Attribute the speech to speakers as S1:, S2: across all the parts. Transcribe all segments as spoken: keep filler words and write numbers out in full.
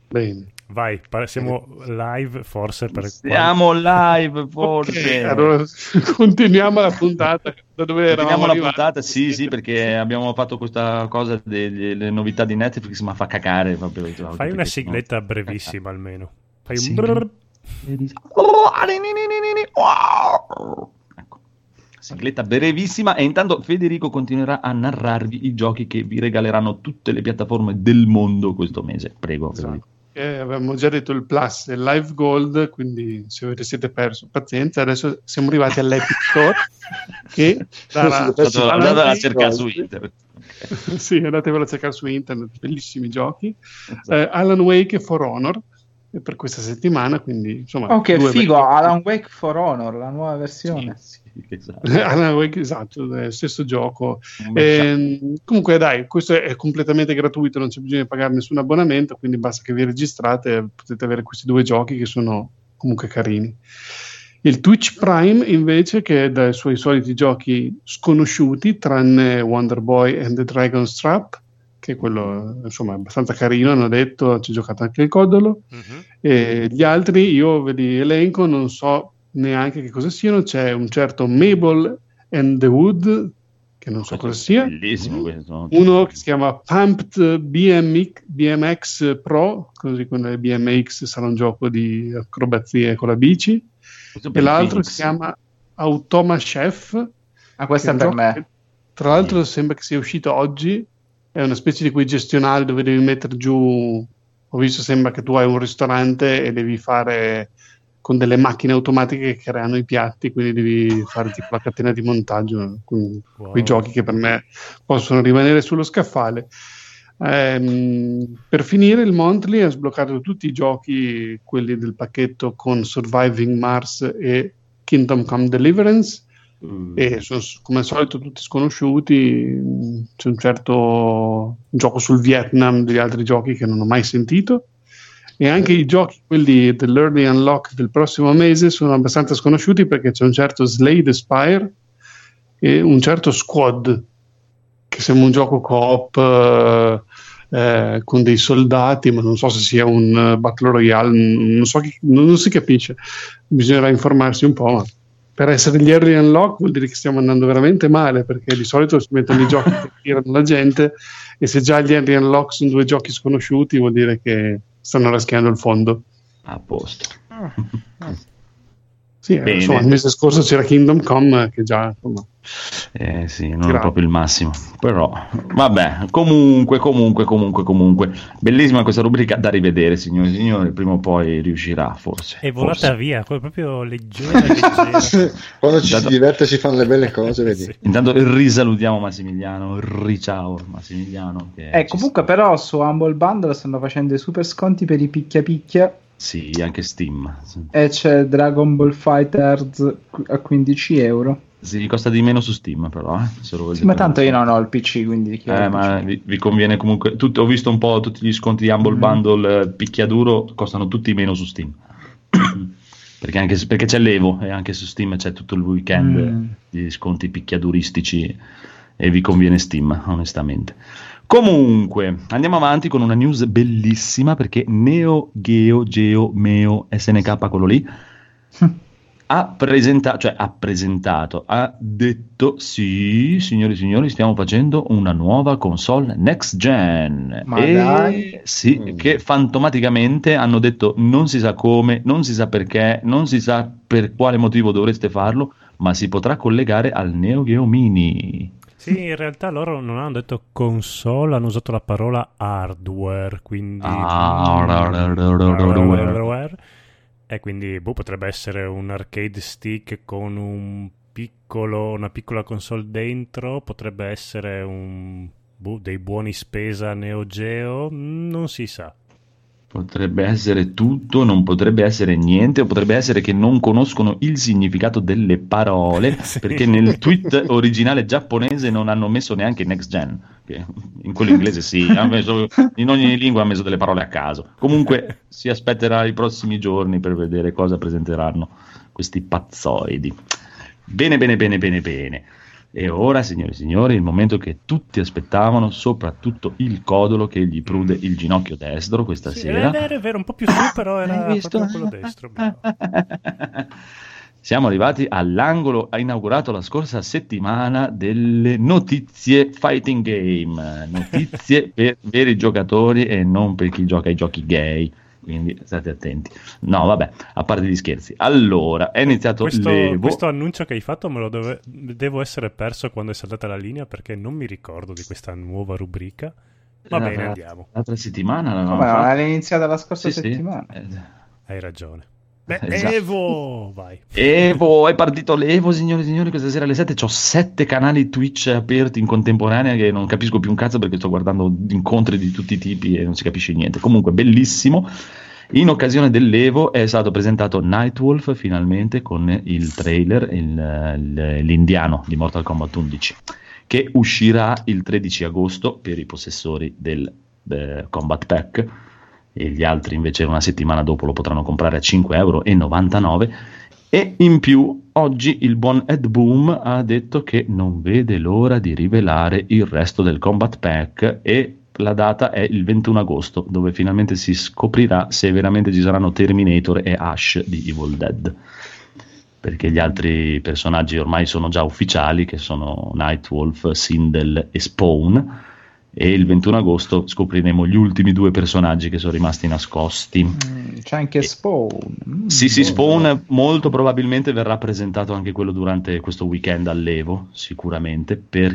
S1: Bene.
S2: Vai, siamo live forse per
S3: siamo qual... live forse.
S1: Okay, allora continuiamo la puntata da dove
S3: continuiamo
S1: la
S3: arrivati. puntata sì sì perché abbiamo fatto questa cosa delle, delle novità di Netflix, ma fa cacare proprio.
S2: Fai una sigletta no... brevissima almeno. Fai un
S3: sì.
S2: brrr.
S3: Ecco, sigletta brevissima, e intanto Federico continuerà a narrarvi i giochi che vi regaleranno tutte le piattaforme del mondo questo mese. Prego.
S1: Esatto. Eh, avevamo già detto il Plus e il Live Gold, quindi se avete siete perso pazienza. Adesso siamo arrivati all'Epic Store che darà,
S3: andate a cercare su internet.
S1: Sì, andatevelo a cercare su internet, bellissimi giochi. Esatto. eh, Alan Wake e For Honor per questa settimana, quindi insomma
S4: oh che figo,
S1: be-
S4: Alan Wake For Honor, la nuova versione.
S3: Sì, sì, esatto.
S1: Alan Wake, esatto, è stesso gioco. Eh, comunque dai, questo è completamente gratuito, non c'è bisogno di pagare nessun abbonamento, quindi basta che vi registrate e potete avere questi due giochi che sono comunque carini. Il Twitch Prime invece, che è dai suoi soliti giochi sconosciuti, tranne Wonder Boy and the Dragon's Trap, che è quello insomma abbastanza carino, hanno detto, ci ho giocato anche il Codolo. Uh-huh. E gli altri io ve li elenco, non so neanche che cosa siano. C'è un certo Mabel and the Wood, che non so
S3: questo
S1: cosa sia,
S3: bellissimo questo.
S1: Uno che si chiama Pumped B M X, B M X Pro, così come il B M X sarà un gioco di acrobazie con la bici, e l'altro si chiama Automa Chef.
S4: Ah, questo è per me
S1: che, tra l'altro sì. Sembra che sia uscito oggi. È una specie di quei gestionali dove devi mettere giù, ho visto, sembra che tu hai un ristorante e devi fare con delle macchine automatiche che creano i piatti, quindi devi fare tipo la catena di montaggio, con wow. quei giochi che per me possono rimanere sullo scaffale. Ehm, per finire il Monthly ha sbloccato tutti i giochi, quelli del pacchetto con Surviving Mars e Kingdom Come Deliverance, Mm. e sono come al solito tutti sconosciuti. C'è un certo gioco sul Vietnam, degli altri giochi che non ho mai sentito, e anche i giochi, quelli dell'Early Unlock del prossimo mese, sono abbastanza sconosciuti, perché c'è un certo Slay the Spire e un certo Squad, che sembra un gioco co-op eh, eh, con dei soldati, ma non so se sia un uh, Battle Royale, non so chi, non, non si capisce, bisognerà informarsi un po', ma per essere gli early unlock vuol dire che stiamo andando veramente male, perché di solito si mettono i giochi che tirano la gente, e se già gli early unlock sono due giochi sconosciuti vuol dire che stanno raschiando il fondo.
S3: A posto.
S1: Sì, eh, insomma, il mese scorso c'era Kingdom Come, che già insomma,
S3: eh sì, non è proprio il massimo, però vabbè, comunque comunque comunque comunque bellissima questa rubrica, da rivedere, signori e signori, prima o poi riuscirà, forse
S2: è volata
S3: forse.
S2: via, proprio leggera, leggera.
S5: Quando ci intanto, si diverte si fanno le belle cose, vedi.
S3: Sì. Intanto risalutiamo Massimiliano, riciao Massimiliano, che
S4: eh, comunque sta. Però su Humble Bundle stanno facendo i super sconti per i picchia picchia.
S3: Sì, anche Steam. Sì.
S4: E c'è Dragon Ball Fighters a quindici euro.
S3: Sì, costa di meno su Steam, però. Eh, se lo
S4: sì, ma tanto io non ho il P C, quindi...
S3: Eh, ma vi, vi conviene comunque... Tutto, ho visto un po' tutti gli sconti di Humble mm. Bundle eh, picchiaduro, costano tutti meno su Steam. perché, anche, perché c'è l'Evo, e anche su Steam c'è tutto il weekend mm. di sconti picchiaduristici, e vi conviene Steam, onestamente. Comunque, andiamo avanti con una news bellissima, perché Neo Geo Geo Meo S N K, quello lì, ha presentato, cioè ha presentato, ha detto sì, signori e signori, stiamo facendo una nuova console next gen.
S4: Ma
S3: e
S4: dai.
S3: sì, mm. che fantomaticamente hanno detto non si sa come, non si sa perché, non si sa per quale motivo dovreste farlo, ma si potrà collegare al Neo Geo Mini.
S2: Sì, in realtà loro non hanno detto console, hanno usato la parola hardware, quindi
S3: ah,
S2: hardware, e quindi boh, potrebbe essere un arcade stick con un piccolo, una piccola console dentro, potrebbe essere un boh, dei buoni spesa Neo Geo, non si sa.
S3: Potrebbe essere tutto, non potrebbe essere niente, o potrebbe essere che non conoscono il significato delle parole, sì. Perché nel tweet originale giapponese non hanno messo neanche next gen, che in quello inglese sì, hanno messo, in ogni lingua hanno messo delle parole a caso. Comunque si aspetterà i prossimi giorni per vedere cosa presenteranno questi pazzoidi. Bene, bene, bene, bene, bene. E ora, signori e signori, il momento che tutti aspettavano, soprattutto il Codolo che gli prude il ginocchio destro questa
S2: sì,
S3: sera.
S2: È vero, è vero, un po' più su, però era proprio quello destro. Bravo.
S3: Siamo arrivati all'angolo, ha inaugurato la scorsa settimana delle notizie fighting game, notizie per veri giocatori e non per chi gioca ai giochi gay, quindi state attenti. No, vabbè, a parte gli scherzi. Allora, è iniziato
S2: questo,
S3: l'Evo.
S2: questo annuncio che hai fatto me lo dove, devo essere perso quando è saltata la linea, perché non mi ricordo di questa nuova rubrica. Va bene, andiamo.
S3: L'altra settimana
S4: Come no, era iniziata la scorsa
S3: sì,
S4: settimana.
S3: Sì.
S2: Hai ragione. Beh,
S3: Esatto.
S2: Evo, vai.
S3: Evo, è partito l'Evo, signori e signori, questa sera alle sette c'ho sette canali Twitch aperti in contemporanea che non capisco più un cazzo perché sto guardando incontri di tutti i tipi e non si capisce niente. Comunque, bellissimo. In occasione dell'Evo è stato presentato Nightwolf finalmente con il trailer, il, l'indiano di Mortal Kombat undici, che uscirà il tredici agosto per i possessori del eh, Combat Pack, e gli altri invece una settimana dopo lo potranno comprare a cinque e novantanove euro. E in più oggi il buon Ed Boon ha detto che non vede l'ora di rivelare il resto del Combat Pack, e la data è il ventuno agosto, dove finalmente si scoprirà se veramente ci saranno Terminator e Ash di Evil Dead, perché gli altri personaggi ormai sono già ufficiali, che sono Nightwolf, Sindel e Spawn, e il ventuno agosto scopriremo gli ultimi due personaggi che sono rimasti nascosti.
S4: Mm, c'è anche Spawn. Mm,
S3: sì, sì,
S4: buono.
S3: Spawn molto probabilmente verrà presentato anche quello durante questo weekend all'Evo, sicuramente,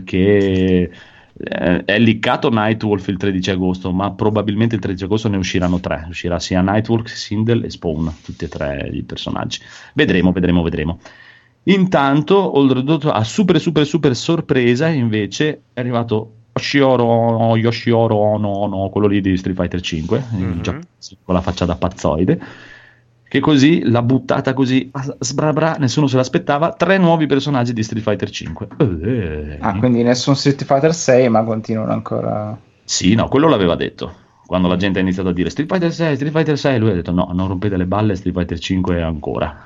S3: perché eh, è liccato Nightwolf il tredici agosto, ma probabilmente il tredici agosto ne usciranno tre. Uscirà sia Nightwolf, Sindel e Spawn, tutti e tre i personaggi. Vedremo, vedremo, vedremo. Intanto, oltretutto, a super, super, super sorpresa, invece, è arrivato Yoshioro, Yoshioro no, no, quello lì di Street Fighter cinque, mm-hmm. già, con la faccia da pazzoide, che così l'ha buttata così sbrabra, nessuno se l'aspettava, tre nuovi personaggi di Street Fighter cinque. Eh.
S4: Ah, quindi nessun Street Fighter sei, ma continuano ancora.
S3: Sì, no, quello l'aveva detto. Quando la gente ha iniziato a dire Street Fighter sei, Street Fighter sei, lui ha detto no, non rompete le balle, Street Fighter cinque ancora.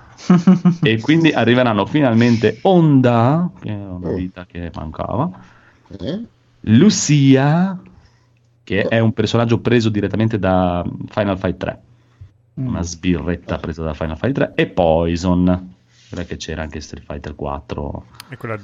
S3: E quindi arriveranno finalmente Honda, che è una vita che mancava,
S5: Eh?
S3: Lucia, che è un personaggio preso direttamente da Final Fight tre,
S4: Mm.
S3: una sbirretta presa da Final Fight tre, e Poison, quella che c'era anche Street Fighter quattro,
S2: è quella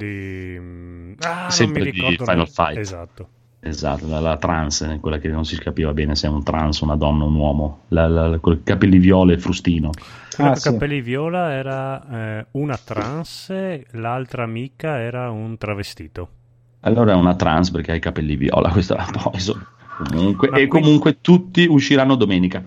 S2: di ah,
S3: sempre
S2: non mi ricordo
S3: di Final Fight,
S2: esatto,
S3: esatto, la, la trans, quella che non si capiva bene se è un trans, una donna o un uomo, la, la, con i capelli viola e frustino.
S2: quella
S4: Ah,
S2: con
S4: sì.
S2: capelli viola era eh, una trans, l'altra amica era un travestito.
S3: Allora è una trans perché ha i capelli viola, questa è la Poison. Comunque,
S2: Ma
S3: e
S2: quindi-
S3: comunque tutti usciranno domenica.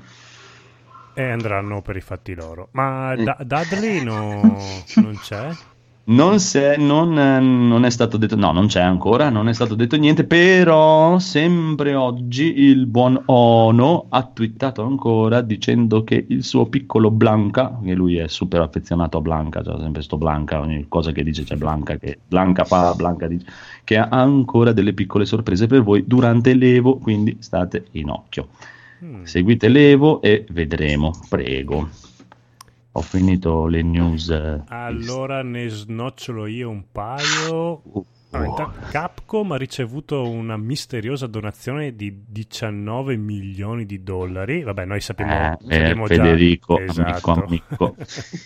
S2: E andranno per i fatti loro. Ma da- Dudley no, non c'è?
S3: Non, se, non, eh, non è stato detto, no, non c'è ancora, non è stato detto niente, però sempre oggi il buon Ono ha twittato ancora dicendo che il suo piccolo Blanca, che lui è super affezionato a Blanca, c'è sempre sto Blanca, ogni cosa che dice c'è Blanca, che Blanca fa, Blanca dice, che ha ancora delle piccole sorprese per voi durante l'Evo, quindi state in occhio.
S2: Mm.
S3: Seguite l'Evo e vedremo, prego. Ho finito le news. eh,
S2: Allora ne snocciolo io un paio.
S3: Uh,
S2: Allora,
S3: oh.
S2: intanto Capcom ha ricevuto una misteriosa donazione di diciannove milioni di dollari. Vabbè, noi sappiamo,
S3: Eh,
S2: sappiamo
S3: eh,
S2: già.
S3: Federico,
S2: Esatto.
S3: amico, amico.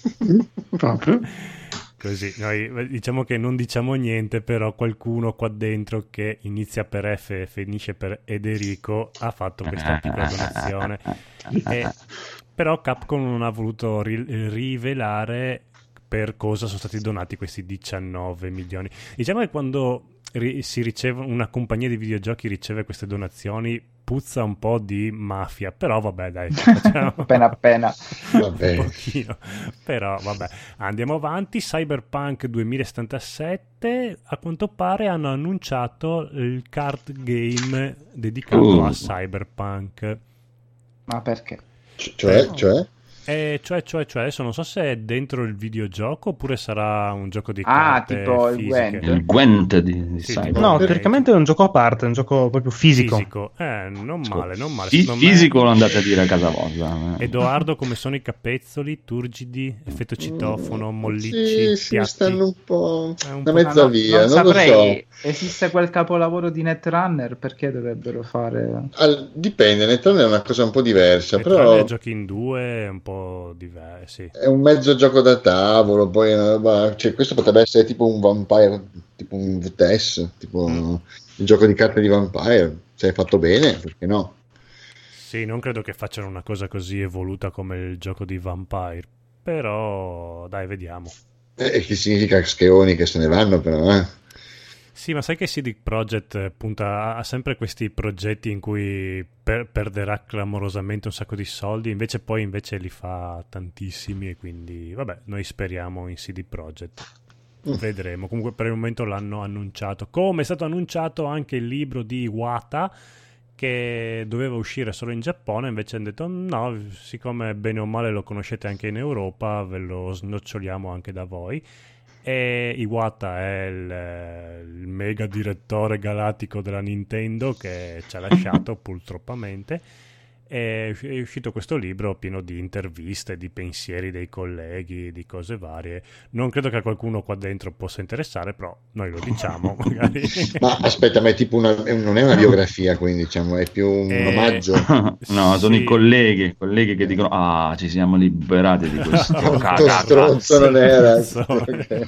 S1: Proprio.
S2: Così, noi diciamo che non diciamo niente, però qualcuno qua dentro che inizia per F e finisce per Ederico ha fatto questa piccola donazione. E, però Capcom non ha voluto ri- rivelare per cosa sono stati donati questi diciannove milioni. Diciamo che quando ri- si riceve, una compagnia di videogiochi riceve queste donazioni, puzza un po' di mafia, però vabbè dai, facciamo
S4: appena appena.
S5: Vabbè.
S2: un pochino. Però vabbè, andiamo avanti. Cyberpunk duemilasettantasette, a quanto pare hanno annunciato il card game dedicato
S3: Uh.
S2: a Cyberpunk.
S4: Ma perché?
S5: C- cioè, cioè?
S2: E cioè, cioè, cioè, adesso non so se è dentro il videogioco oppure sarà un gioco di
S4: Ah,
S2: carte
S4: tipo il
S2: fisiche.
S4: Gwent.
S3: Il Gwent di, di
S2: Sì,
S3: Cyber.
S2: tipo-
S6: No,
S2: Ok.
S6: teoricamente è un gioco a parte, è un gioco proprio fisico.
S2: Fisico. Eh, non male, non male.
S3: Fi-
S2: Secondo me-
S3: fisico lo andate a dire a casa vostra. eh.
S2: Edoardo, come sono i capezzoli, turgidi, effetto citofono, mollicci,
S5: Sì, sì,
S2: piatti?
S5: stanno un po'
S2: È un
S5: da
S2: po'-
S5: mezza
S4: Ah, no,
S5: via,
S4: non
S5: non lo
S4: saprei,
S5: so.
S4: esiste quel capolavoro di Netrunner, perché dovrebbero fare...
S5: Al- dipende, Netrunner è una cosa un po' diversa,
S2: E tranne
S5: però
S2: giochi in due è un po' diversi.
S5: è un mezzo gioco da tavolo, poi è una roba- cioè, questo potrebbe essere tipo un Vampire, tipo un V T S, tipo
S2: Mm.
S5: il gioco di carte di Vampire, se è fatto bene, perché no?
S2: Sì, non credo che facciano una cosa così evoluta come il gioco di Vampire, però dai, vediamo.
S5: E che significa scheoni che se ne vanno però, eh?
S2: Sì, ma sai che C D Projekt punta a sempre questi progetti in cui per- perderà clamorosamente un sacco di soldi, invece poi invece li fa tantissimi e quindi vabbè, noi speriamo in C D Projekt.
S5: Mm.
S2: Vedremo. Comunque per il momento l'hanno annunciato. Come è stato annunciato anche il libro di Iwata che doveva uscire solo in Giappone, invece hanno detto no, siccome bene o male lo conoscete anche in Europa, ve lo snoccioliamo anche da voi. E Iwata è il, il mega direttore galattico della Nintendo che ci ha lasciato purtroppamente. È è uscito questo libro pieno di interviste, di pensieri dei colleghi, di cose varie. Non credo che a qualcuno qua dentro possa interessare, però noi lo diciamo magari.
S5: Ma aspetta, ma è tipo una, è un- non è una biografia, quindi diciamo, è più un
S2: Eh,
S5: omaggio.
S3: No, sono
S2: Sì.
S3: i colleghi, colleghi che dicono ah, ci siamo liberati di questo
S5: Tanto
S3: cagazzo.
S5: stronzo non era.
S2: So.
S5: Ok.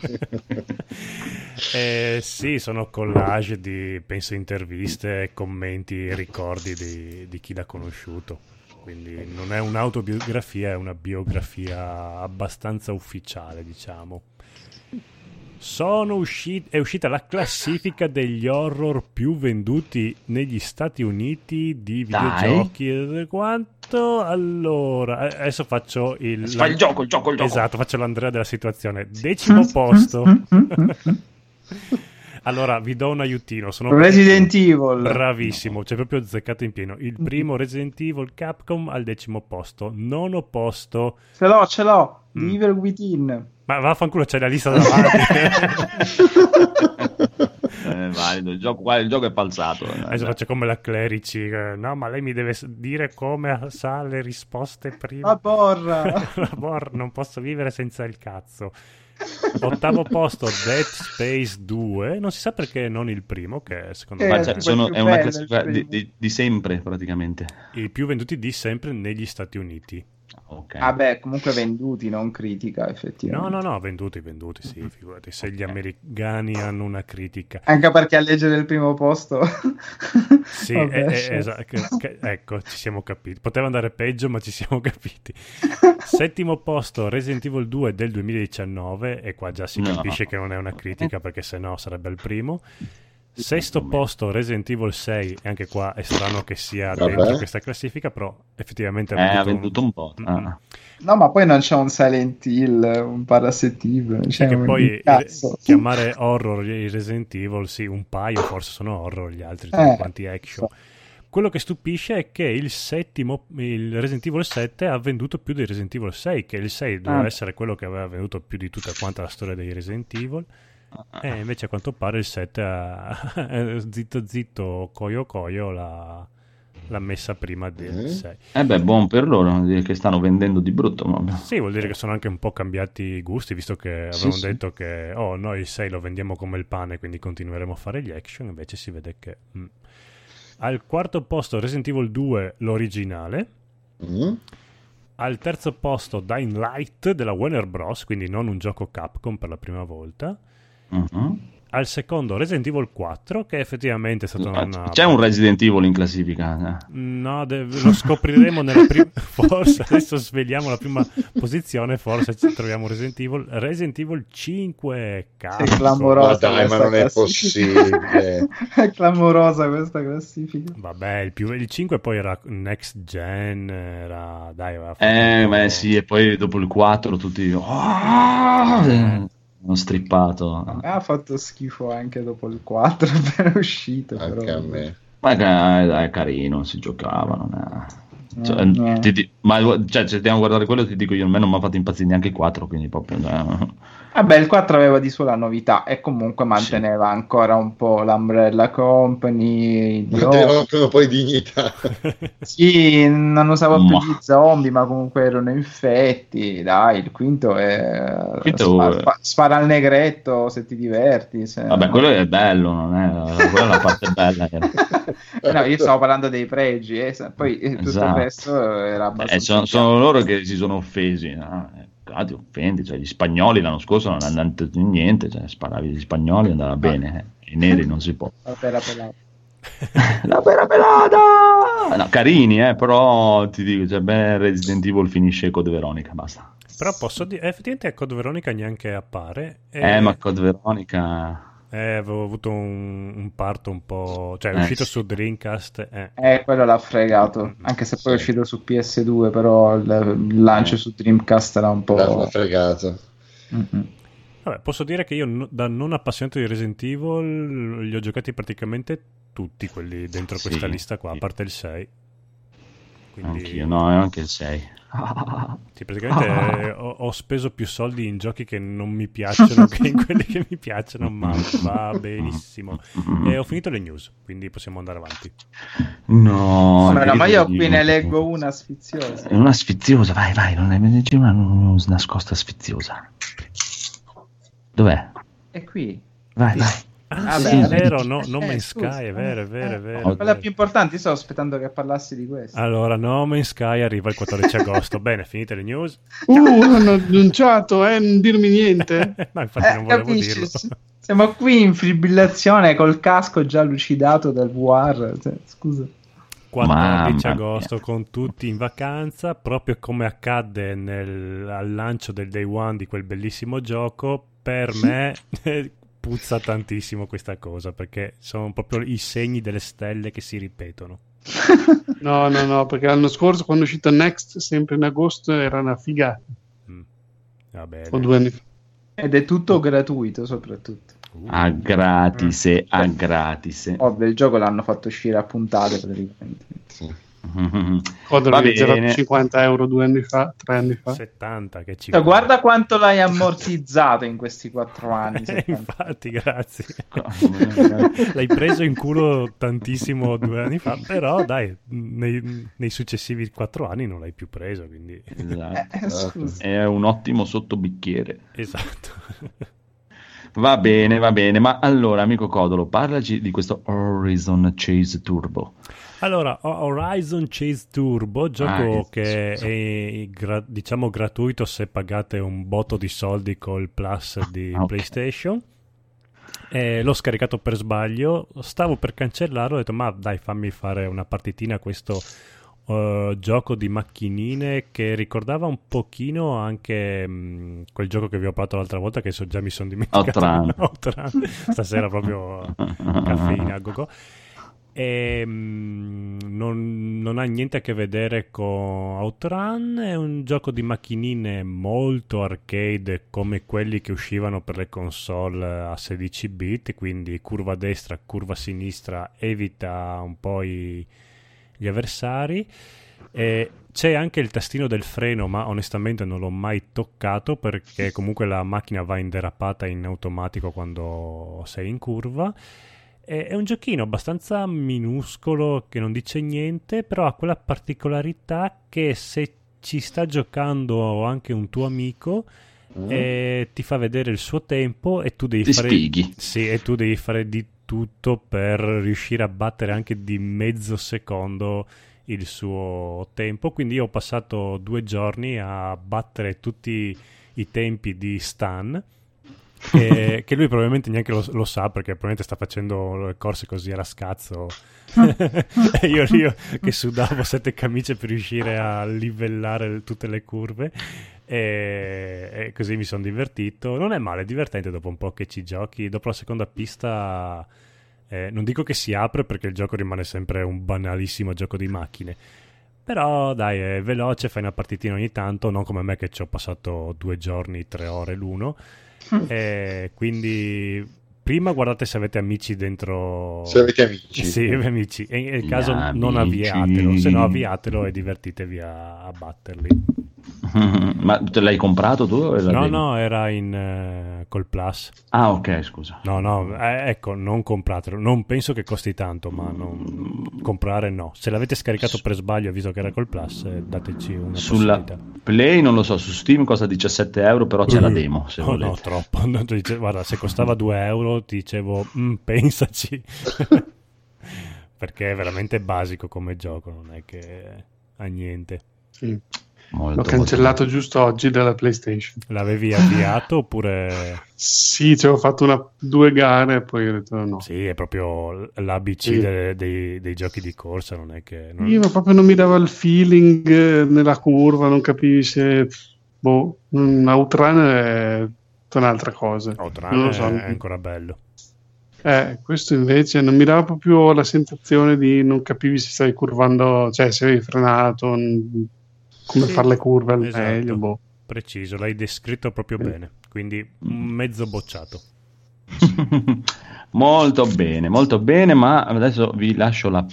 S2: Eh, sì, sono collage di, penso, interviste, commenti e ricordi di, di chi l'ha conosciuto. Quindi non è un'autobiografia, è una biografia abbastanza ufficiale, diciamo. Sono usci- è uscita la classifica degli horror più venduti negli Stati Uniti di
S3: Dai.
S2: videogiochi e quanto. Allora, eh, adesso faccio il
S3: Fa il gioco, il gioco, il gioco.
S2: Esatto, faccio l'Andrea della situazione. Decimo posto. Allora, vi do un aiutino. Sono
S4: Resident Evil.
S2: bravissimo, c'è proprio azzeccato in pieno. Il primo Resident Evil Capcom al decimo posto. Nono posto.
S4: Ce l'ho, ce l'ho.
S2: Mm.
S4: The Evil Within.
S2: Ma vaffanculo, c'è la lista davanti.
S3: È valido, il gioco, guarda, il gioco è palzato.
S2: Adesso faccio come la Clerici. eh, No, ma lei mi deve s- dire come sa le risposte prima.
S4: La borra.
S2: La bor- non posso vivere senza il cazzo. Ottavo posto Dead Space due, non si sa perché non il primo, che secondo
S4: Eh,
S2: me
S3: Ma
S2: è
S3: cioè,
S4: tipo
S3: sono-
S4: il
S3: è
S4: più
S3: una
S4: bello,
S3: classifica
S4: il
S3: di,
S4: primo.
S3: di- di sempre praticamente.
S2: i più venduti di sempre negli Stati Uniti.
S3: Ok.
S4: Vabbè, comunque venduti, non critica,
S2: No,
S4: effettivamente.
S2: no, no, venduti, venduti, sì, figurati, se gli americani hanno una critica.
S4: Anche perché a leggere il primo posto...
S2: Sì,
S4: Vabbè,
S2: eh, eh,
S4: certo.
S2: esa- che- che- ecco, ci siamo capiti. Poteva andare peggio, ma ci siamo capiti. Settimo posto Resident Evil due del duemiladiciannove, e qua già si
S3: No.
S2: capisce che non è una critica, perché sennò sarebbe il primo. Sesto
S3: Secondo me.
S2: posto Resident Evil sei, e anche qua è strano che sia
S5: Vabbè.
S2: dentro questa classifica, però effettivamente
S3: Eh, ha venduto un po'.
S2: Mm,
S3: ah.
S4: No, ma poi non c'è un Silent Hill, un Parasite Eve,
S2: Sì,
S4: cioè
S2: che
S4: un
S2: poi
S4: cazzo.
S2: chiamare horror i Resident Evil, sì, un paio forse sono horror, gli altri tutti
S4: Eh,
S2: quanti action. Quello che stupisce è che il settimo, il Resident Evil sette ha venduto più di Resident Evil sei, che il sei doveva
S4: Ah.
S2: essere quello che aveva venduto più di tutta quanta la storia dei Resident Evil, e invece a quanto pare il sette ha zitto zitto, coio coio l'ha, l'ha messa prima del
S5: Mm.
S2: sei.
S3: Eh beh, buon per loro, vuol dire che stanno vendendo di brutto. Ma...
S2: Sì, vuol dire che sono anche un po' cambiati i gusti, visto che
S3: Sì,
S2: avevano
S3: sì.
S2: detto che oh, noi il sei lo vendiamo come il pane, quindi continueremo a fare gli action, invece si vede che... mm. Al quarto posto Resident Evil due, l'originale.
S5: Mm?
S2: Al terzo posto Dying Light della Warner Bros., quindi non un gioco Capcom per la prima volta.
S3: Mhm.
S2: Al secondo Resident Evil quattro, che effettivamente è stato una...
S3: C'è un Resident Evil in classifica. eh.
S2: No, de- lo scopriremo nella prima... Forse adesso sveliamo la prima posizione, forse ci troviamo Resident Evil. Resident Evil cinque, cazzo.
S4: È
S5: Ma
S4: clamorosa.
S5: dai, ma
S4: questa
S5: non è
S4: classifica.
S5: possibile.
S4: È clamorosa questa classifica.
S2: Vabbè, il, più... il cinque poi era next gen, era... Dai, aveva fatto
S3: Eh,
S2: un po'-
S3: beh, sì, e poi dopo il quattro tutti... Oh, eh, hanno strippato.
S4: A me ha fatto schifo anche dopo il quattro appena uscito.
S5: Anche
S4: però.
S5: a me.
S3: Ma è, è carino, si giocava, non è... Cioè,
S4: no.
S3: ti, ti, ma cioè, se andiamo a guardare quello, ti dico io, a me non mi ha fatto impazzire neanche il quattro, quindi proprio eh.
S4: Vabbè, il quattro aveva di sua la novità e comunque manteneva sì. ancora un po' l'Umbrella Company,
S5: manteneva ancora un po' di dignità.
S4: Sì, non usava
S3: ma.
S4: più gli zombie, ma comunque erano infetti. Dai, il quinto è
S3: quinto
S4: spara,
S3: è...
S4: spa, spara al negretto se ti diverti. Se...
S3: Vabbè, quello è bello, non è quella è la parte bella.
S4: No, io stavo parlando dei pregi, eh. Poi tutto
S3: esatto.
S4: il resto era abbastanza.
S3: Eh, sono, sono loro che si sono offesi. No? Ah, ti offendi, cioè, gli spagnoli l'anno scorso non hanno detto niente, cioè, sparavi gli spagnoli e andava bene, eh. I neri non si può.
S4: La pera pelata.
S3: La pera pelata! No, carini, eh, però ti dico, cioè, beh, Resident Evil finisce Code Veronica, basta.
S2: Però posso dire, effettivamente Code Veronica neanche appare. E...
S3: Eh, ma Code Veronica...
S2: Eh, avevo avuto un, un parto un po'... Cioè, è
S3: eh,
S2: uscito
S3: sì.
S2: su Dreamcast. Eh.
S4: eh, quello l'ha fregato. Anche se poi è uscito su P S due, però il, il lancio eh. su Dreamcast era un po'...
S5: L'ha fregato.
S4: Mm-hmm.
S2: Vabbè, posso dire che io, no, da non appassionato di Resident Evil, li ho giocati praticamente tutti quelli dentro
S3: sì,
S2: questa lista qua,
S3: sì.
S2: a parte il sei. Quindi...
S3: Anch'io, no, anche il sei.
S2: Sì, praticamente eh, ho, ho speso più soldi in giochi che non mi piacciono che in quelli che mi piacciono, ma va benissimo. E ho finito le news, quindi possiamo andare avanti.
S3: No,
S4: no, no ma io qui ne leggo una sfiziosa.
S3: Una sfiziosa, vai, vai, non è c'è una news nascosta sfiziosa. Dov'è?
S4: È qui.
S3: Vai, vai.
S2: Ah,
S4: ah
S2: sì,
S4: beh,
S2: è vero, no,
S4: eh,
S2: No Man's
S4: scusa,
S2: Sky, è vero, è vero, è vero.
S4: Eh, quella più importante, io stavo aspettando che parlassi di questo.
S2: Allora, No Man's Sky arriva il quattordici agosto. Bene, finite le news.
S1: Uh, hanno annunciato, eh, non dirmi niente.
S2: No, infatti
S4: eh,
S2: non volevo
S4: capisci?
S2: dirlo.
S4: Siamo qui in fibrillazione col casco già lucidato dal V R. Cioè, scusa.
S2: quattordici agosto con tutti in vacanza, proprio come accadde nel, al lancio del Day One di quel bellissimo gioco. Per me puzza tantissimo questa cosa, perché sono proprio i segni delle stelle che si ripetono.
S1: No, no, no, perché l'anno scorso quando è uscito Next, sempre in agosto, era una figata.
S2: Mm. Vabbè,
S1: o due anni fa.
S4: Ed è tutto gratuito soprattutto.
S2: Uh.
S3: A gratis, mm. a gratis.
S4: Ovvio, il gioco l'hanno fatto uscire a puntate praticamente.
S5: Sì.
S1: Quando l'ho girato cinquanta euro due anni fa, tre anni fa.
S2: settanta che ci
S4: cioè, guarda quanto l'hai ammortizzato in questi quattro anni.
S2: Eh, infatti, grazie. L'hai preso in culo tantissimo due anni fa, però dai, nei, nei successivi quattro anni non l'hai più preso, quindi...
S3: Esatto.
S4: Eh, scusa.
S3: È un ottimo sottobicchiere.
S2: Esatto.
S3: Va bene, va bene, ma allora, amico Codolo, parlaci di questo Horizon Chase Turbo.
S2: Allora, Horizon Chase Turbo, gioco
S3: ah,
S2: che
S3: scusa.
S2: è gra- diciamo gratuito se pagate un botto di soldi col Plus di
S3: okay.
S2: PlayStation. E l'ho scaricato per sbaglio, stavo per cancellarlo, ho detto ma dai, fammi fare una partitina a questo uh, gioco di macchinine che ricordava un pochino anche mh, quel gioco che vi ho parlato l'altra volta, che so, già mi sono dimenticato.
S3: Outrun.
S2: Outrun. Stasera proprio caffeina a go-go. E, mh, non, non ha niente a che vedere con Outrun, è un gioco di macchinine molto arcade come quelli che uscivano per le console a sedici bit, quindi curva destra, curva sinistra, evita un po' i, gli avversari. E c'è anche il tastino del freno, ma onestamente non l'ho mai toccato perché comunque la macchina va in derapata in automatico quando sei in curva. È un giochino abbastanza minuscolo che non dice niente, però ha quella particolarità che se ci sta giocando anche un tuo amico mm. eh, ti fa vedere il suo tempo e tu devi
S3: ti
S2: fare
S3: spieghi.
S2: Sì, e tu devi fare di tutto per riuscire a battere anche di mezzo secondo il suo tempo. Quindi io ho passato due giorni a battere tutti i tempi di Stan. Che, che lui probabilmente neanche lo, lo sa, perché probabilmente sta facendo le corse così alla scazzo e io, io che sudavo sette camicie per riuscire a livellare tutte le curve e, e così mi sono divertito. Non è male, è divertente dopo un po' che ci giochi. Dopo la seconda pista eh, non dico che si apre, perché il gioco rimane sempre un banalissimo gioco di macchine, però dai, è veloce, fai una partitina ogni tanto, non come me che ci ho passato due giorni, tre ore l'uno. E quindi prima guardate se avete amici dentro.
S5: Se avete amici.
S2: Sì, amici. E nel caso
S3: Amici.
S2: non avviatelo, se no avviatelo e divertitevi a, a batterli.
S3: Ma te l'hai comprato tu? O
S2: No, no, era in uh, col Plus.
S3: Ah, ok, scusa.
S2: No, no, eh, ecco, non compratelo. Non penso che costi tanto, ma non comprare no. Se l'avete scaricato per sbaglio, visto che era col Plus, eh, dateci una
S3: Sulla
S2: possibilità.
S3: Play non lo so, su Steam costa diciassette euro, però c'è la demo, se
S2: Oh,
S3: volete.
S2: no, troppo. No, tu dice, guarda, se costava due euro ti dicevo, mm, pensaci. Perché è veramente basico come gioco, non è che ha niente.
S1: Sì.
S3: Molto,
S1: L'ho cancellato
S3: molto.
S1: giusto oggi dalla PlayStation.
S2: L'avevi avviato oppure...
S1: Sì, ci avevo fatto una, due gare e poi ho detto no.
S2: Sì, è proprio l'A B C
S1: Sì.
S2: de- dei, dei giochi di corsa, non è che... non-
S1: Io ma proprio non mi dava il feeling eh, nella curva, non capivi se... Boh, un outrun è tutta un'altra cosa.
S2: Outrun
S1: Non lo so.
S2: è ancora bello.
S1: Eh, questo invece non mi dava proprio la sensazione di non capivi se stavi curvando, cioè se avevi frenato, n- come
S2: Sì,
S1: fare le curve al
S2: esatto.
S1: meglio, boh.
S2: Preciso, l'hai descritto proprio
S1: Sì.
S2: bene, quindi un mezzo bocciato.
S3: Molto bene, molto bene, ma adesso vi lascio la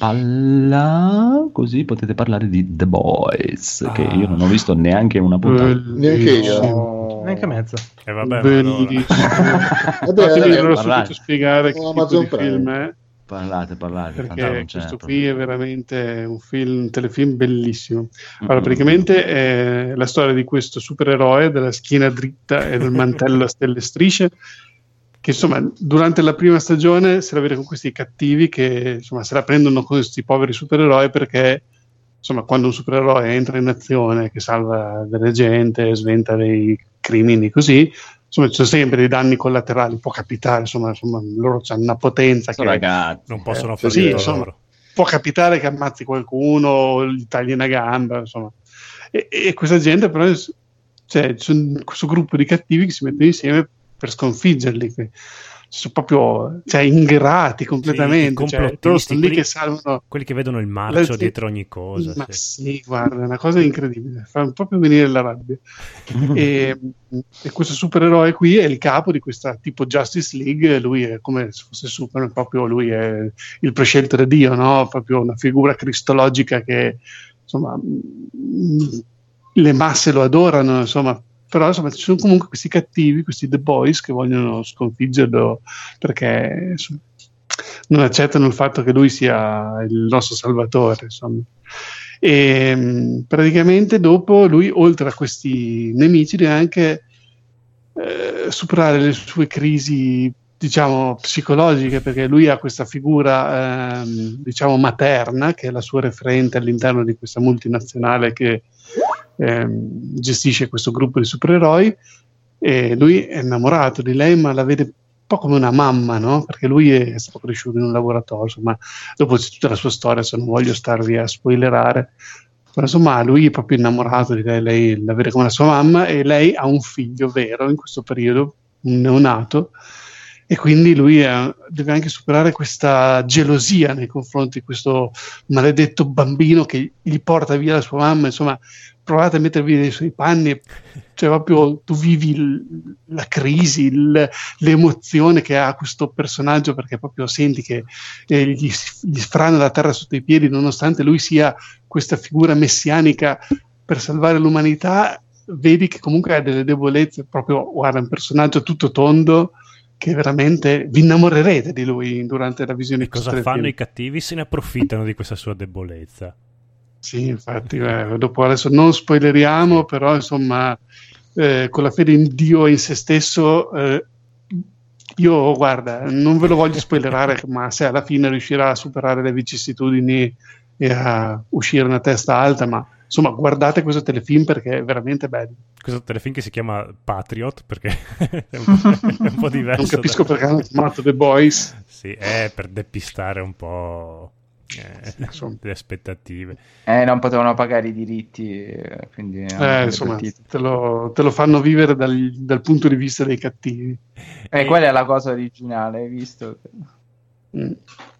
S3: palla così potete parlare di The Boys,
S2: Ah.
S3: che io non ho visto neanche una puntata.
S5: Neanche io.
S4: Oh.
S6: Neanche mezza.
S2: E vabbè, ma allora...
S1: Bellissimo.
S5: Vabbè,
S1: Infatti
S5: vabbè,
S1: non ho
S3: parlare.
S1: saputo spiegare che
S5: Con
S1: tipo
S5: Amazon
S1: di
S5: Prime.
S1: film è,
S3: Parlate, parlate. tanto
S1: perché
S3: non c'è
S1: questo
S3: problema.
S1: qui è veramente un film, un telefilm bellissimo. Allora,
S3: Mm-mm.
S1: praticamente è la storia di questo supereroe della schiena dritta e del mantello a stelle e strisce, che insomma durante la prima stagione se la vede con questi cattivi che insomma se la prendono con questi poveri supereroi perché insomma quando un supereroe entra in azione che salva della gente, sventa dei crimini così, insomma ci sono sempre dei danni collaterali, può capitare, insomma, insomma loro hanno una potenza
S3: Sto
S1: che
S3: ragazzi.
S2: non possono
S1: Eh,
S2: fare
S1: sì,
S2: tutto
S1: insomma.
S2: loro.
S1: può capitare che ammazzi qualcuno, gli tagli una gamba, insomma. E, e questa gente però, cioè, c'è questo gruppo di cattivi che si mettono insieme per sconfiggerli, che sono proprio, cioè, ingrati completamente,
S2: Sì, i
S1: cioè, loro
S2: complottisti,
S1: sono lì
S2: quelli-
S1: che salvano.
S2: Quelli che vedono il marcio
S1: La-
S2: dietro ogni cosa.
S1: Ma
S2: sì.
S1: sì, guarda, è una cosa incredibile, fa proprio venire la rabbia. e, e questo supereroe qui è il capo di questa tipo Justice League, lui è come se fosse Superman, proprio lui è il prescelto da Dio, no? Proprio una figura cristologica che insomma mh, le masse lo adorano, insomma. Però insomma ci sono comunque questi cattivi, questi The Boys che vogliono sconfiggerlo perché insomma, non accettano il fatto che lui sia il nostro salvatore, insomma. E mh, praticamente dopo lui, oltre a questi nemici, deve anche eh, superare le sue crisi, diciamo, psicologiche, perché lui ha questa figura, ehm, diciamo, materna, che è la sua referente all'interno di questa multinazionale che ehm, gestisce questo gruppo di supereroi, e lui è innamorato di lei, ma la vede un po' come una mamma, no? Perché lui è stato cresciuto in un laboratorio, insomma, dopo c'è tutta la sua storia, se non voglio starvi a spoilerare, però insomma lui è proprio innamorato di lei, lei la vede come la sua mamma e lei ha un figlio vero in questo periodo, un neonato, e quindi lui eh, deve anche superare questa gelosia nei confronti di questo maledetto bambino che gli porta via la sua mamma. Insomma, provate a mettervi nei suoi panni, cioè proprio tu vivi il- la crisi, il- l'emozione che ha questo personaggio, perché proprio senti che eh, gli, gli sfrana la terra sotto i piedi, nonostante lui sia questa figura messianica per salvare l'umanità. Vedi che comunque ha delle debolezze, proprio guarda, un personaggio tutto tondo che veramente vi innamorerete di lui durante la visione
S2: E
S1: di questo
S2: cosa fanno i
S1: telefilm.
S2: cattivi? Se ne approfittano di questa sua debolezza.
S1: Sì, infatti, eh, dopo adesso non spoileriamo, però insomma, eh, con la fede in Dio e in se stesso, eh, io guarda, non ve lo voglio spoilerare, ma se alla fine riuscirà a superare le vicissitudini e a uscire una testa alta, ma insomma, guardate questo telefilm perché è veramente bello.
S2: Questo telefilm che si chiama Patriot, perché è un po', è un po' diverso.
S1: Non capisco
S2: da-
S1: perché hanno chiamato The Boys.
S2: Sì, è per depistare un po' eh,
S1: Insomma.
S2: le aspettative.
S4: Eh, non potevano pagare i diritti, eh, quindi hanno
S1: Eh,
S4: cambiato
S1: insomma,
S4: il titolo.
S1: te lo, te lo fanno vivere dal, dal punto di vista dei cattivi.
S4: Eh, quella è la cosa originale, hai visto?
S1: Mm.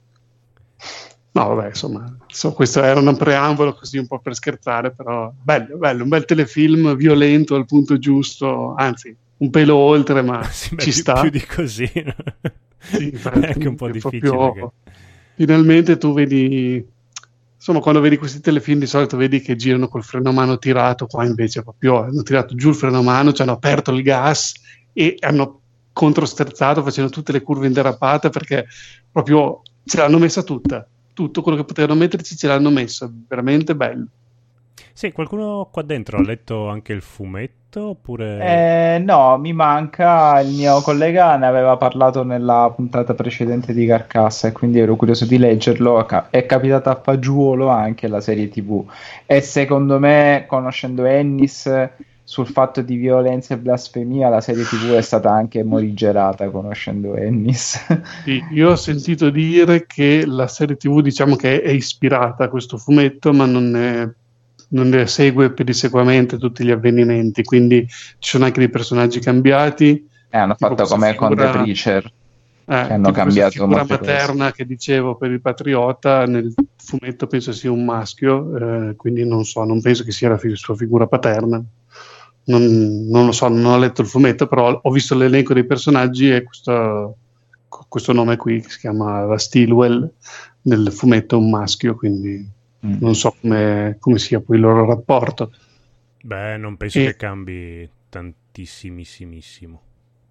S1: No, vabbè, insomma, so, questo era un preambolo così un po' per scherzare, però bello, bello, un bel telefilm violento al punto giusto, anzi, un pelo oltre, ma
S2: Sì, beh,
S1: ci
S2: più,
S1: sta.
S2: più di così.
S1: Sì,
S2: è anche un po' difficile.
S1: Proprio... Che... Finalmente tu vedi, insomma, quando vedi questi telefilm di solito vedi che girano col freno a mano tirato, qua invece proprio hanno tirato giù il freno a mano, ci hanno aperto il gas e hanno controsterzato facendo tutte le curve in derapata, perché proprio ce l'hanno messa tutta, tutto quello che potevano metterci ce l'hanno messo, veramente bello.
S2: Sì, qualcuno qua dentro ha letto anche il fumetto oppure...
S4: Eh, no, mi manca, il mio collega ne aveva parlato nella puntata precedente di Carcassa e quindi ero curioso di leggerlo. È capitata a fagiolo anche la serie tivù e secondo me, conoscendo Ennis sul fatto di violenza e blasfemia, la serie tivù è stata anche morigerata, conoscendo Ennis.
S1: Sì, io ho sentito dire che la serie tivù, diciamo che è ispirata a questo fumetto, ma non è... non ne segue pedissequamente tutti gli avvenimenti, quindi ci sono anche dei personaggi cambiati.
S4: Eh, hanno fatto come figura, con The Preacher, eh, che hanno cambiato
S1: la figura materna cose. Che dicevo per il patriota, nel fumetto penso sia un maschio, eh, quindi non so, non penso che sia la fi- sua figura paterna. Non, non lo so, non ho letto il fumetto, però ho visto l'elenco dei personaggi e questo, questo nome qui, che si chiama Stilwell, nel fumetto è un maschio, quindi mm. non so come, come sia poi il loro rapporto.
S2: Beh, non penso e... che cambi tantissimissimo.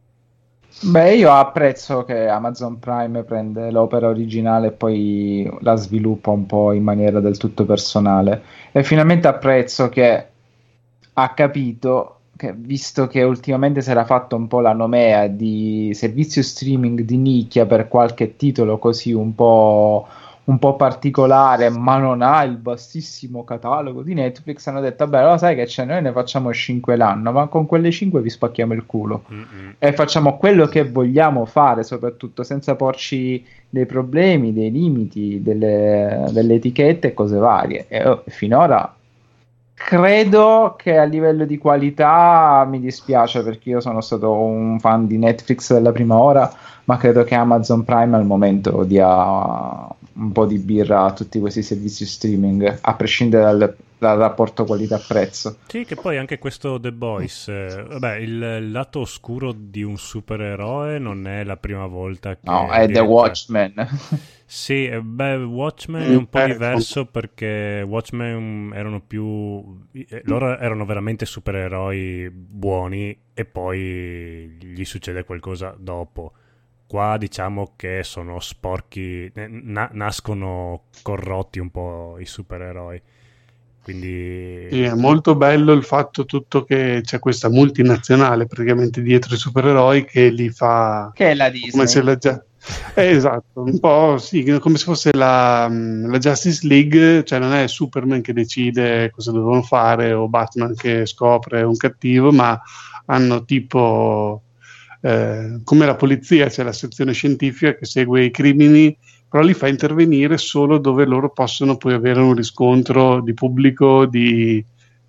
S4: Beh, io apprezzo che Amazon Prime prende l'opera originale e poi la sviluppa un po' in maniera del tutto personale, e finalmente apprezzo che ha capito che, visto che ultimamente si era fatto un po' la nomea di servizio streaming di nicchia per qualche titolo così un po', un po' particolare, ma non ha il bassissimo catalogo di Netflix, hanno detto vabbè, lo sai che c'è, noi ne facciamo cinque l'anno, ma con quelle cinque vi spacchiamo il culo. Mm-hmm. E facciamo quello che vogliamo fare, soprattutto senza porci dei problemi, dei limiti, delle, delle etichette e cose varie. E oh, finora credo che a livello di qualità, mi dispiace perché io sono stato un fan di Netflix dalla prima ora, ma credo che Amazon Prime al momento dia un po' di birra a tutti questi servizi streaming, a prescindere dal, dal rapporto qualità-prezzo.
S2: Sì, che poi anche questo The Boys, eh, vabbè, il lato oscuro di un supereroe non è la prima volta che...
S4: No, è The Watchmen.
S2: Sì, beh, Watchmen è un po' diverso perché Watchmen erano più... loro erano veramente supereroi buoni e poi gli succede qualcosa dopo. Qua diciamo che sono sporchi, na- nascono corrotti un po' i supereroi. Quindi...
S1: Sì, è molto bello il fatto tutto che c'è questa multinazionale praticamente dietro i supereroi che li fa...
S4: Che è la Disney.
S1: Come se la già... Eh, esatto, un po' sì, come se fosse la, la Justice League, cioè non è Superman che decide cosa devono fare o Batman che scopre un cattivo, ma hanno tipo eh, come la polizia, c'è la sezione scientifica che segue i crimini, però li fa intervenire solo dove loro possono poi avere un riscontro di pubblico, di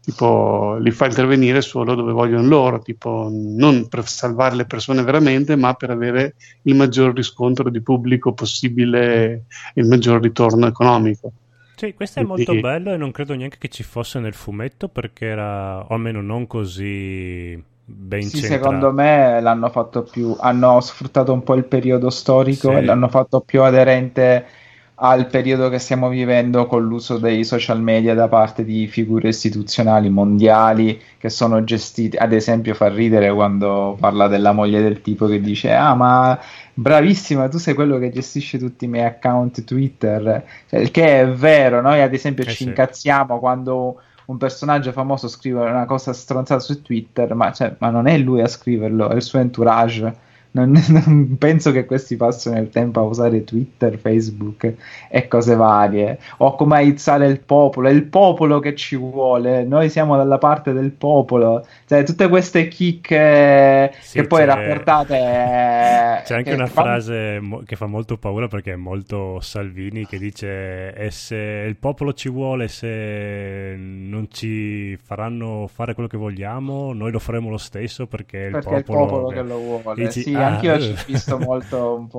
S1: tipo li fa intervenire solo dove vogliono loro, tipo non per salvare le persone veramente, ma per avere il maggior riscontro di pubblico possibile e il maggior ritorno economico.
S2: Sì, questo è Quindi... molto bello e non credo neanche che ci fosse nel fumetto perché era, o almeno non così ben
S4: sì,
S2: centrato.
S4: Secondo me l'hanno fatto più, hanno sfruttato un po' il periodo storico, sì, e l'hanno fatto più aderente al periodo che stiamo vivendo con l'uso dei social media da parte di figure istituzionali mondiali che sono gestite, ad esempio fa ridere quando parla della moglie del tipo che dice ah ma bravissima, tu sei quello che gestisce tutti i miei account Twitter, cioè, il che è vero. Noi ad esempio eh ci sì. incazziamo quando un personaggio famoso scrive una cosa stronzata su Twitter, ma, cioè, ma non è lui a scriverlo, è il suo entourage. Non, non penso che questi passino il tempo a usare Twitter, Facebook e cose varie, o come aizzare il popolo. È il popolo che ci vuole, noi siamo dalla parte del popolo, cioè tutte queste chicche sì, che poi rapportate
S2: c'è anche una fa... frase mo- che fa molto paura perché è molto Salvini, che dice e se il popolo ci vuole, se non ci faranno fare quello che vogliamo, noi lo faremo lo stesso perché,
S4: perché
S2: il popolo,
S4: è il popolo che, che lo vuole.
S2: Dici,
S4: sì,
S2: ah,
S4: anche io ci ho visto molto un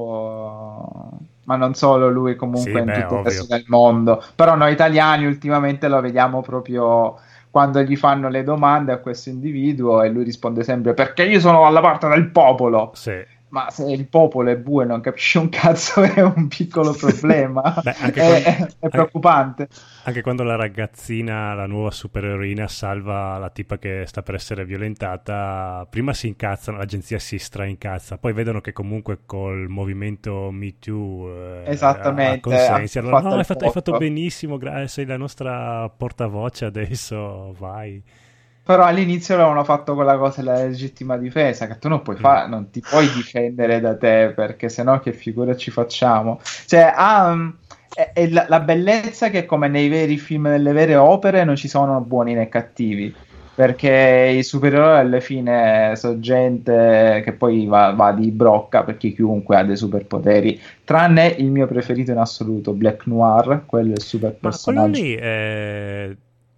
S4: po', ma non solo lui, comunque sì, in beh, tutto il resto del mondo. Però noi italiani ultimamente lo vediamo proprio quando gli fanno le domande a questo individuo e lui risponde sempre perché io sono dalla parte del popolo.
S2: Sì.
S4: Ma se il popolo è buono e non capisce un cazzo è un piccolo problema.
S2: Beh, anche
S4: è,
S2: quando,
S4: è, è preoccupante.
S2: Anche, anche quando la ragazzina, la nuova supereroina, salva la tipa che sta per essere violentata, prima si incazzano, l'agenzia si straincazza, poi vedono che comunque col movimento Me Too eh,
S4: Esattamente,
S2: consensi. Allora,
S4: fatto
S2: no,
S4: il
S2: hai fatto, hai
S4: posto.
S2: fatto benissimo, gra- sei la nostra portavoce adesso, vai.
S4: Però all'inizio avevano fatto quella cosa della legittima difesa, che tu non puoi fare, non ti puoi difendere da te, perché sennò che figura ci facciamo? Cioè, ah, um, è, è la, la bellezza che come nei veri film, nelle vere opere, non ci sono buoni né cattivi, perché i supereroi alla fine sono gente che poi va, va di brocca, perché chiunque ha dei superpoteri, tranne il mio preferito in assoluto, Black Noir, quello è il super
S2: Ma quello
S4: personaggio.
S2: lì è...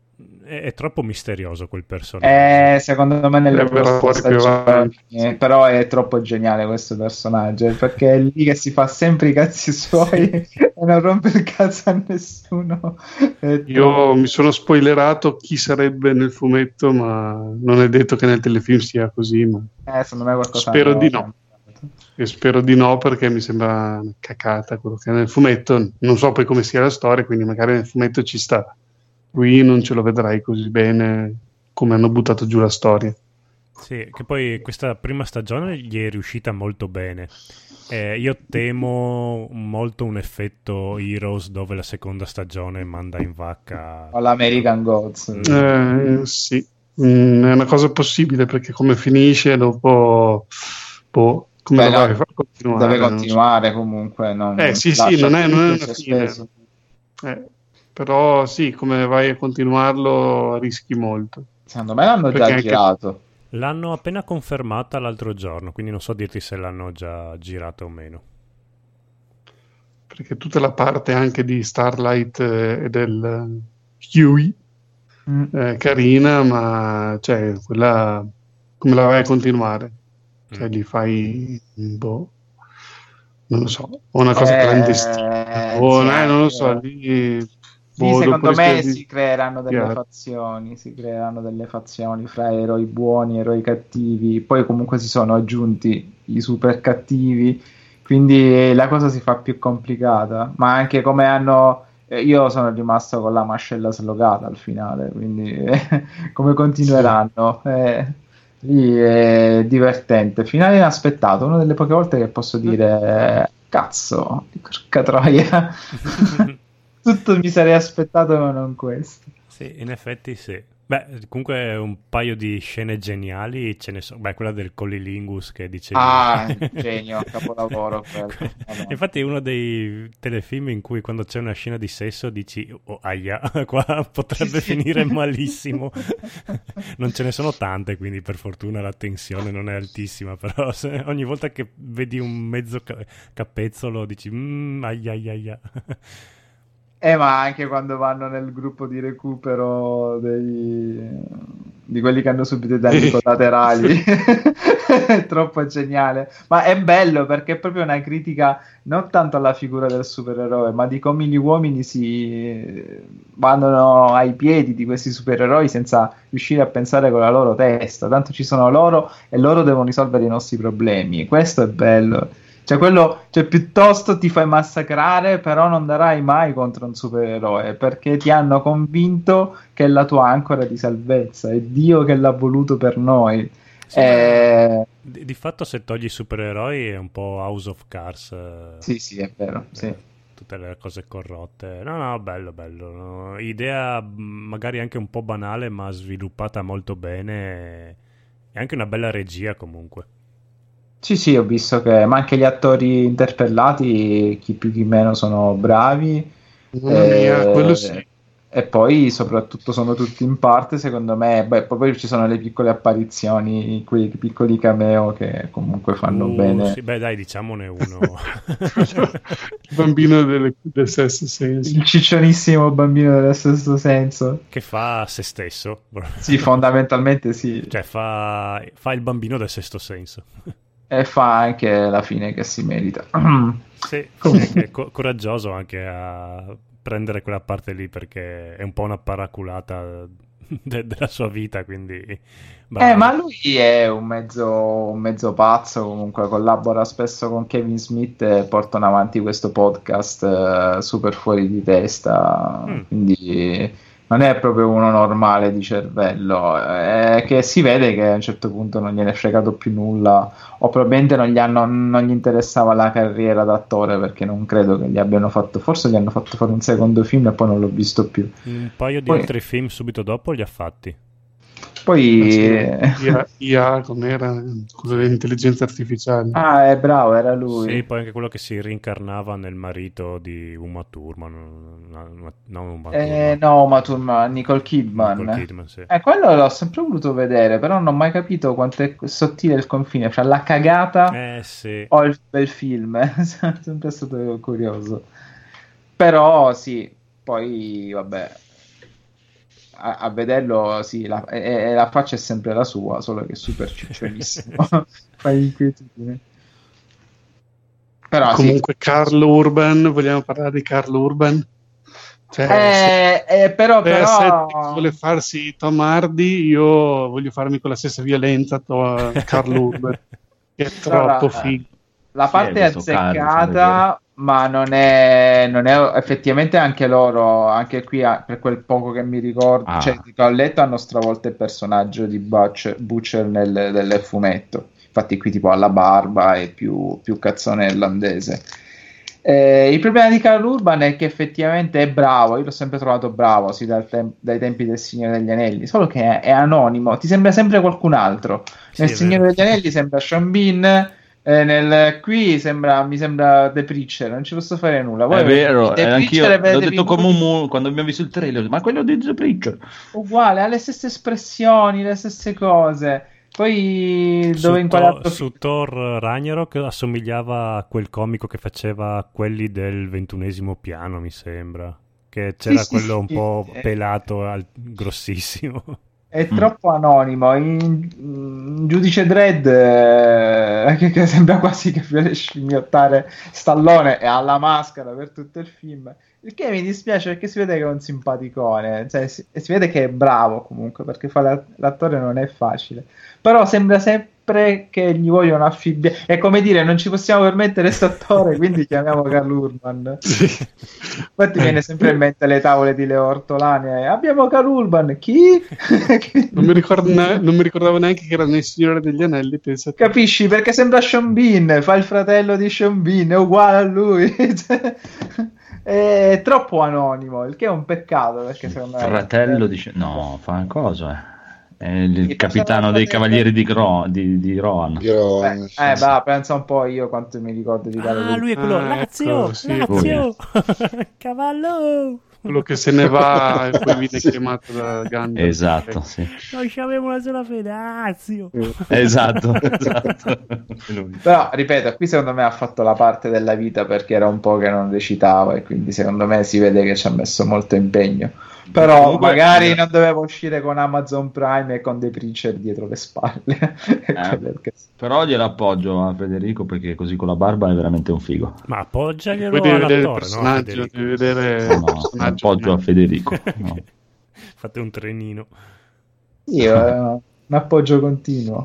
S2: è, è troppo misterioso quel personaggio.
S4: Eh, secondo me nelle
S1: Eh, verrà
S4: prossime
S1: fuori più
S4: stagioni,
S1: avanti.
S4: eh, però è troppo geniale questo personaggio, perché è lì che si fa sempre i cazzi suoi e non rompe il cazzo a nessuno. È
S1: Io
S4: troppo-
S1: mi sono spoilerato chi sarebbe nel fumetto, ma non è detto che nel telefilm sia così, ma
S4: eh, secondo me qualcosa
S1: spero
S4: hanno
S1: di no.
S4: cambiato.
S1: e spero di no, perché mi sembra una cacata quello che è nel fumetto. Non so poi come sia la storia, quindi magari nel fumetto ci sta. Qui non ce lo vedrai così bene come hanno buttato giù la storia.
S2: Sì, che poi questa prima stagione gli è riuscita molto bene. Eh, io temo molto un effetto Heroes dove la seconda stagione manda in vacca.
S4: O l'American Gods.
S1: Eh, sì, Mm, è una cosa possibile, perché come finisce dopo, boh, come
S4: Beh,
S1: lo
S4: no,
S1: vai a far continuare?
S4: deve
S1: Non so.
S4: continuare comunque. Non,
S1: Eh sì,
S4: lascia
S1: sì, non è, non è
S4: tutto
S1: una fine.
S4: sospeso.
S1: Eh, però sì, come vai a continuarlo rischi molto.
S4: Secondo me l'hanno
S1: Perché
S4: già
S1: anche-
S4: girato.
S2: L'hanno appena confermata l'altro giorno, quindi non so dirti se l'hanno già girata o meno.
S1: Perché tutta la parte anche di Starlight eh, e del eh, Huey
S4: Mm.
S1: è carina, ma cioè, quella come la vai a continuare? Cioè,
S2: Mm.
S1: gli fai, boh, non lo so, o una cosa
S4: Eh,
S1: clandestina, o
S4: sì,
S1: eh, non lo so,
S4: anche-
S1: lì,
S4: Lì
S1: boh,
S4: secondo
S1: dopo
S4: me
S1: rischi di-
S4: si creeranno delle
S1: Chiaro.
S4: fazioni, si creeranno delle fazioni fra eroi buoni e eroi cattivi, poi comunque si sono aggiunti i super cattivi, quindi la cosa si fa più complicata, ma anche come hanno... eh, Io sono rimasto con la mascella slogata al finale, quindi eh, come continueranno? Eh, lì è divertente, finale inaspettato, una delle poche volte che posso dire eh, cazzo, porca troia. Tutto mi sarei aspettato, ma non questo.
S2: Sì, in effetti sì. Beh, comunque un paio di scene geniali ce ne sono. Beh, quella del Collilingus che dicevi.
S4: Ah, genio, capolavoro quello. Madonna.
S2: Infatti è uno dei telefilm in cui quando c'è una scena di sesso dici oh aia, qua potrebbe
S4: Sì, sì.
S2: finire malissimo. Non ce ne sono tante, quindi per fortuna la tensione non è altissima, però se ogni volta che vedi un mezzo ca- capezzolo dici mm, aia aia aia.
S4: Eh, ma anche quando vanno nel gruppo di recupero dei... di quelli che hanno subito i danni collaterali, è troppo geniale. Ma è bello perché è proprio una critica non tanto alla figura del supereroe, ma di come gli uomini si vanno ai piedi di questi supereroi senza riuscire a pensare con la loro testa. Tanto ci sono loro e loro devono risolvere i nostri problemi. Questo è bello. Cioè, quello, cioè, piuttosto ti fai massacrare, però non darai mai contro un supereroe, perché ti hanno convinto che è la tua ancora di salvezza, è Dio che l'ha voluto per noi.
S2: Sì,
S4: Eh,
S2: Di, di fatto se togli i supereroi è un po' House of Cards. eh,
S4: Sì, sì, è vero, sì.
S2: Tutte le cose corrotte. No, no, bello, bello. no. Idea mh, magari anche un po' banale, ma sviluppata molto bene. E anche una bella regia comunque.
S4: Sì, sì, ho visto che, ma anche gli attori interpellati, chi più chi meno, sono bravi.
S1: Mamma mia,
S4: Eh,
S1: quello sì.
S4: E poi soprattutto sono tutti in parte, secondo me, beh, poi ci sono le piccole apparizioni, quei piccoli cameo che comunque fanno
S2: Uh,
S4: bene.
S2: sì, beh, dai, diciamone uno.
S1: Il bambino delle- del sesto senso.
S4: Il ciccionissimo bambino del sesto senso.
S2: Che fa se stesso.
S4: Sì, fondamentalmente sì.
S2: Cioè, fa, fa il bambino del sesto senso.
S4: E fa anche la fine che si merita.
S2: Sì, sì, che è co- coraggioso anche a prendere quella parte lì perché è un po' una paraculata de- della sua vita, quindi...
S4: Eh, ma lui è un mezzo, un mezzo pazzo, comunque collabora spesso con Kevin Smith e portano avanti questo podcast eh, super fuori di testa,
S2: Mm.
S4: quindi non è proprio uno normale di cervello, è che si vede che a un certo punto non gliene è fregato più nulla, o probabilmente non gli, hanno, non gli interessava la carriera d'attore, perché non credo che gli abbiano fatto, forse gli hanno fatto fare un secondo film e poi non l'ho visto più.
S2: Un paio di
S4: Poi-
S2: altri film subito dopo li ha fatti.
S4: Poi...
S1: I A, I A come era? Quello dell'intelligenza artificiale.
S4: Ah, è bravo, era lui.
S2: Sì, poi anche quello che si rincarnava nel marito di Uma Thurman, no, non Uma
S4: Eh,
S2: Thurman,
S4: no, ma tu, ma Nicole Kidman.
S2: Nicole Kidman, sì.
S4: Eh, quello l'ho sempre voluto vedere, però non ho mai capito quanto è sottile il confine fra la cagata
S2: Eh sì,
S4: o il bel film. Sono sempre stato curioso. Però sì, poi vabbè, a, a vederlo, sì, la, e, e la faccia è sempre la sua, solo che è super ciccionissimo. Fa inquietudine. Però sì.
S1: Comunque Carl Urban, vogliamo parlare di Carl Urban? Cioè,
S4: Eh, eh, però,
S1: se
S4: però...
S1: Asset vuole farsi Tom Hardy, io voglio farmi con la stessa violenza a Carl Urban, che è
S4: Allora,
S1: troppo figo.
S4: La
S3: Sì,
S4: parte
S3: è
S4: è
S3: questo Carlo,
S4: azzeccata, ma non è, non è effettivamente anche loro, anche qui a- per quel poco che mi ricordo,
S3: Ah.
S4: cioè che ho letto, hanno stravolto il personaggio di Butcher, Butcher nel, nel fumetto. Infatti qui tipo ha la barba e più, più cazzone irlandese. Eh, il problema di Carl Urban è che effettivamente è bravo, io l'ho sempre trovato bravo, sì, dal tem- dai tempi del Signore degli Anelli, solo che è, è anonimo, ti sembra sempre qualcun altro.
S2: Sì,
S4: Nel
S2: è
S4: Signore
S2: vero.
S4: degli Anelli sembra Sean Bean, eh, nel, qui sembra, mi sembra The Preacher, non ci posso fare nulla. Poi
S3: È vero,
S4: The
S3: eh, anch'io
S4: Preacher e
S3: l'ho
S4: vedevi
S3: detto come
S4: lui
S3: un mu- quando abbiamo visto il trailer, ma quello di The Preacher.
S4: uguale, ha le stesse espressioni, le stesse cose. Poi
S2: Su,
S4: dove
S2: Thor-
S4: inquadrato
S2: su Thor Ragnarok assomigliava a quel comico che faceva quelli del ventunesimo piano, mi sembra. Che c'era
S4: Sì, sì,
S2: quello un
S4: sì.
S2: po'
S4: Eh.
S2: pelato, al- grossissimo.
S4: È
S3: Mm.
S4: troppo anonimo. In, in Giudice Dredd, eh, che, che sembra quasi che vuole scimmiottare Stallone e ha la maschera per tutto il film. Il che mi dispiace perché si vede che è un simpaticone, cioè, si, e si vede che è bravo comunque, perché fare la- l'attore non è facile. Però sembra sempre che gli vogliono affibbiare. È come dire, non ci possiamo permettere questo attore, quindi chiamiamo Carl Urban. Infatti viene sempre in mente le tavole di Leo Ortolani. eh, Abbiamo Carl Urban, chi?
S1: Non mi, ricordo ne- non mi ricordavo neanche che era nel Signore degli Anelli, pensate.
S4: Capisci? Perché sembra Sean Bean, fa il fratello di Sean Bean, è uguale a lui. Cioè, è troppo anonimo, il che è un peccato, perché secondo me...
S3: Fratello dice no, fa cosa? Eh? È il
S4: Il
S3: capitano
S4: personaggio
S3: dei
S4: del-
S3: cavalieri di, Gro- di, di Rohan.
S5: Io,
S4: Eh, eh, bah, pensa un po' io quanto mi ricordo di Carlo
S2: Ah,
S4: Urban.
S2: lui è quello,
S1: Ah,
S2: Lazio,
S1: ecco, sì,
S2: Lazio, cavallo.
S1: Quello che se ne va e poi viene
S5: Sì.
S1: chiamato da Gandalf.
S3: Esatto, sì.
S2: Noi abbiamo una sola fede, Lazio.
S3: Esatto, esatto. Lui.
S4: Però, ripeto, qui secondo me ha fatto la parte della vita perché era un po' che non recitava e quindi secondo me si vede che ci ha messo molto impegno. Però
S3: Comunque,
S4: magari
S3: eh,
S4: non doveva uscire con Amazon Prime e con The Preacher dietro le spalle. Quello è il caso.
S3: Però glielo appoggio a Federico perché così con la barba è veramente un figo.
S2: Ma appoggiaglielo
S1: Poi devi vedere il
S2: all'attore, no?
S1: personaggio,
S2: Federico?
S1: devi vedere
S3: No,
S1: il
S3: no,
S1: personaggio.
S3: appoggio a Federico. No.
S2: Fate un trenino.
S4: Io eh, un appoggio continuo.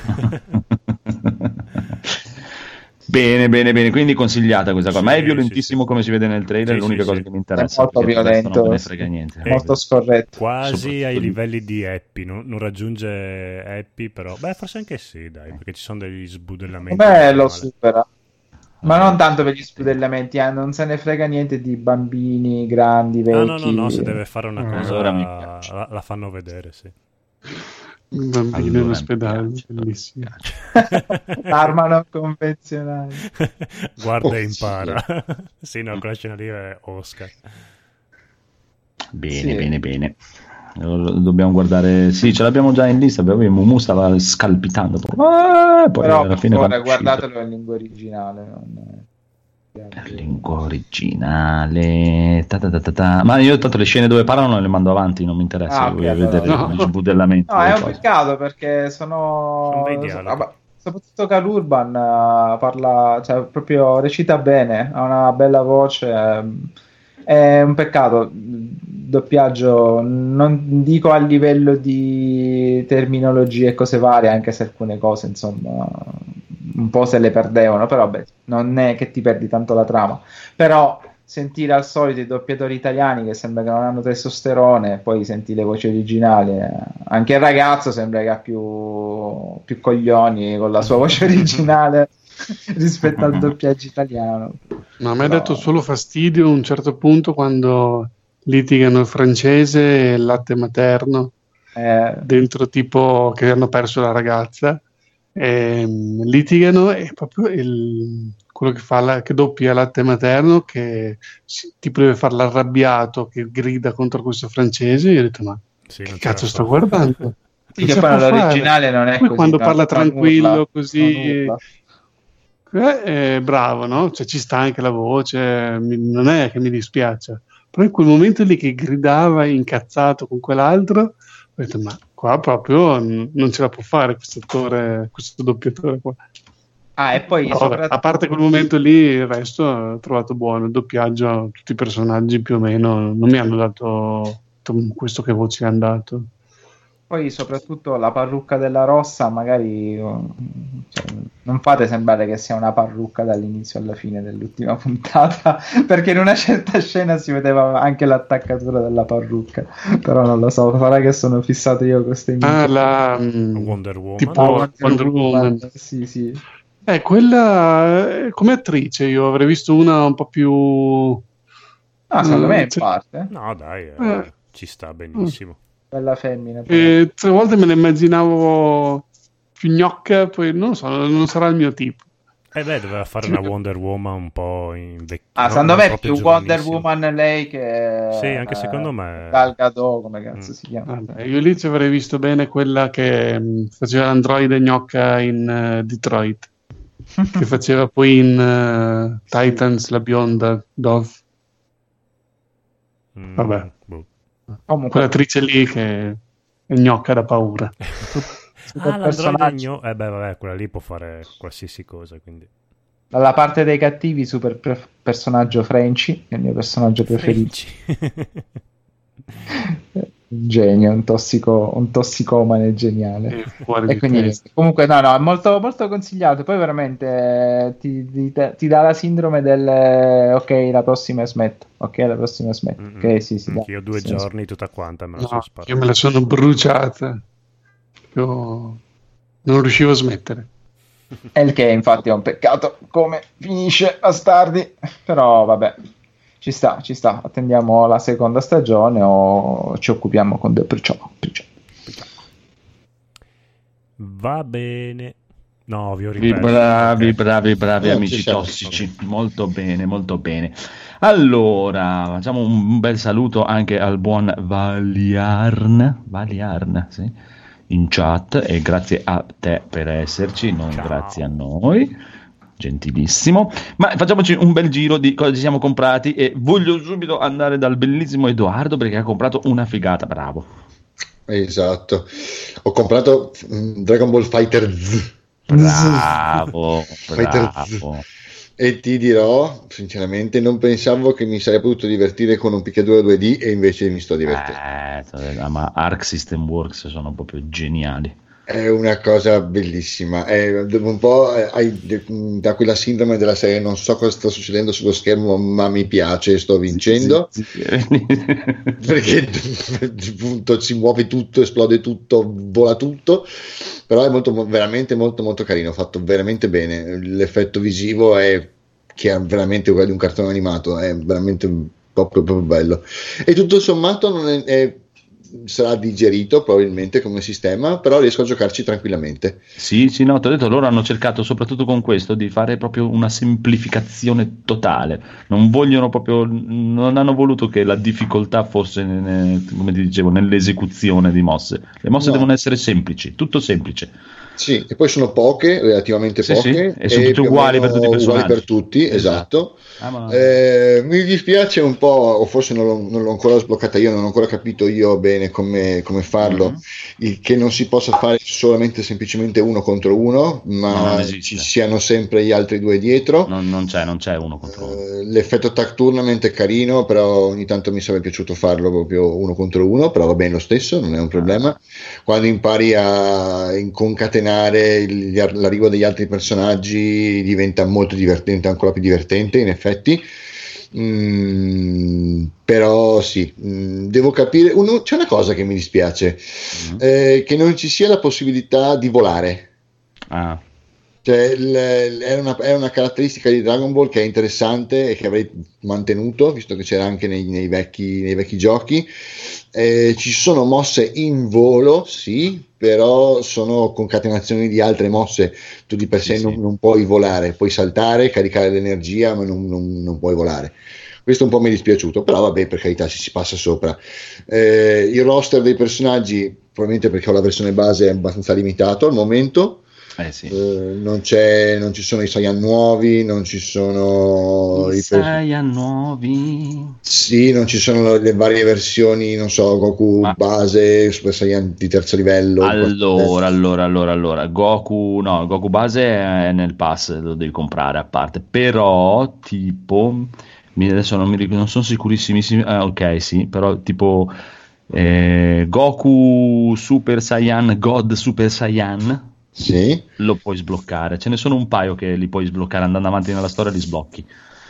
S3: Bene, bene, bene. Quindi consigliata questa cosa.
S2: Sì,
S3: Ma è
S2: sì,
S3: violentissimo
S2: sì.
S3: come si vede nel trailer.
S2: Sì,
S3: è l'unica
S2: sì,
S3: cosa
S2: sì.
S3: che mi interessa.
S4: È molto
S3: perché per il resto
S4: violento.
S3: non me ne frega niente.
S2: Eh,
S4: Molto scorretto.
S2: Quasi
S3: Soprattutto
S2: ai
S3: lì.
S2: livelli di Happy, non, non raggiunge Happy, però beh, forse anche sì, dai, perché ci sono degli sbudellamenti.
S4: Beh, lo
S2: male.
S4: supera. Ma non tanto per gli spudellamenti, eh, non se ne frega niente di bambini, grandi, vecchi.
S2: Ah, no, no, no, se deve fare una
S1: Ah,
S2: cosa
S3: allora mi piace.
S2: la, la fanno vedere, sì.
S1: Un bambino in
S3: Allora, mi
S1: ospedale,
S3: piace,
S1: bellissimo.
S4: Arma non convenzionale.
S2: Guarda e
S5: Oh,
S2: impara. Sì, no, quella scena lì è Oscar.
S3: Bene,
S4: Sì.
S3: bene, bene. Lo- Dobbiamo guardare. Sì, ce l'abbiamo già in lista. Però Mumu stava scalpitando. Poi, poi
S4: Però
S3: alla
S4: per
S3: fine.
S4: favore,
S3: quando è uscito-
S4: guardatelo in lingua originale. Non...
S3: Per lingua originale. Ta ta ta ta ta. Ma io tanto le scene dove parlano le mando avanti, non mi interessa.
S4: Ah,
S3: io
S4: ok,
S3: voglio
S4: allora
S3: vedere
S1: no.
S3: gli sbudellamenti.
S4: No, è
S3: delle
S4: un
S3: cose.
S4: peccato perché sono...
S2: Sono bei dialoghi.
S4: Vabbè, soprattutto Carl Urban eh, parla, cioè proprio recita bene, ha una bella voce, ehm, È un peccato, doppiaggio, non dico a livello di terminologie e cose varie, anche se alcune cose, insomma, un po' se le perdevano, però beh, non è che ti perdi tanto la trama. Però sentire al solito i doppiatori italiani che sembra che non hanno testosterone, poi senti le voci originali, anche il ragazzo sembra che ha più, più coglioni con la sua voce originale rispetto al doppiaggio italiano.
S1: Ma a me ha
S4: Però...
S1: dato solo fastidio a un certo punto quando litigano il francese e il latte materno
S4: eh...
S1: dentro, tipo che hanno perso la ragazza, e litigano e proprio il, quello che fa la, che doppia latte materno che si, tipo deve farlo arrabbiato, che grida contro questo francese. Io ho detto ma
S2: sì,
S1: che cazzo sto guardando?
S4: Sì, che poi l'originale non è
S1: poi
S4: così,
S1: quando
S4: no,
S1: parla tranquillo
S4: urla,
S1: così eh, eh, bravo, no? Cioè, ci sta anche la voce, mi, non è che mi dispiace, però in quel momento lì che gridava incazzato con quell'altro ho detto ma qua proprio n- non ce la può fare questo attore, questo doppiatore qua.
S4: Ah, e poi
S1: no,
S4: soprattutto...
S1: a parte quel momento lì il resto ho trovato buono, il doppiaggio, tutti i personaggi più o meno non mi hanno dato questo che voci hanno dato.
S4: Poi soprattutto la parrucca della Rossa magari cioè, non fate sembrare che sia una parrucca dall'inizio alla fine dell'ultima puntata, perché in una certa scena si vedeva anche l'attaccatura della parrucca, però non lo so, sarà che sono fissato io con queste immagini.
S1: Ah, la um,
S2: Wonder Woman.
S1: Tipo
S4: ah, Wonder,
S1: Wonder Woman.
S4: Woman. Sì, sì.
S1: Eh, quella come attrice io avrei visto una un po' più...
S4: Ah, secondo
S1: uh,
S4: me in
S1: cioè...
S4: parte.
S2: No, dai, eh,
S1: eh.
S2: ci sta benissimo.
S4: Bella femmina.
S1: E tre volte me la immaginavo più gnocca, poi non so, non sarà il mio tipo.
S2: Eh beh, doveva fare una Wonder Woman un po' invecchiata.
S4: Ah, secondo me è più Wonder Woman lei che...
S2: Sì, anche eh, secondo me.
S4: Gal Gadot, come cazzo mm. si chiama.
S1: Vabbè, io lì ci avrei visto bene quella che mh, faceva l'androide gnocca in uh, Detroit, che faceva poi in uh, Titans la bionda Dove.
S2: Mm,
S1: Vabbè.
S2: boh.
S4: Comunque
S1: quell'attrice lì che è gnocca da paura.
S2: Ah, l'androide gno... Eh beh, vabbè, quella lì può fare qualsiasi cosa, quindi.
S4: Dalla parte dei cattivi, super pre- personaggio Frenchy, che è il mio personaggio preferito. Un genio, un tossico, un tossicomane geniale. E quindi comunque no, no, è molto, molto consigliato. Poi veramente ti, ti, ti dà la sindrome del ok, la prossima smetto. Ok, la prossima smetto. Mm-hmm. Ok, sì, sì.
S2: Io due sì, giorni sì. Tutta quanta me la
S1: no,
S2: sono sparata.
S1: Io me la sono bruciata. Io non riuscivo a smettere.
S4: E il che infatti è un peccato come finisce bastardi. Però vabbè. Ci sta, ci sta, attendiamo la seconda stagione o ci occupiamo con The Preacher.
S2: Va bene. No, vi ho ripetuto.
S3: Bravi, bravi, bravi oh, amici tossici. Okay. Molto bene, molto bene. Allora, facciamo un bel saluto anche al buon Valiarn. Valiarn, sì, in chat, e grazie a te per esserci, non Ciao. Grazie a noi. Gentilissimo, ma facciamoci un bel giro di cosa ci siamo comprati e voglio subito andare dal bellissimo Edoardo perché ha comprato una figata, bravo.
S5: Esatto, ho comprato Dragon Ball Fighter Z.
S3: Bravo,
S5: Fighter
S3: bravo.
S5: Z. E ti dirò, sinceramente, non pensavo che mi sarei potuto divertire con un picchiaduro due D e invece mi sto divertendo.
S3: Eh, ma Arc System Works sono proprio geniali.
S5: È una cosa bellissima, è un po' hai da quella sindrome della serie non so cosa sta succedendo sullo schermo ma mi piace, sto vincendo sì, sì, sì. Perché appunto si muove tutto, esplode tutto, vola tutto, però è molto, veramente molto molto carino, fatto veramente bene, l'effetto visivo è che è veramente quello di un cartone animato, è veramente proprio, proprio bello e tutto sommato non è, è sarà digerito probabilmente come sistema, però riesco a giocarci tranquillamente.
S3: Sì, sì, no, ti ho detto, loro hanno cercato soprattutto con questo di fare proprio una semplificazione totale, non vogliono proprio, non hanno voluto che la difficoltà fosse, come ti dicevo, nell'esecuzione di mosse. Le mosse no. devono essere semplici, tutto semplice.
S5: Sì, e poi sono poche, relativamente
S3: sì,
S5: poche,
S3: sì, e sono tutte uguali per tutti i personaggi.
S5: Uguali per tutti, esatto.
S3: esatto. Ah, ma...
S5: eh, mi dispiace un po', o forse non l'ho, non l'ho ancora sbloccata io, non ho ancora capito io bene bene come, come farlo,
S3: Mm-hmm.
S5: il che non si possa fare solamente semplicemente uno contro uno,
S3: No,
S5: ma
S3: non esiste.
S5: ci siano sempre gli altri due dietro.
S3: Non, non c'è, non c'è uno contro uno.
S5: Eh, l'effetto tag tournament è carino, però ogni tanto mi sarebbe piaciuto farlo proprio uno contro uno, però va bene lo stesso, non è un problema. Quando impari a concatenare il- l'arrivo degli altri personaggi diventa molto divertente, ancora più divertente in effetti. Mm, però sì, mm, devo capire. Uno- c'è una cosa che mi dispiace,
S3: Mm.
S5: eh, che non ci sia la possibilità di volare.
S3: Ah,
S5: Cioè, il- è, una, è una caratteristica di Dragon Ball che è interessante e che avrei mantenuto, visto che c'era anche nei, nei vecchi, nei vecchi giochi. Eh, ci sono mosse in volo, sì, però sono concatenazioni di altre mosse. Tu di per sé
S3: Sì,
S5: non,
S3: sì.
S5: non puoi volare, puoi saltare, caricare l'energia, ma non, non- non puoi volare. Questo un po' mi è dispiaciuto, però vabbè, per carità, ci si passa sopra. Eh, il roster dei personaggi, probabilmente perché ho la versione base, è abbastanza limitato al momento.
S3: eh sì.
S5: Eh, non c'è, non ci sono i Saiyan nuovi, non ci sono
S3: I
S5: i pers-
S3: Saiyan nuovi.
S5: sì, non ci sono le varie versioni, non so, Goku
S3: Ma-
S5: base, Super Saiyan di terzo livello.
S3: Allora, allora, allora, allora, Goku, no, Goku base è nel pass, lo devi comprare a parte, però tipo, mi- adesso non mi ricordo, non sono sicurissimissimi, ah, ok, sì, però tipo eh, Goku Super Saiyan, God Super Saiyan,
S5: Sì,
S3: lo puoi sbloccare, ce ne sono un paio che li puoi sbloccare andando avanti nella storia, li sblocchi.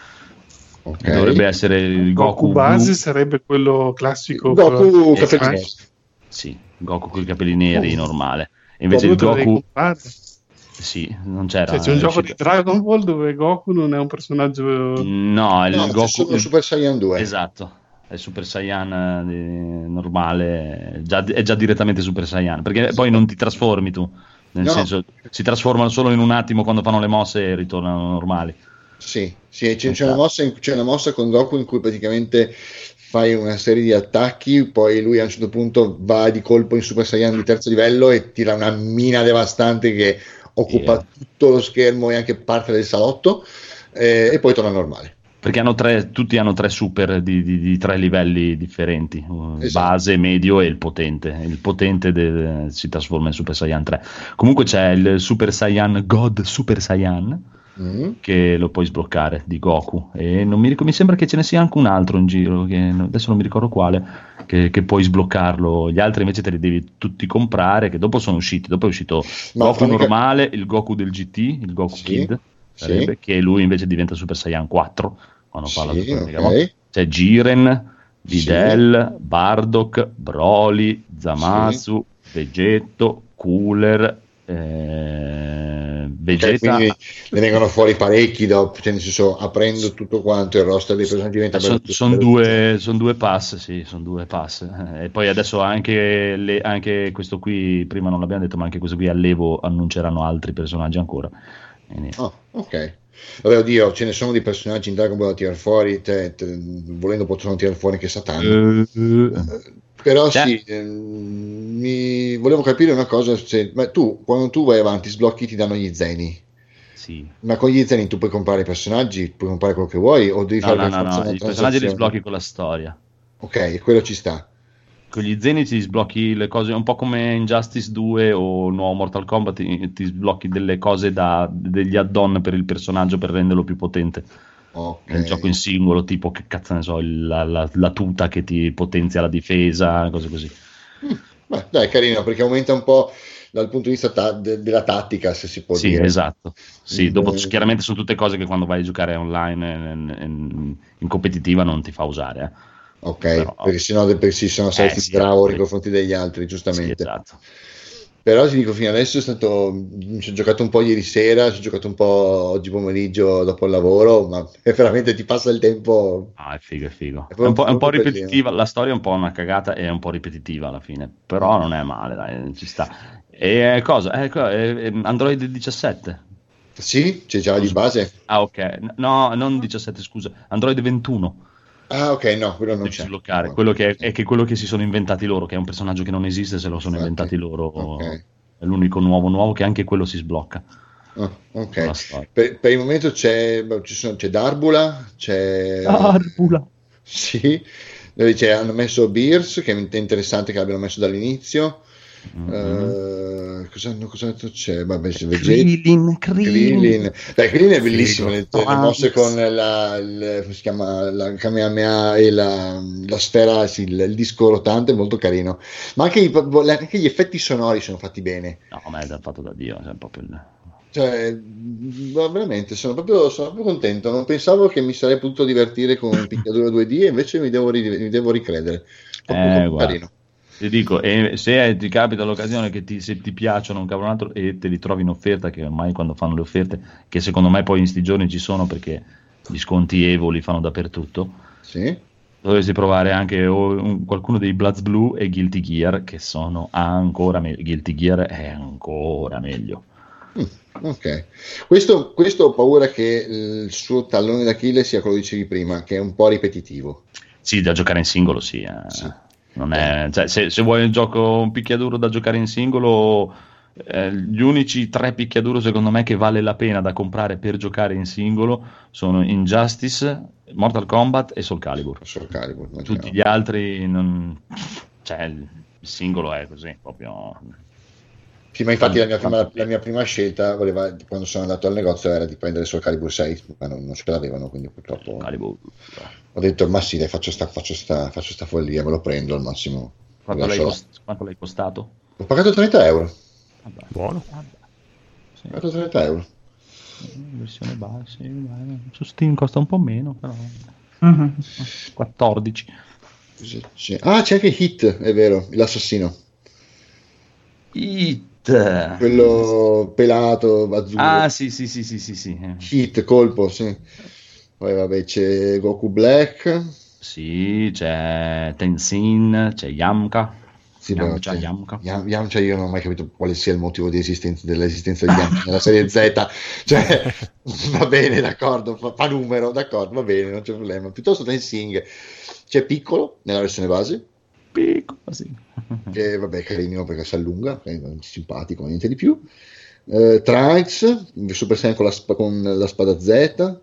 S5: ok.
S3: Dovrebbe essere il
S1: Goku
S3: Goku
S1: base
S3: blu.
S1: sarebbe quello classico.
S5: Goku
S1: però-
S5: capelli
S3: Eh,
S5: neri.
S3: Sì, Goku con i capelli neri,
S1: Oh.
S3: normale. E invece
S1: Goku
S3: il
S1: te lo devi
S3: Goku,
S1: comprare.
S3: sì, non c'era.
S1: Cioè, c'è un
S3: è
S1: gioco di
S3: uscito-
S1: Dragon Ball dove Goku non è un personaggio.
S3: No, il
S5: No, c'è
S3: Goku.
S5: solo Super Saiyan due.
S3: Esatto, è Super Saiyan eh, di- normale, già- è già direttamente Super Saiyan, perché poi non ti trasformi tu, nel
S5: No.
S3: senso si trasformano solo in un attimo quando fanno le mosse e ritornano normali.
S5: Sì, sì, c'è, c'è una mossa in- c'è una mossa con Goku in cui praticamente fai una serie di attacchi, poi lui a un certo punto va di colpo in Super Saiyan di terzo livello e tira una mina devastante che occupa
S3: Sì.
S5: tutto lo schermo e anche parte del salotto, eh, e poi torna normale.
S3: Perché hanno tre, tutti hanno tre super di, di- di tre livelli differenti, uh,
S5: Esatto.
S3: base, medio e il potente. Il potente de- si trasforma in Super Saiyan tre. Comunque c'è il Super Saiyan God Super Saiyan,
S5: Mm.
S3: che lo puoi sbloccare di Goku, e non mi, ric- mi sembra che ce ne sia anche un altro in giro, che adesso non mi ricordo quale, che, che puoi sbloccarlo. Gli altri invece te li devi tutti comprare, che dopo sono usciti. Dopo è uscito
S5: Ma
S3: Goku
S5: fammi cap-
S3: normale, il Goku del G T, il Goku
S5: Sì,
S3: Kid
S5: sì.
S3: sarebbe, che lui invece diventa Super Saiyan quattro quando fa la
S5: Sì,
S3: Super
S5: ok.
S3: Mega Mod. C'è Jiren, Videl,
S5: Sì.
S3: Bardock, Broly, Zamasu, Vegetto, Cooler, eh,
S5: Ok,
S3: Vegeta.
S5: quindi ne vengono fuori parecchi dopo, cioè nel senso, aprendo tutto quanto il roster dei personaggi diventa
S3: Sono
S5: bello-
S3: son
S5: bello-
S3: due, son due pass, sì, sono due pass. Eh, E poi adesso anche, le- anche questo qui, prima non l'abbiamo detto, ma anche questo qui all'Evo annunceranno altri personaggi ancora. Quindi-
S5: Ah, ok. Vabbè, oddio, ce ne sono di personaggi in Dragon Ball da tirare fuori, te- te- volendo possono tirare fuori anche Satan.
S3: Eh,
S5: Però
S3: Cioè-
S5: sì, ehm, mi volevo capire una cosa, se, ma tu quando tu vai avanti sblocchi ti danno gli zeni,
S3: sì.
S5: ma con gli zeni tu puoi comprare i personaggi, puoi comprare quello che vuoi o devi
S3: No,
S5: fare
S3: no,
S5: per
S3: no,
S5: forza
S3: no,
S5: una
S3: i personaggi li
S5: transazione?
S3: sblocchi con la storia.
S5: Ok, quello ci sta.
S3: Con gli zeni ti sblocchi le cose, un po' come Injustice due o il nuovo Mortal Kombat, ti, ti sblocchi delle cose da, degli add-on per il personaggio per renderlo più potente.
S5: Ok.
S3: Nel gioco in singolo, tipo che cazzo ne so, il- la, la- la tuta che ti potenzia la difesa, cose così.
S5: Mm, beh, dai, carino, perché aumenta un po' dal punto di vista ta- de- della tattica, se si può
S3: Sì,
S5: dire.
S3: esatto. Sì, dopo
S5: Mm.
S3: chiaramente sono tutte cose che quando vai a giocare online in, in- in competitiva non ti fa usare. eh.
S5: Ok,
S3: Però-
S5: perché sennò perché si sono stati
S3: Eh, sì,
S5: bravo
S3: poi-
S5: nei confronti degli altri,
S3: Sì,
S5: giustamente.
S3: esatto.
S5: Però ti dico, fino adesso è stato, mi ci ho giocato un po' ieri sera, ci ho giocato un po' oggi pomeriggio dopo il lavoro, ma è veramente ti passa il tempo.
S3: Ah, è figo, è figo.
S5: È
S3: È un po', è un po'
S5: proprio
S3: ripetitiva, la storia è un po' una cagata e è un po' ripetitiva alla fine, però non è male, dai, ci sta. E eh, cosa? Eh, co- eh, eh, Android diciassette.
S5: Sì, c'è già di base.
S3: Ah, ok. No, non diciassette, scusa. Android ventuno.
S5: Ah, ok, no, quello non
S3: Devi
S5: c'è.
S3: sbloccare. Quello che è, è che quello che si sono inventati loro, che è un personaggio che non esiste, se lo sono
S5: Infatti.
S3: inventati loro.
S5: Ok.
S3: È l'unico nuovo nuovo che anche quello si sblocca.
S5: Ah,
S3: con
S5: ok.
S3: la storia.
S5: Per, per il momento c'è, beh, ci sono- c'è Darbula, c'è...
S3: Arbula.
S5: Sì, Cioè, hanno messo Beers, che è interessante che l'abbiano messo dall'inizio.
S3: Mm-hmm.
S5: Uh, cosa, cosa c'è? Vabbè, c'è
S3: Krillin,
S5: Krillin. Beh, Krillin è bellissimo, le, le mosse con la, il, come si chiama, la Kamehameha e la, la sfera, sì, il, il disco rotante è molto carino, ma anche, i, anche gli effetti sonori sono fatti bene.
S3: No, ma è fatto da Dio, è proprio il...
S5: Cioè, veramente sono proprio, sono proprio contento. Non pensavo che mi sarei potuto divertire con un picchiaduro due D e invece mi devo, ri, mi devo ricredere.
S3: Eh, carino. Ti dico, e se ti capita l'occasione che ti, se ti piacciono un cavolo e te li trovi in offerta, che ormai quando fanno le offerte, che secondo me poi in sti giorni ci sono perché gli sconti Evo li fanno dappertutto,
S5: sì,
S3: dovresti provare anche un, qualcuno dei BlazBlue e Guilty Gear, che sono ancora meglio. Guilty Gear è ancora meglio.
S5: Mm, ok, questo, questo ho paura che il suo tallone d'Achille sia quello che dicevi prima, che è un po' ripetitivo.
S3: Sì, da giocare in singolo sì, eh.
S5: Sì.
S3: Non è, cioè, se, se vuoi un gioco, un picchiaduro da giocare in singolo, eh, gli unici tre picchiaduro secondo me che vale la pena da comprare per giocare in singolo sono Injustice, Mortal Kombat e Soul Calibur.
S5: Soul Calibur
S3: tutti gli altri non... cioè il singolo è così proprio.
S5: Sì, ma infatti la mia, prima, la mia prima scelta voleva, quando sono andato al negozio, era di prendere Soul Calibur sei, ma non, non ce l'avevano, quindi purtroppo
S3: Calibur.
S5: Ho detto ma sì, dai, faccio sta, faccio sta, faccio sta follia, me lo prendo al massimo.
S3: Quanto l'hai, cost- quanto l'hai costato?
S5: Ho pagato trenta euro.
S2: Vabbè. Buono.
S3: Vabbè. Sì.
S5: Ho pagato trenta euro.
S3: Versione base, sì, su Steam costa un po' meno, però mm-hmm. quattordici.
S5: C'è? Ah, c'è anche Hit, è vero, l'assassino.
S3: Hit.
S5: Quello pelato, azzurro.
S3: Ah, sì, sì, sì, sì, sì, sì.
S5: Hit, colpo, sì. Poi vabbè, c'è Goku Black.
S3: Sì, c'è Tenzin, c'è Yamcha.
S5: Sì,
S3: Yamcha,
S5: beh,
S3: Yamcha.
S5: Yam, Yamcha, io non ho mai capito quale sia il motivo di esistenza, dell'esistenza di Yamcha nella serie Z. Cioè, va bene, d'accordo, fa, fa numero, d'accordo, va bene, non c'è problema. Piuttosto Tenzin, c'è Piccolo nella versione base.
S3: Piccolo, sì.
S5: Che vabbè, carino perché si allunga, è simpatico, niente di più. Uh, Trunks, Super Saiyan con la, con la spada Z.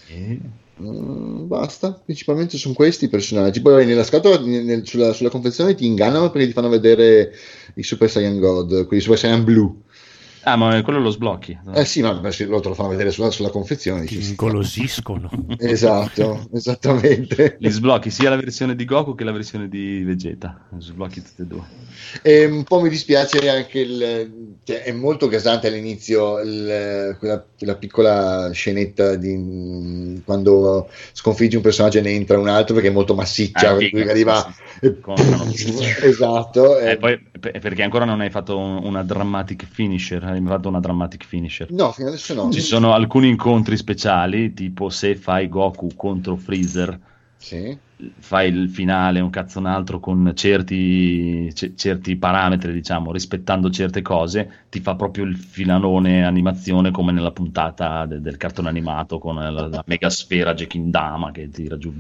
S5: Uh, basta, principalmente sono questi i personaggi. Poi nella scatola, nel, sulla, sulla confezione ti ingannano perché ti fanno vedere i Super Saiyan God, quelli Super Saiyan Blue.
S3: Ah, ma quello lo sblocchi.
S5: Eh sì, ma beh, loro te lo fanno vedere sulla, sulla confezione.
S2: Ti ingolosiscono.
S5: Esatto, esattamente.
S3: Li sblocchi sia la versione di Goku che la versione di Vegeta. Sblocchi tutte e due.
S5: E un po' mi dispiace anche il, cioè, è molto gasante all'inizio il, quella, quella piccola scenetta di quando sconfiggi un personaggio e ne entra un altro perché è molto massiccia,
S3: eh,
S5: lui arriva
S3: sì, sì.
S5: Esatto,
S3: eh,
S5: eh.
S3: Poi, perché ancora non hai fatto una dramatic finisher, hai fatto una dramatic finisher.
S5: No, fino adesso no.
S3: Ci sono alcuni incontri speciali, tipo se fai Goku contro Freezer,
S5: sì,
S3: fai il finale un cazzo un altro con certi, c- certi parametri, diciamo, rispettando certe cose, ti fa proprio il filanone animazione come nella puntata de- del cartone animato con la, la mega sfera Gekindama che tira giù.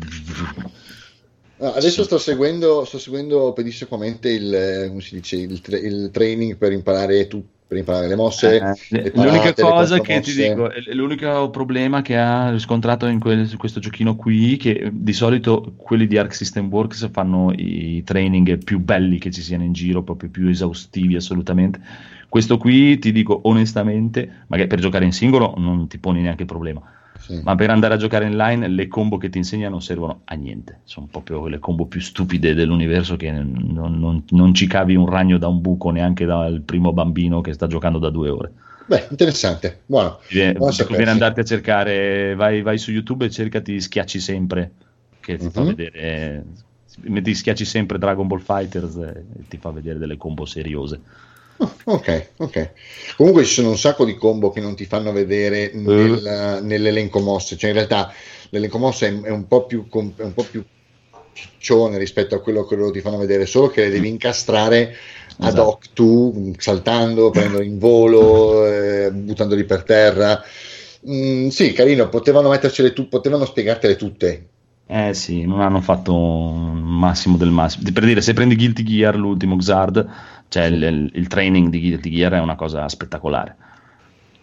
S5: Ah, adesso sto seguendo, sto seguendo pedissequamente il, come si dice, il, tra- il training per imparare tu, per imparare le mosse.
S3: Eh,
S5: le
S3: l'unica
S5: parate,
S3: cosa
S5: le
S3: che ti dico, è l'unico problema che ha riscontrato in quel, su questo giochino qui, che di solito quelli di Arc System Works fanno i training più belli che ci siano in giro, proprio più esaustivi assolutamente. Questo qui ti dico onestamente, magari per giocare in singolo non ti poni neanche il problema. Sì. Ma per andare a giocare online le combo che ti insegnano servono a niente, sono proprio le combo più stupide dell'universo che non, non, non ci cavi un ragno da un buco neanche dal primo bambino che sta giocando da due ore.
S5: Beh, interessante, buono.
S3: Ti conviene andarti a cercare, vai, vai su YouTube e cercati Schiacci Sempre, che ti uh-huh. fa vedere, metti Schiacci Sempre Dragon Ball Fighters e ti fa vedere delle combo seriose.
S5: Oh, ok, ok. Comunque ci sono un sacco di combo che non ti fanno vedere nel, uh. nell'elenco mosse. Cioè in realtà l'elenco mosse è, è un po' più è un po' più ciccione rispetto a quello che loro ti fanno vedere, solo che le devi incastrare ad esatto. hoc tu, saltando, prendendo in volo, eh, buttandoli per terra. Mm, sì, carino, potevano mettercele tu, potevano spiegartele tutte.
S3: Eh sì, non hanno fatto un massimo del massimo. Per dire, se prendi Guilty Gear, l'ultimo Xrd, cioè il, il training di Guilty Gear è una cosa spettacolare.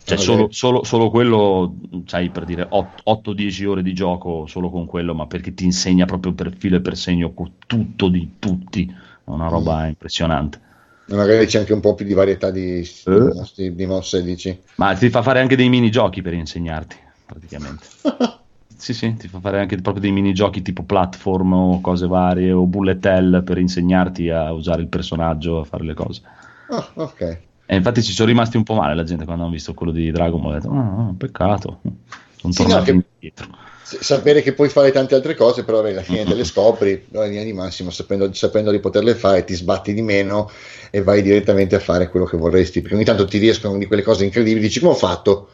S3: Cioè, solo, solo, solo quello, sai, per dire otto dieci ore di gioco solo con quello, ma perché ti insegna proprio per filo e per segno tutto di tutti. È una roba mm. impressionante.
S5: E magari c'è anche un po' più di varietà di, eh. di, di mosse, dici?
S3: Ma ti fa fare anche dei minigiochi per insegnarti, praticamente. Sì, sì, ti fa fare anche proprio dei minigiochi tipo platform o cose varie, o bullet hell per insegnarti a usare il personaggio, a fare le cose.
S5: Ah, ok.
S3: E infatti ci sono rimasti un po' male la gente quando hanno visto quello di Dragon Ball. Ha detto, oh, peccato, sono
S5: sì,
S3: tornati
S5: no,
S3: indietro.
S5: Sapere che puoi fare tante altre cose, però alla fine te le scopri, no, in linea di massimo, sapendo, sapendo di poterle fare, ti sbatti di meno e vai direttamente a fare quello che vorresti, perché ogni tanto ti riescono di quelle cose incredibili, dici come ho fatto?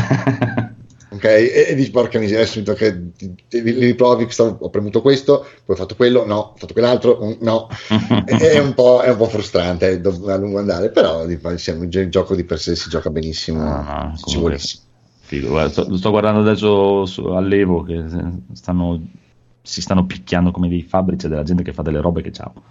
S5: Ok, e, e dici porca miseria, subito che li riprovi, ho premuto questo, poi ho fatto quello, no, ho fatto quell'altro, no, e, è, un po', è un po' frustrante a lungo andare, però diciamo, il gioco di per sé si gioca benissimo,
S3: no, no,
S5: ci vuolissimo.
S3: Figo, guarda, sto, sto guardando adesso su, all'Evo che stanno, si stanno picchiando come dei fabbrici della gente che fa delle robe che ciao.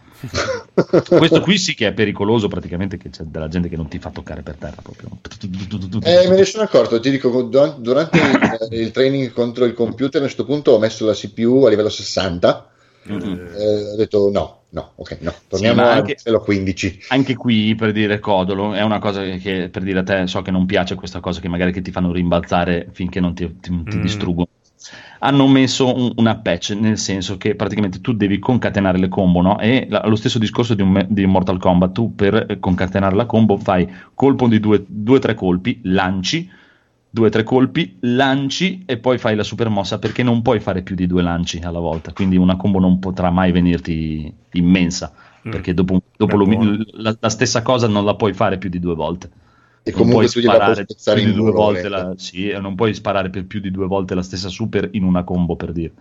S3: Questo qui sì che è pericoloso, praticamente, che c'è della gente che non ti fa toccare per terra proprio.
S5: Eh, me ne sono accorto, ti dico, durante il, il training contro il computer a un certo punto ho messo la C P U a livello sessanta. Mm-hmm. Eh, ho detto no, no, ok, no, torniamo sì, a anche, livello quindici.
S3: Anche qui, per dire, Codolo è una cosa che, che per dire a te, so che non piace questa cosa che magari che ti fanno rimbalzare finché non ti, ti, ti mm. distruggono. Hanno messo un, una patch, nel senso che praticamente tu devi concatenare le combo, no? E la, lo stesso discorso di, un, di Mortal Kombat, tu per concatenare la combo fai colpo di due o tre colpi, lanci, due o tre colpi, lanci e poi fai la super mossa, perché non puoi fare più di due lanci alla volta, quindi una combo non potrà mai venirti immensa, mm. perché dopo, dopo lo, la, la stessa cosa non la puoi fare più di due volte.
S5: E comunque tu gliela puoi spezzare in
S3: due volte la, sì, non puoi sparare per più di due volte la stessa super in una combo, per dire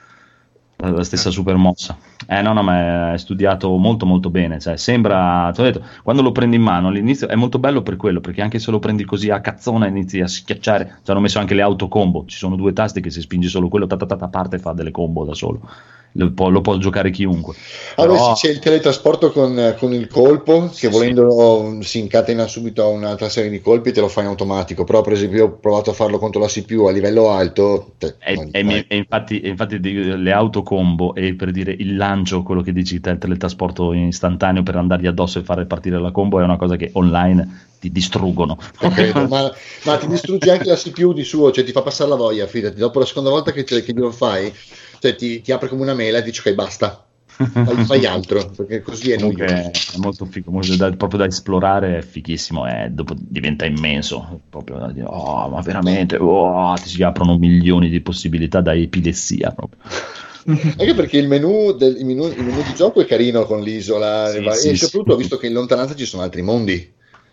S3: la, la stessa super mossa. Eh no, no, ma è studiato molto molto bene, cioè sembra, ti ho detto, quando lo prendi in mano all'inizio è molto bello per quello, perché anche se lo prendi così a cazzona inizi a schiacciare, ci hanno messo anche le autocombo, ci sono due tasti che se spingi solo quello ta ta ta ta parte fa delle combo da solo. Lo può, lo può giocare chiunque.
S5: Allora però... sì, c'è il teletrasporto con, con il colpo che sì, volendo sì. si incatena subito a un'altra serie di colpi e te lo fa in automatico, però per esempio io ho provato a farlo contro la C P U a livello alto te,
S3: e, e, e infatti, e infatti le autocombo e per dire il lancio, quello che dici te, il teletrasporto istantaneo per andargli addosso e fare partire la combo è una cosa che online ti distruggono.
S5: Credo, ma, ma ti distrugge anche la C P U di suo, cioè ti fa passare la voglia, fidati, dopo la seconda volta che, che lo fai, cioè ti, ti apre come una mela e dici ok basta, fai, fai altro, perché così è
S3: comunque è molto figo, molto da, proprio da esplorare, è fighissimo, è, dopo diventa immenso, proprio da dire, oh ma veramente, oh, ti si aprono milioni di possibilità da epilessia proprio.
S5: Anche perché il menu, del, il, menu, il menu di gioco è carino con l'isola sì, sì, e soprattutto ho visto che in lontananza ci sono altri mondi.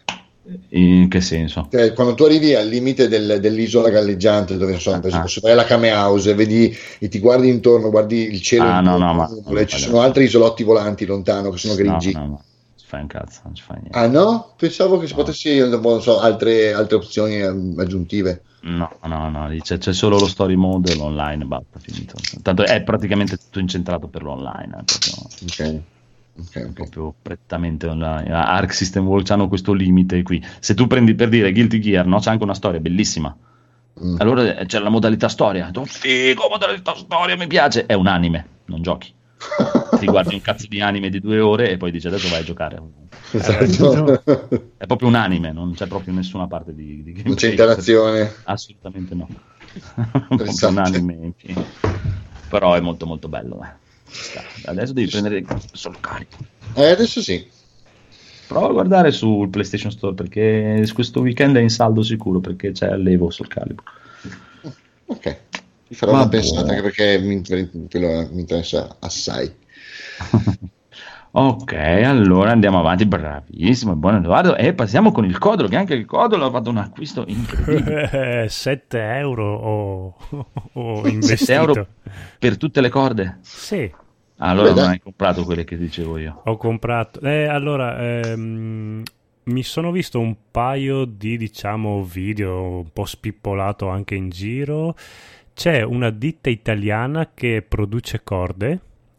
S3: In che senso?
S5: Cioè, quando tu arrivi al limite del, dell'isola galleggiante dove sono per esempio, ah. se vai alla Kame House vedi e ti guardi intorno, guardi il cielo
S3: ah,
S5: intorno,
S3: no, no, ma,
S5: no, ci sono altri isolotti volanti lontano che sono grigi.
S3: No, no, no. Ci fai un cazzo, non ci fai niente.
S5: Ah no? Pensavo che si no. potessi non so, altre, altre opzioni aggiuntive.
S3: No, no, no, c'è, c'è solo lo story mode e l'online, basta, finito. Tanto è praticamente tutto incentrato per l'online. Eh,
S5: ok. Okay, okay.
S3: Proprio prettamente online. Arc System Works hanno questo limite qui. Se tu prendi per dire Guilty Gear, no? C'è anche una storia bellissima. Mm. Allora c'è la modalità storia. Figo, modalità storia, mi piace. È un anime, non giochi. Ti guardi un cazzo di anime di due ore e poi dici adesso vai a giocare.
S5: Esatto.
S3: È proprio un anime, non c'è proprio nessuna parte di, di
S5: non c'è interazione.
S3: Assolutamente no. Proprio un anime. Però è molto molto bello. Eh. Adesso devi prendere solo carico.
S5: Eh, adesso sì.
S3: Prova a guardare sul PlayStation Store perché questo weekend è in saldo sicuro perché c'è l'Evo sul Calibur.
S5: Ok, mi farò Ma una pensata anche perché mi, quello mi interessa assai.
S3: Ok, allora andiamo avanti, bravissimo, buon Edoardo, e passiamo con il Codolo, che anche il Codolo ha fatto un acquisto incredibile.
S2: sette euro ho, ho investito.
S3: sette euro per tutte le corde?
S2: Sì.
S3: Allora Beh, non hai comprato quelle che dicevo io.
S2: Ho comprato, eh, allora ehm, mi sono visto un paio di diciamo video un po' spippolato anche in giro. C'è una ditta italiana che produce corde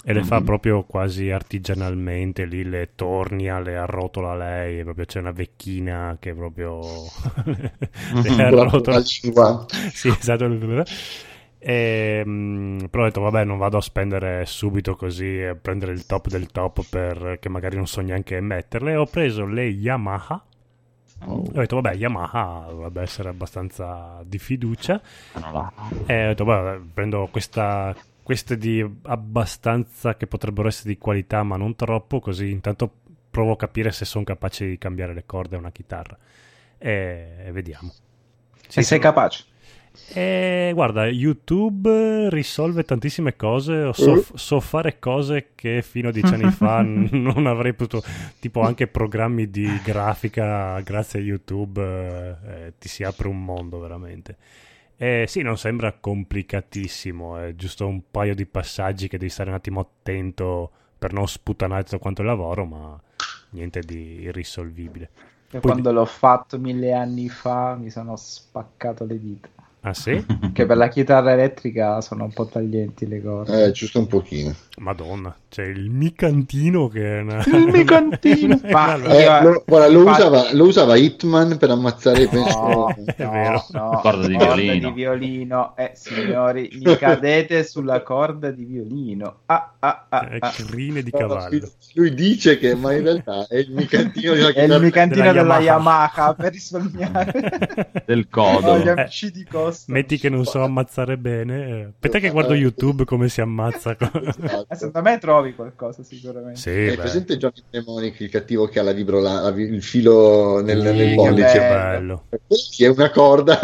S2: E le
S3: Mm-hmm.
S2: fa proprio quasi artigianalmente, lì le tornia, le arrotola lei, e proprio c'è una vecchina che proprio le
S5: Con la
S2: arrotola.
S5: lingua.
S2: Sì, esatto. E, mh, però ho detto vabbè, non vado a spendere subito così e prendere il top del top per che magari non so neanche metterle. Ho preso le Yamaha.
S3: Oh.
S2: Ho detto vabbè, Yamaha dovrebbe essere abbastanza di fiducia.
S3: No, no.
S2: E ho detto vabbè, prendo questa, queste di abbastanza che potrebbero essere di qualità ma non troppo, così intanto provo a capire se sono capace di cambiare le corde a una chitarra e, e vediamo. Sì,
S4: E sei
S2: sono-
S4: capace?
S2: E guarda, YouTube risolve tantissime cose, so, so fare cose che fino a dieci anni fa n- non avrei potuto, tipo anche programmi di grafica, grazie a YouTube eh, ti si apre un mondo veramente. E sì, non sembra complicatissimo, è giusto un paio di passaggi che devi stare un attimo attento per non sputtanare tutto quanto il lavoro, ma niente di irrisolvibile.
S4: Io
S2: Poi-
S4: quando l'ho fatto mille anni fa mi sono spaccato le dita.
S2: Ah sì?
S4: Che per la chitarra elettrica sono un po' taglienti le corde.
S5: Eh, giusto un pochino.
S2: Madonna, c'è il micantino che è una...
S4: Il micantino! Ma
S2: una-
S5: Eh,
S4: io-
S5: lo, guarda, lo,
S4: infatti-
S5: usava, lo usava Hitman per ammazzare i
S4: No,
S5: pensieri.
S2: È vero.
S4: no,
S3: Corda di
S4: corda
S3: violino.
S4: di violino. Eh, signori, mi cadete sulla corda di violino. Ah, ah, ah,
S2: eh,
S4: ah.
S2: crine di
S5: No,
S2: cavallo.
S5: lui, lui dice che, ma in realtà è il micantino della
S4: È il
S5: chitarra.
S4: micantino
S2: della
S4: della,
S2: Yamaha.
S4: Yamaha per risparmiare.
S3: Del
S4: No, gli
S3: codo.
S4: omicidi costano.
S2: Metti che non so ammazzare bene. eh. Aspetta che guardo YouTube come si ammazza.
S5: Esatto.
S4: Eh, secondo me trovi qualcosa sicuramente.
S2: Sì,
S5: Hai
S2: beh.
S5: presente Johnny Mnemonic, il cattivo che ha la vibrola, la vi- il filo nel,
S2: Sì,
S5: nel
S2: che
S5: pollice?
S2: bello.
S5: Che è una corda.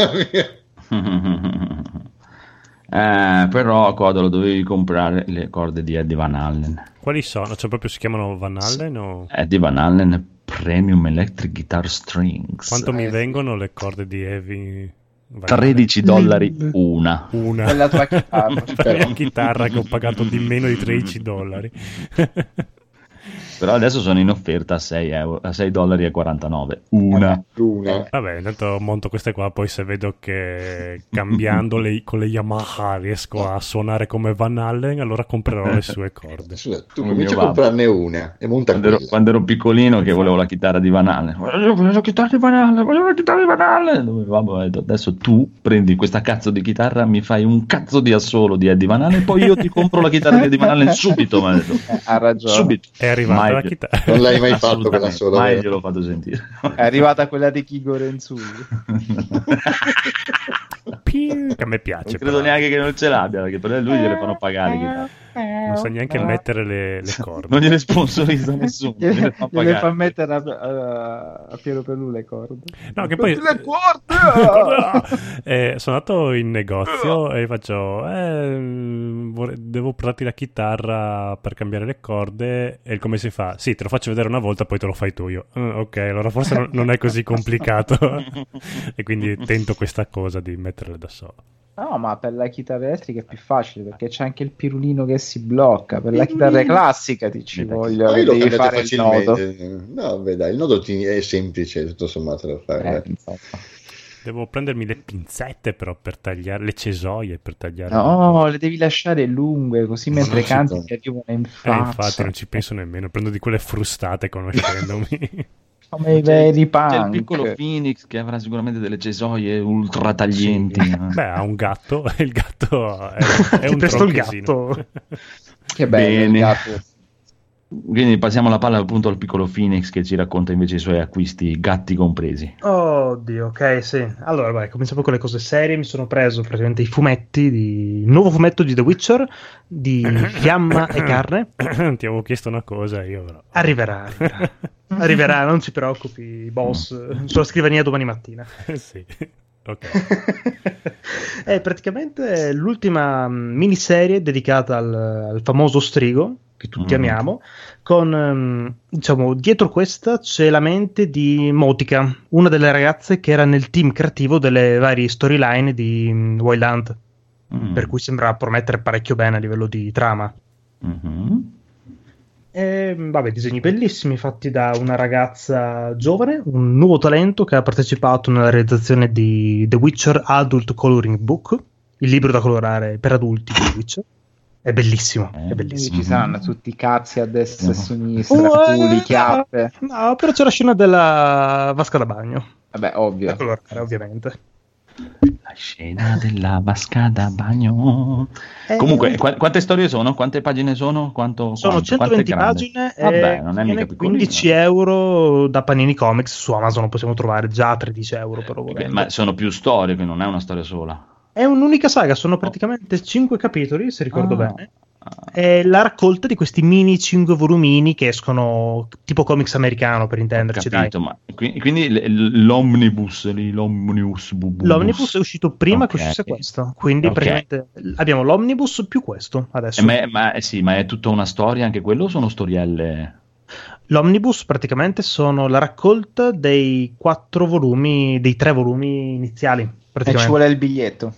S3: Eh, però a Codolo dovevi comprare le corde di Eddie Van Halen.
S2: Quali sono? Cioè proprio si chiamano Van Halen o...
S3: Eddie Van Halen Premium Electric Guitar Strings.
S2: Quanto mi
S5: Eh, sì.
S2: vengono le corde di Heavy? Van Halen?
S3: tredici dollari una.
S2: Una.
S4: Per la tua chitarra.
S2: Per la chitarra che ho pagato di meno di tredici dollari.
S3: Però adesso sono in offerta a sei euro, a sei dollari e quarantanove una.
S5: Una.
S2: Vabbè, intanto monto queste qua, poi se vedo che cambiando le, con le Yamaha riesco a suonare come Van Halen, allora comprerò le sue corde.
S5: Scusa, tu
S3: Come
S5: cominci a
S3: mio babbo.
S5: comprarne una e monta
S3: Quando ero,
S5: quella.
S3: quando ero piccolino che volevo la chitarra di Van Halen, volevo volevo la chitarra di Van Halen, volevo la chitarra di Van Halen. Dove babbo ha detto, adesso tu prendi questa cazzo di chitarra, mi fai un cazzo di assolo di Eddie Van Halen, poi io ti compro la chitarra di Eddie Van Halen subito. Mi ha detto.
S4: Eh, ha ragione.
S3: Subito.
S2: È arrivata
S3: Mai
S2: la
S3: più.
S2: chitarra.
S5: Non l'hai mai fatto
S3: Assolutamente,
S5: quella sola.
S3: mai
S5: vero?
S3: gliel'ho fatto sentire.
S4: È arrivata quella di Kigo Renzulli.
S2: Piu, che a me piace.
S3: Non credo
S2: però.
S3: neanche che non ce l'abbia, perché per lui gliele fanno pagare le chitarre.
S2: Non sa neanche mettere le, le corde.
S3: Non gliele sponsorizza nessuno, gliele
S4: Gliele,
S3: fa
S4: gliele
S3: pagare.
S4: fa mettere a, a, a Piero Pelù le corde.
S2: No, che poi
S4: Le corde!
S2: eh, sono andato in negozio e faccio eh, vorrei- devo portarti la chitarra per cambiare le corde e il come si fa? Sì, te lo faccio vedere una volta poi te lo fai tu. Io "Ah, ok, allora forse non, non è così complicato." E quindi tento questa cosa di metterle da solo.
S4: No, ma per la chitarra elettrica è più facile perché c'è anche il pirulino che si blocca. Per la chitarra classica ti ci
S3: Vedi.
S4: voglio,
S5: Ma
S4: che
S5: io lo
S4: devi
S5: cambiate
S4: fare il nodo.
S5: facilmente. No, beh, dai, il nodo ti- è semplice, tutto sommato da fare.
S4: Eh, infatti.
S2: Devo prendermi le pinzette però per tagliare le cesoie per tagliare.
S4: No, le devi lasciare lunghe così mentre
S5: non si
S4: canti
S5: può.
S4: ti arrivano in
S2: Eh,
S4: faccia.
S2: infatti non ci penso nemmeno, prendo di quelle frustate conoscendomi.
S4: Come i veri
S3: C'è il
S4: punk.
S3: piccolo Phoenix che avrà sicuramente delle cesoie ultra taglienti.
S2: Sì. Beh, ha un gatto e il gatto è, è
S6: Ti
S2: un
S6: presto il
S2: tronchesino.
S6: gatto.
S4: Che bello,
S3: Bene.
S4: il gatto.
S3: Quindi passiamo la palla appunto al piccolo Phoenix che ci racconta invece i suoi acquisti, gatti compresi.
S6: Oddio, ok, sì. Allora, vai, cominciamo con le cose serie. Mi sono preso praticamente i fumetti, di... il nuovo fumetto di The Witcher, di Fiamma e Carne.
S2: Ti avevo chiesto una cosa io però.
S6: Arriverà, arriverà. Arriverà, non ci preoccupi, boss. Sulla scrivania domani mattina.
S2: Sì. Ok.
S6: È praticamente l'ultima mm, miniserie dedicata al, al famoso Strigo, che tutti
S3: Mm.
S6: amiamo, con, ehm, diciamo, dietro questa c'è la mente di Motica, una delle ragazze che era nel team creativo delle varie storyline di mm, Wild Hunt,
S3: Mm.
S6: per cui sembra promettere parecchio bene a livello di trama.
S3: Mhm.
S6: E, vabbè, disegni bellissimi fatti da una ragazza giovane, un nuovo talento che ha partecipato nella realizzazione di The Witcher Adult Coloring Book, il libro da colorare per adulti di The Witcher. È bellissimo,
S3: Eh,
S6: è bellissimo.
S4: Ci saranno tutti cazzi a destra e a
S3: No.
S4: sinistra,
S6: Uh,
S4: culi,
S6: eh,
S4: chiappe.
S6: No, però c'è la scena della vasca da bagno.
S4: Vabbè, ovvio.
S6: Da colorare, ovviamente.
S3: La scena della vasca da bagno.
S6: Eh,
S3: Comunque, qua- quante storie sono? Quante pagine sono? Quanto,
S6: Sono
S3: quanto? Quanto è
S6: centoventi
S3: grande?
S6: pagine
S3: Vabbè,
S6: e
S3: non è mica
S6: viene
S3: piccolino.
S6: quindici euro da Panini Comics. Su Amazon lo possiamo trovare già a tredici euro però
S3: Perché-
S6: volendo.
S3: ma sono più storie, quindi non è una storia sola.
S6: È un'unica saga, sono praticamente cinque capitoli, se ricordo
S3: Ah.
S6: bene. È la raccolta di questi mini cinque volumini che escono tipo comics americano, per
S3: Ho
S6: intenderci, dai.
S3: capito, ma qui- quindi l- l'omnibus, lì, l'omnibus, bu- bu-
S6: L'omnibus è uscito prima
S3: Ok.
S6: che uscisse questo, quindi
S3: Ok.
S6: praticamente abbiamo l'omnibus più questo adesso.
S3: Eh, ma, è, ma- eh sì, ma è tutta una storia anche quello o sono storielle?
S6: L'omnibus praticamente sono la raccolta dei quattro volumi, dei tre volumi iniziali,
S4: E ci
S6: praticamente.
S4: vuole il biglietto.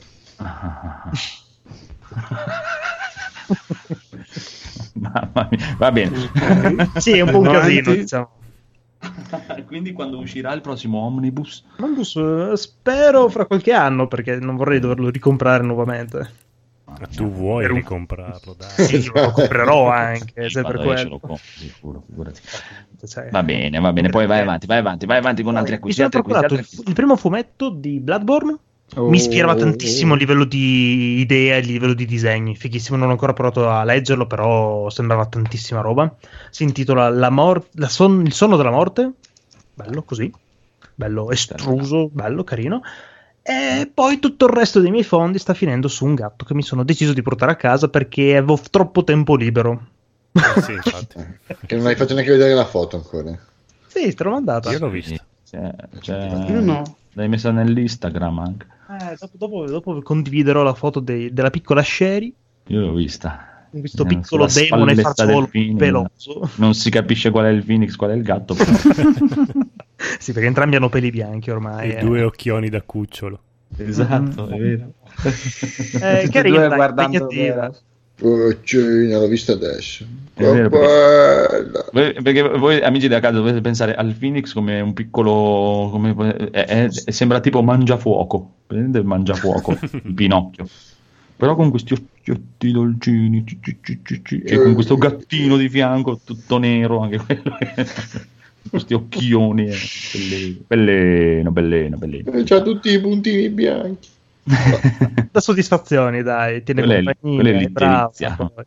S3: Mamma mia. Va bene.
S6: Sì, è un po' un
S1: Avanti.
S6: casino, diciamo.
S3: Quindi quando uscirà il prossimo omnibus?
S6: L'omnibus eh, spero fra qualche anno, perché non vorrei doverlo ricomprare nuovamente.
S2: Ma tu vuoi
S6: Per un-
S2: ricomprarlo, dai.
S6: Sì, io lo comprerò anche, se per
S3: Vado, io ce
S6: quello.
S3: lo compro, sicuro, figurati.
S6: Cioè,
S3: Va bene, va bene, poi vai avanti, vai avanti, vai avanti con altri
S6: Mi
S3: acquisti.
S6: sono
S3: altri acquisti,
S6: procurato
S3: altri
S6: il,
S3: acquisti.
S6: il primo fumetto di Bloodborne.
S4: Oh.
S6: Mi ispirava tantissimo a livello di idea e a livello di disegni. Fighissimo, non ho ancora provato a leggerlo, però sembrava tantissima roba. Si intitola La mor- la son- Il sonno della morte. Bello così, bello estruso, bello, carino. E poi tutto il resto dei miei fondi sta finendo su un gatto che mi sono deciso di portare a casa perché avevo troppo tempo libero.
S2: Eh sì, infatti.
S5: Che non hai fatto neanche vedere la foto ancora.
S6: Sì, te l'ho mandata.
S2: Io l'ho vista.
S3: Cioè, cioè,
S1: Io no.
S3: l'hai messa nell'Instagram anche.
S6: Eh, dopo, dopo- dopo condividerò la foto dei- della piccola Sherry
S3: Io l'ho vista.
S6: con questo
S3: Eh,
S6: piccolo
S3: sulla
S6: demone
S3: spalletta del
S6: fagiolo
S3: Phoenix.
S6: peloso.
S3: Non si capisce qual è il Phoenix, qual è il gatto. però.
S6: Sì, perché entrambi hanno peli bianchi ormai.
S2: E
S6: eh.
S2: due occhioni da cucciolo.
S3: Esatto, è vero.
S6: Eh,
S4: Tutti e
S6: carina,
S4: due
S6: dai,
S4: guardando
S6: impegnativa.
S4: vera.
S5: Poccina, l'ho vista adesso.
S3: È vero,
S5: Che bella.
S3: Voi- Perché voi amici da casa dovete pensare al Phoenix come un piccolo come, è- è- sembra tipo mangiafuoco, prendete il mangiafuoco il Pinocchio, però con questi occhietti dolcini ci- ci- ci- ci- ci- e con questo gattino di fianco tutto nero anche quello questi occhioni eh, bellino bellino bellino, bellino.
S5: C'ha tutti i puntini bianchi.
S6: Da soddisfazioni, dai, tiene
S3: Quella è l-
S6: compagnia,
S3: quella è
S6: è brava,
S3: l'idilizia.
S6: poi.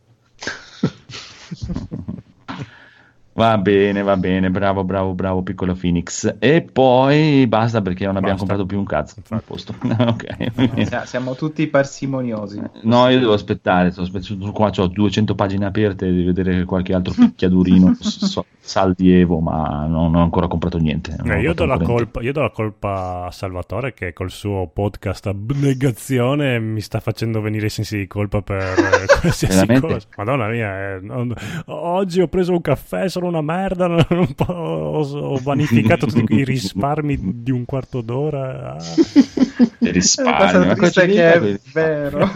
S3: Va bene, va bene, bravo, bravo, bravo, piccolo Phoenix. E poi basta perché non abbiamo
S2: Basta.
S3: comprato più un cazzo. A posto. Ok.
S4: Sia- Siamo tutti parsimoniosi.
S3: No, io devo aspettare, sto aspettando, qua ho duecento pagine aperte di vedere qualche altro picchiadurino, so- saldievo, ma non, non ho ancora comprato niente. Non
S2: Eh,
S3: ho
S2: io,
S3: fatto
S2: do la
S3: ancora niente.
S2: colpa, io do la colpa a Salvatore che col suo podcast abnegazione mi sta facendo venire i sensi di colpa per eh, qualsiasi
S3: Veramente?
S2: cosa. Madonna mia, eh, non- oggi ho preso un caffè, sono una merda, non, non po- ho, ho vanificato tutti i risparmi di un quarto d'ora. Ah.
S3: Il
S4: È
S3: risparmio,
S4: una
S3: ma
S4: cosa
S3: cosa
S4: triste
S3: ci
S4: che
S3: dica?
S4: è vero.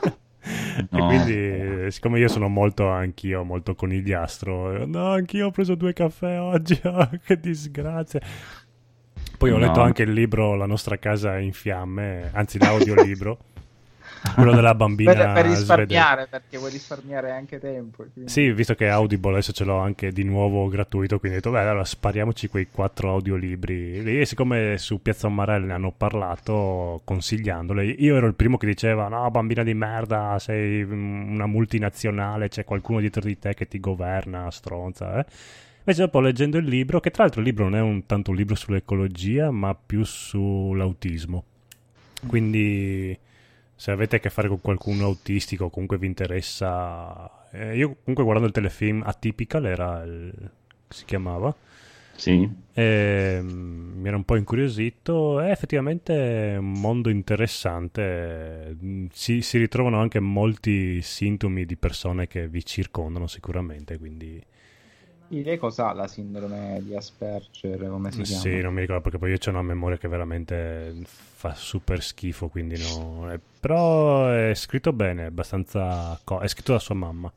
S2: E
S3: No.
S2: quindi, eh, siccome io sono molto anch'io molto conigliastro, eh, no, anch'io ho preso due caffè oggi, ah, che disgrazia. Poi ho
S3: No.
S2: letto anche il libro La nostra casa è in fiamme, anzi l'audiolibro, quello della bambina
S4: per, per
S2: svedese.
S4: risparmiare, perché vuoi risparmiare anche tempo. quindi-
S2: Sì, visto che Audible adesso ce l'ho anche di nuovo gratuito, quindi ho detto, beh, allora spariamoci quei quattro audiolibri lì. E siccome su Piazza Umarell ne hanno parlato consigliandole, io ero il primo che diceva, no, bambina di merda, sei mm, una multinazionale, c'è qualcuno dietro di te che ti governa, stronza, eh. Invece dopo leggendo il libro, che tra l'altro il libro non è un, tanto un libro sull'ecologia, ma più sull'autismo. Quindi se avete a che fare con qualcuno autistico o comunque vi interessa, eh, io comunque guardando il telefilm Atypical era il, si chiamava,
S3: Sì.
S2: e, mm, mi era un po' incuriosito. È effettivamente un mondo interessante, mm, si, si ritrovano anche molti sintomi di persone che vi circondano sicuramente, quindi
S4: Sì, lei cos'ha la sindrome di Asperger, come si chiama?
S2: sì, non mi ricordo perché poi io ho una memoria che veramente fa super schifo, quindi no. Eh, però è scritto bene, è abbastanza co- è scritto da sua mamma.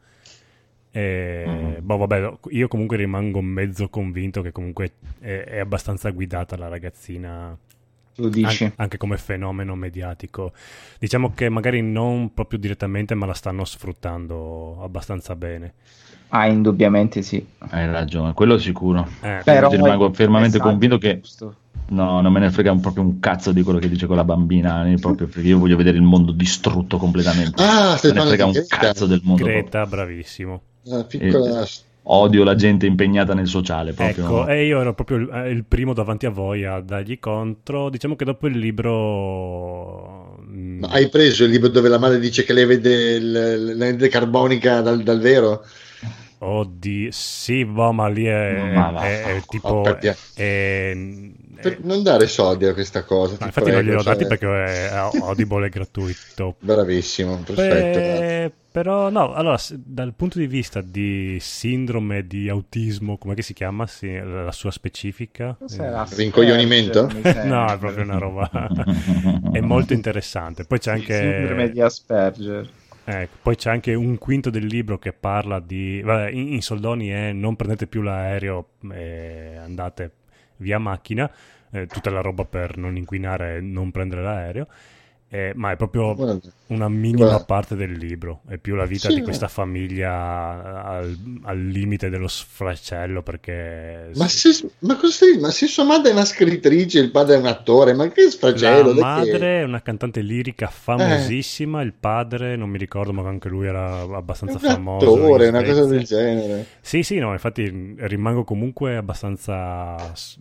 S2: E
S3: Mm.
S2: boh, vabbè, io comunque rimango mezzo convinto che comunque è, è abbastanza guidata la ragazzina
S4: Tu dici?
S2: An- anche come fenomeno mediatico. Diciamo che magari non proprio direttamente, ma la stanno sfruttando abbastanza bene.
S4: Ah, indubbiamente sì.
S3: Hai ragione, quello sicuro.
S2: Eh,
S4: Però
S3: rimango fermamente
S4: messaggio
S3: convinto che
S4: giusto.
S3: no, non me ne frega un- proprio un cazzo di quello che dice quella bambina, né proprio perché io voglio vedere il mondo distrutto completamente.
S5: Ah, stai
S3: non me ne frega
S5: parlando
S3: un
S5: di Greta?
S3: cazzo del mondo. proprio.
S2: Greta, bravissimo.
S5: Una piccola...
S3: Odio la gente impegnata nel sociale proprio.
S2: Ecco, e io ero proprio il, il primo davanti a voi a dargli contro. Diciamo che dopo il libro... mh,
S5: Ma hai preso il libro dove la madre dice che lei vede il- l'anidride carbonica dal, dal vero?
S2: Oddio, sì, boh, ma lì è,
S3: Ma va,
S2: è- è
S5: oh,
S2: tipo...
S5: per pia-
S2: è-
S5: Per non dare soldi a questa cosa,
S2: no,
S5: ti
S2: infatti non
S5: prego,
S2: gliel'ho
S5: cioè,
S2: dati perché è Audible è gratuito.
S5: bravissimo, perfetto.
S2: Beh, però no, allora s- dal punto di vista di sindrome di autismo, come che si chiama? Sì, la sua specifica?
S4: Cos'è la
S5: Rincoglionimento?
S4: Asperger, mi sembra.
S2: No, è proprio una roba è molto interessante. Poi c'è
S4: Sindrome
S2: anche
S4: di Asperger.
S2: ecco, poi c'è anche un quinto del libro che parla di vabbè, in, in soldoni è non prendete più l'aereo e andate via macchina, eh, tutta la roba per non inquinare e non prendere l'aereo. Eh, ma è proprio
S5: Guarda.
S2: una minima
S5: Guarda.
S2: parte del libro, è più la vita
S5: Sì,
S2: di
S5: ma-
S2: questa famiglia al, al limite dello sfracello perché
S5: Ma se, ma cosa stai- ma se sua madre è una scrittrice, il padre è un attore, ma che sfracello?
S2: la
S5: dai
S2: madre
S5: che-
S2: è una cantante lirica famosissima, il padre non mi ricordo, ma anche lui era
S5: è
S2: abbastanza
S5: un
S2: famoso
S5: attore,
S2: in
S5: una cosa
S2: Svezia.
S5: del genere.
S2: Sì, sì, no, infatti rimango comunque abbastanza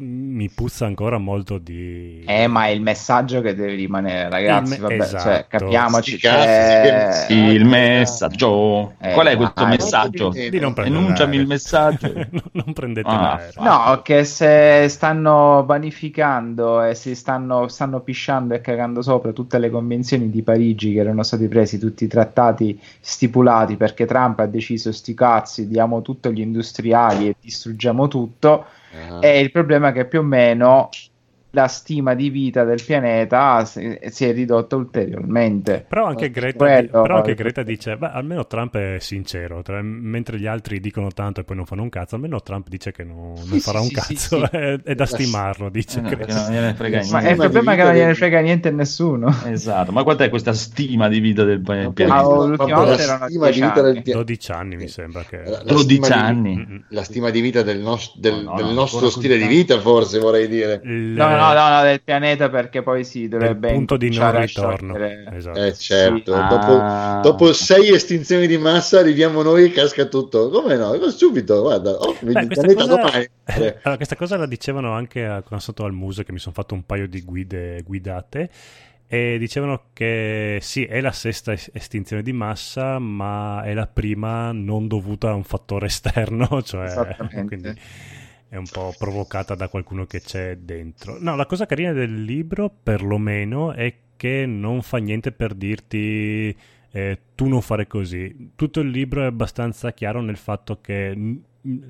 S2: mi puzza ancora molto di
S4: Eh, ma è il messaggio che deve rimanere, ragazzi.
S2: Il me-
S4: Vabbè,
S2: esatto.
S4: cioè, capiamoci.
S5: Sti cazzi,
S4: c'è-
S5: che-
S3: Il messaggio.
S4: Eh,
S3: Qual è questo
S4: dai.
S3: messaggio?
S2: di non prendere
S3: Enunciami
S2: l'aereo.
S3: il messaggio.
S2: non, non prendete
S3: Ah,
S2: l'aereo.
S4: No, che se stanno vanificando e si stanno, stanno pisciando e cagando sopra tutte le convenzioni di Parigi che erano stati presi, tutti i trattati stipulati perché Trump ha deciso sti cazzi, diamo tutto agli industriali e distruggiamo tutto.
S5: Ah.
S4: E il problema è che più o meno la stima di vita del pianeta si, si è ridotta ulteriormente.
S2: Però anche Greta,
S4: Quello-
S2: però anche Greta dice, beh, almeno Trump è sincero, tra- mentre gli altri dicono tanto e poi non fanno un cazzo, almeno Trump dice che non, non
S4: Sì,
S2: farà
S4: sì,
S2: un
S4: sì,
S2: cazzo,
S4: sì,
S2: è, è da stimarlo, dice
S3: Eh,
S2: Greta.
S3: perché non gliene frega
S4: Ma
S3: niente.
S4: è il problema è che non gliene frega niente a nessuno.
S3: Esatto, ma quant'è questa stima di vita del pa-
S5: Ma
S3: pianeta?
S4: Ah,
S5: poi-
S4: l'ultima
S5: ma poi
S4: volta
S5: la
S4: erano
S5: stima di
S4: dieci
S5: vita del
S4: anni.
S5: pia-
S2: dodici anni mi sembra che...
S5: La- la
S3: dodici
S5: stima di-
S3: anni.
S2: Mm-mm.
S5: La stima di vita del, nos- del-
S3: No, no,
S5: del
S3: no,
S5: nostro
S3: ancora
S5: stile di
S3: così
S5: vita, forse vorrei dire.
S2: Il-
S4: No, no, no, no, del pianeta perché poi si dovrebbe
S2: punto di non
S4: incominciare a
S2: ritorno.
S4: sciogliere.
S2: Esatto.
S5: Eh certo,
S3: Sì.
S5: dopo,
S3: Ah.
S5: dopo sei estinzioni di massa arriviamo noi e casca tutto. Come no? Subito, guarda, oh,
S2: Beh,
S5: il
S2: questa,
S5: pianeta
S2: cosa...
S5: domani.
S2: allora, questa cosa la dicevano anche a- quando sono stato al museo, che mi sono fatto un paio di guide guidate e dicevano che sì, è la sesta es- estinzione di massa, ma è la prima non dovuta a un fattore esterno, cioè
S4: Esattamente.
S2: quindi è un po' provocata da qualcuno che c'è dentro. No, la cosa carina del libro, perlomeno, è che non fa niente per dirti eh, tu non fare così. Tutto il libro è abbastanza chiaro nel fatto che n-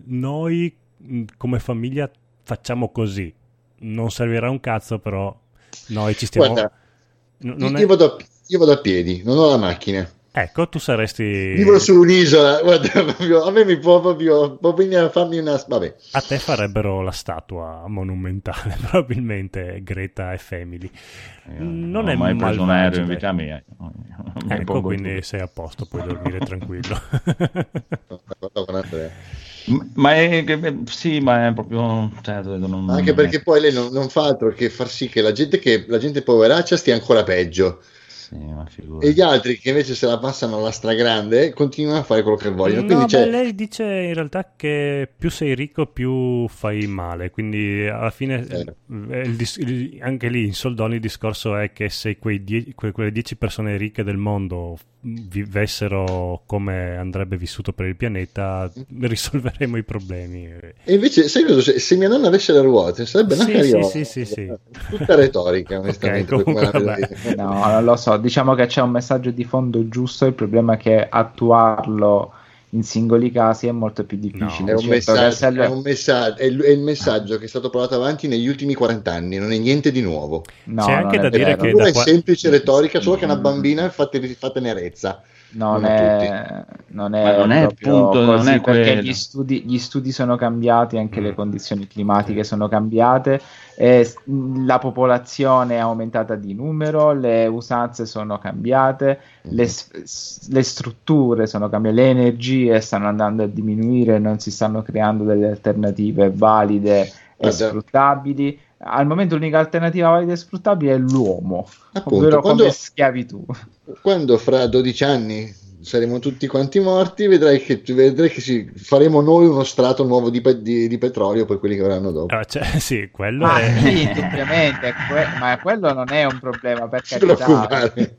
S2: noi mh, come famiglia facciamo così. Non servirà un cazzo, però noi ci stiamo...
S5: Guarda,
S2: N- non
S5: io,
S2: è-
S5: vado a, io vado a piedi, non ho la macchina.
S2: Ecco, tu saresti...
S5: Vivo su un'isola, guarda, proprio, a me mi può proprio, può venire a farmi una... Vabbè,
S2: A te farebbero la statua monumentale, probabilmente Greta e Family.
S3: Io
S2: Non
S3: ho
S2: è
S3: mai preso un
S2: malvagio,
S3: aereo in
S2: dai.
S3: vita mia. Mi
S2: Ecco,
S3: pongo
S2: quindi
S3: tu.
S2: sei a posto, puoi dormire tranquillo.
S5: sono d'accordo con Andrea.
S3: M- Ma è che- sì, ma è proprio cioè, non-
S5: Ma anche
S3: non
S5: perché
S3: è-
S5: poi lei non, non fa altro che far sì che la gente, che la gente poveraccia stia ancora peggio.
S3: sì, ma figurati.
S5: E gli altri che invece se la passano alla stragrande continuano a fare quello che vogliono. Quindi
S2: No,
S5: c'è...
S2: beh, lei dice in realtà che più sei ricco più fai male, quindi alla fine
S5: Certo.
S2: eh, il dis- il- anche lì in soldoni il discorso è che se quei die- que- quelle dieci persone ricche del mondo vivessero come andrebbe vissuto per il pianeta, risolveremo i problemi.
S5: E invece, sai cosa? Se, se mia nonna avesse le ruote, sarebbe una
S2: Sì,
S5: carriola.
S2: sì, sì, sì, sì.
S5: Tutta retorica, onestamente.
S2: Ok,
S5: per come la
S2: comunque,
S5: vedo
S2: vabbè.
S5: io.
S4: No, non lo so, diciamo che c'è un messaggio di fondo giusto, il problema è che attuarlo in singoli casi è molto più difficile.
S5: È un,
S4: Certo che
S5: messaggio,
S4: se le-
S5: è, un messaggio, è, il, è il messaggio che è stato portato avanti negli ultimi quaranta anni, non è niente di nuovo.
S4: No,
S2: C'è
S4: non
S2: anche
S4: è
S2: da dire
S4: vero.
S2: che
S5: Pura
S2: da
S5: è
S2: qua-
S5: semplice retorica, solo che è una bambina e fa, te- fa tenerezza.
S4: non,
S5: non
S4: è, non è,
S3: Ma non è appunto,
S4: così,
S3: non è
S4: perché
S3: quello.
S4: gli studi, gli studi sono cambiati, anche
S2: Mm.
S4: le condizioni climatiche sono cambiate, e s- la popolazione è aumentata di numero, le usanze sono cambiate, le, s- s- le strutture sono cambiate, le energie stanno andando a diminuire, non si stanno creando delle alternative valide e
S5: Guarda.
S4: sfruttabili. Al momento l'unica alternativa valida e sfruttabile è l'uomo,
S5: Appunto,
S4: ovvero
S5: quando-
S4: come schiavitù.
S5: Quando fra dodici anni saremo tutti quanti morti, vedrai che, vedrai che sì, faremo noi uno strato nuovo di, pe- di- di petrolio, poi quelli che verranno dopo.
S2: Ah, cioè, sì, quello
S4: Ma
S2: è...
S4: sì, indubbiamente, que- ma quello non è un problema, per
S5: Non ti
S4: carità.
S5: preoccupare.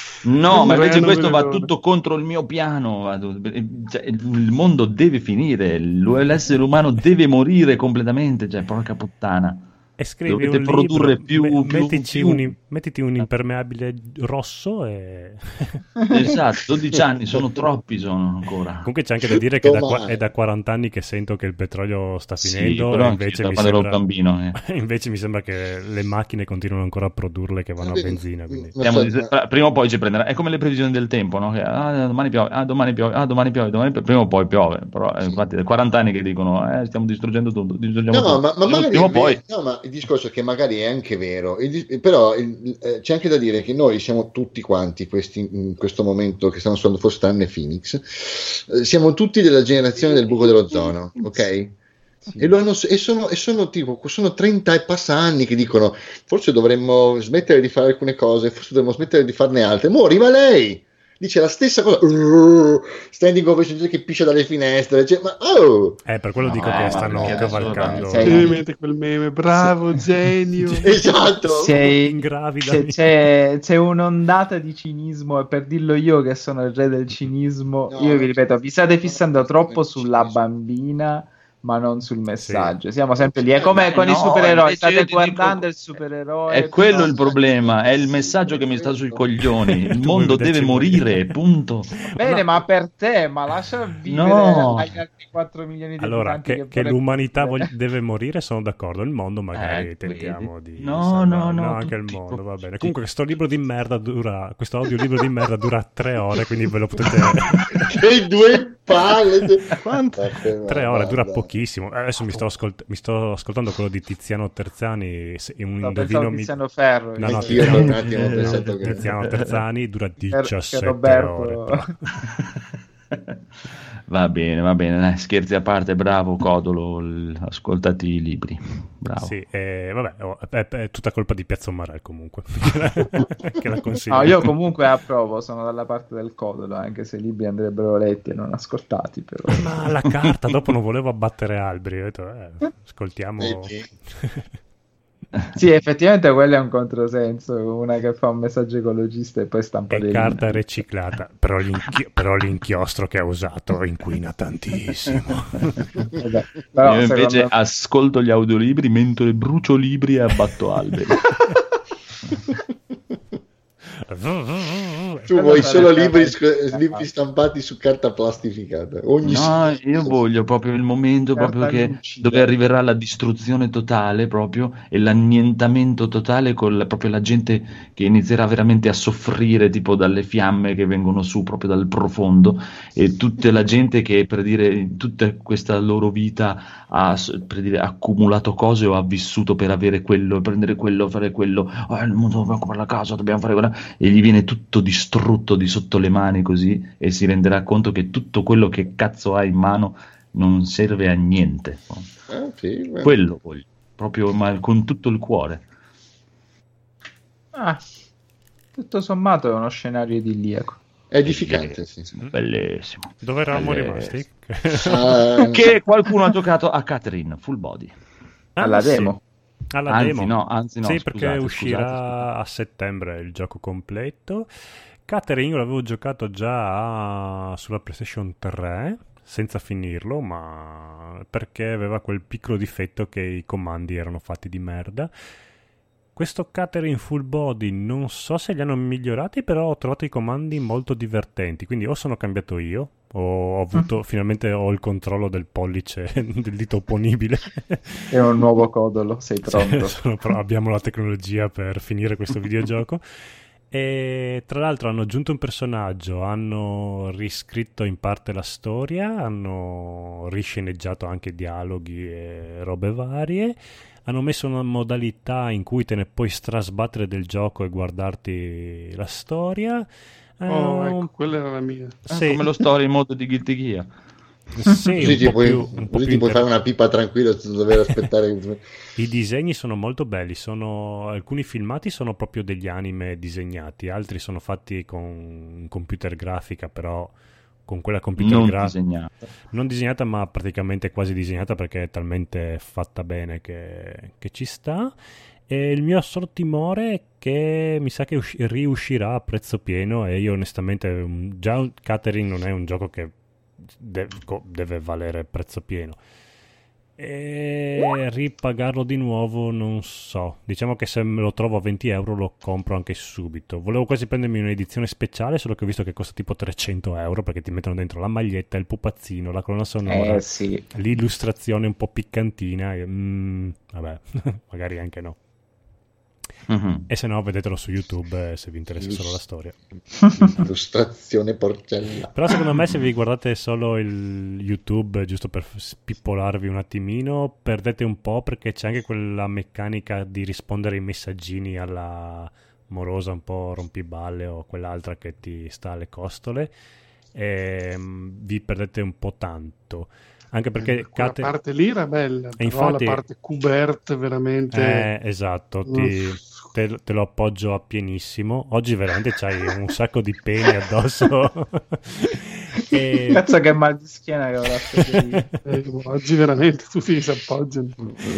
S3: No, ma invece
S1: Verano
S3: questo va
S1: vedore.
S3: tutto contro il mio piano. vado- cioè, il mondo deve finire, l- l'essere umano deve morire completamente. Cioè, porca puttana.
S2: E scrivi
S3: Dovete
S2: un
S3: produrre
S2: libro,
S3: più-
S2: me-
S3: più-
S2: mettici
S3: più-
S2: un, mettiti un impermeabile rosso e...
S3: Esatto, dodici anni sono troppi, sono ancora.
S2: Comunque c'è anche da dire che da qua-
S5: Domani.
S2: è da quaranta anni che sento che il petrolio sta
S3: Sì,
S2: finendo,
S3: però
S2: e
S3: anche
S2: invece
S3: da
S2: mi,
S3: quando ero
S2: sembra,
S3: bambino. eh.
S2: invece mi sembra che le macchine continuano ancora a produrle che vanno a benzina. Quindi...
S5: Non
S3: Stiamo
S5: so,
S3: di-
S5: ma-
S3: Prima o poi ci prenderà. È come le previsioni del tempo, no? Che, ah, domani piove, ah, domani piove, ah, domani piove, domani piove. Prima o poi piove. Però, eh, infatti, è quaranta anni che dicono, eh, stiamo distruggendo tutto. Distruggiamo
S5: No,
S3: tutto.
S5: ma, ma
S3: Prima-
S5: magari
S3: prima o
S5: è vero-
S3: poi.
S5: no, ma il discorso è che magari è anche vero, il dis- però il- eh, c'è anche da dire che noi siamo tutti quanti questi, in questo momento che stanno suonando Fostan e Phoenix, eh, siamo tutti della generazione del buco dell'ozono, ok?
S4: Sì.
S5: E, lo hanno, e, sono, e sono tipo sono trenta e passa anni che dicono forse dovremmo smettere di fare alcune cose, forse dovremmo smettere di farne altre. Mo' arriva lei, dice la stessa cosa, uh, standing ovation che piscia dalle finestre, cioè, ma oh!
S2: Eh, per quello
S3: No,
S2: dico
S3: ma
S2: che stanno
S3: perché adesso,
S2: cavalcando.
S4: vabbè,
S1: Mi
S4: sei-
S1: mette quel meme, bravo, genio.
S5: Esatto.
S4: Sei-
S2: Ingravidami.
S4: c'è, c'è, c'è un'ondata di cinismo, e per dirlo io che sono il re del cinismo,
S5: No,
S4: io vi
S5: no,
S4: ripeto, vi state
S5: no,
S4: fissando
S5: no,
S4: troppo
S5: no,
S4: sulla
S5: cinismo.
S4: bambina, ma non sul messaggio. Siamo sempre lì. È
S5: Eh,
S4: come con
S3: no,
S4: i supereroi,
S3: invece
S4: state
S3: io ti
S4: guardando
S3: dico-
S4: il supereroe.
S3: È quello
S5: no,
S3: il problema, è il messaggio che mi sta sui coglioni. Il
S2: Tu
S3: mondo
S2: vuoi
S3: deve
S2: vederci
S3: morire, punto.
S4: Bene,
S3: No.
S4: ma per te, ma lascia vivere
S3: No.
S4: agli altri quattro milioni di
S2: Allora,
S4: abitanti
S2: che, che
S4: vorrebbero
S2: l'umanità
S4: vivere.
S2: voglia- deve morire, sono d'accordo. Il mondo magari
S3: Eh,
S2: tentiamo
S3: vedi?
S2: di
S3: No,
S2: salvarlo.
S3: no, no,
S2: anche il
S3: tutti
S2: mondo, va
S3: proprio-
S2: bene. Comunque questo libro di merda dura, questo audiolibro di merda dura tre ore, quindi ve lo potete...
S5: Che due palle.
S2: Quanto?
S5: Vabbè,
S2: Tre ore, dura
S5: guarda.
S2: pochissimo. Adesso mi sto, ascolt- mi sto ascoltando quello di Tiziano Terzani, se- un
S4: No,
S2: indovino
S4: pensavo
S2: mi...
S4: Tiziano Ferro.
S2: No, no,
S5: Anch'io
S2: Tiziano,
S5: per un attimo ho
S2: no,
S5: pensato che-
S2: Tiziano Terzani dura
S4: che
S2: diciassette
S4: Roberto-
S2: ore. però.
S3: Va bene, va bene, dai, scherzi a parte, bravo Codolo, l- ascoltati i libri, bravo.
S2: Sì, eh, vabbè, oh, è, è tutta colpa di Piazza Umarell comunque, che la consiglio.
S4: No, io comunque approvo, sono dalla parte del Codolo, anche se i libri andrebbero letti e non ascoltati, però.
S2: Ma la carta, dopo non volevo abbattere alberi, ho detto, eh, ascoltiamo...
S5: Vedi?
S4: Sì, effettivamente quello è un controsenso, una che fa un messaggio ecologista e poi stampa
S2: È
S4: dei
S2: carta
S4: libri.
S2: riciclata, però, l'inchi- però l'inchiostro che ha usato inquina tantissimo.
S4: Vabbè, però
S3: Io invece
S4: secondo-
S3: ascolto gli audiolibri mentre brucio libri e abbatto alberi.
S5: Tu
S4: Quello
S5: vuoi solo
S4: sarebbe
S5: libri,
S4: una-
S5: sc- libri stampati su carta plastificata. Ogni
S3: No,
S5: singolo-
S3: io voglio proprio il momento
S4: Carta
S3: proprio che
S4: lucida.
S3: dove arriverà la distruzione totale proprio e l'annientamento totale con la- proprio la gente che inizierà veramente a soffrire tipo dalle fiamme che vengono su proprio dal profondo e tutta la gente che per dire in tutta questa loro vita ha s- per dire, accumulato cose o ha vissuto per avere quello, prendere quello, fare quello, oh, il mondo dobbiamo comprare la casa, dobbiamo fare quello e gli viene tutto distrutto di sotto le mani così e si renderà conto che tutto quello che cazzo ha in mano non serve a niente.
S5: Ah, sì, beh.
S3: Quello voglio, proprio ma con tutto il cuore.
S4: Ah, tutto sommato è uno scenario idilliaco.
S5: È edificante, sì.
S3: Bellissimo.
S2: Dove eravamo
S3: Bellissimo.
S2: rimasti?
S5: Ah,
S3: Che qualcuno ha giocato a Catherine Full Body.
S2: Ah,
S4: Alla
S2: sì.
S4: demo.
S2: Alla
S3: Anzi,
S2: demo.
S3: no, anzi no,
S2: sì,
S3: scusate,
S2: perché uscirà
S3: scusate,
S2: a settembre il gioco completo. Catherine io l'avevo giocato già sulla PlayStation tre senza finirlo, ma perché aveva quel piccolo difetto che i comandi erano fatti di merda. Questo Catherine Full Body non so se li hanno migliorati, però ho trovato i comandi molto divertenti, quindi o sono cambiato io o ho avuto finalmente ho il controllo del pollice del dito opponibile.
S4: È un nuovo Codolo, sei pronto?
S2: Sono pro- abbiamo la tecnologia per finire questo videogioco E tra l'altro hanno aggiunto un personaggio, hanno riscritto in parte la storia, hanno risceneggiato anche dialoghi e robe varie, hanno messo una modalità in cui te ne puoi strasbattere del gioco e guardarti la storia.
S1: Oh,
S2: Uh,
S1: ecco, quella era la mia.
S2: sì.
S3: Ah, come lo story mode di Guilty Gear.
S2: Sì,
S5: Così
S2: un
S5: ti
S2: po'
S5: puoi,
S2: più, un po'
S5: così
S2: più
S5: ti puoi
S2: inter-
S5: fare una pipa tranquilla senza dover aspettare.
S2: I disegni sono molto belli, sono, alcuni filmati sono proprio degli anime disegnati, altri sono fatti con computer grafica, però con quella computer
S3: Non
S2: grafica
S3: disegnata.
S2: non disegnata ma praticamente quasi disegnata, perché è talmente fatta bene che, che ci sta. E il mio solo timore è che mi sa che usci- riuscirà a prezzo pieno, e io onestamente um, già un- Catherine non è un gioco che de- co- deve valere prezzo pieno, e ripagarlo di nuovo non so. Diciamo che se me lo trovo a venti euro lo compro anche subito. Volevo quasi prendermi un'edizione speciale, solo che ho visto che costa tipo trecento euro, perché ti mettono dentro la maglietta, il pupazzino, la colonna sonora,
S4: Eh sì.
S2: l'illustrazione un po' piccantina e, mm, vabbè, magari anche no.
S3: Mhm.
S2: E se no vedetelo su YouTube, eh, se vi interessa solo la storia.
S5: Illustrazione porcella.
S2: Però secondo me se vi guardate solo il YouTube giusto per spippolarvi un attimino, perdete un po', perché c'è anche quella meccanica di rispondere ai messaggini alla morosa un po' rompiballe o quell'altra che ti sta alle costole, e mm, vi perdete un po' tanto. Anche perché
S1: Quella
S2: Cate-
S1: parte lì era bella,
S2: E
S1: però
S2: infatti-
S1: la parte Kubert veramente...
S2: Eh, esatto, ti, te, te lo appoggio a pienissimo. Oggi veramente c'hai un sacco di peni addosso. E-
S4: Cazzo che mal di schiena che avrà Federico.
S1: Eh, oggi veramente tutti si appoggiano.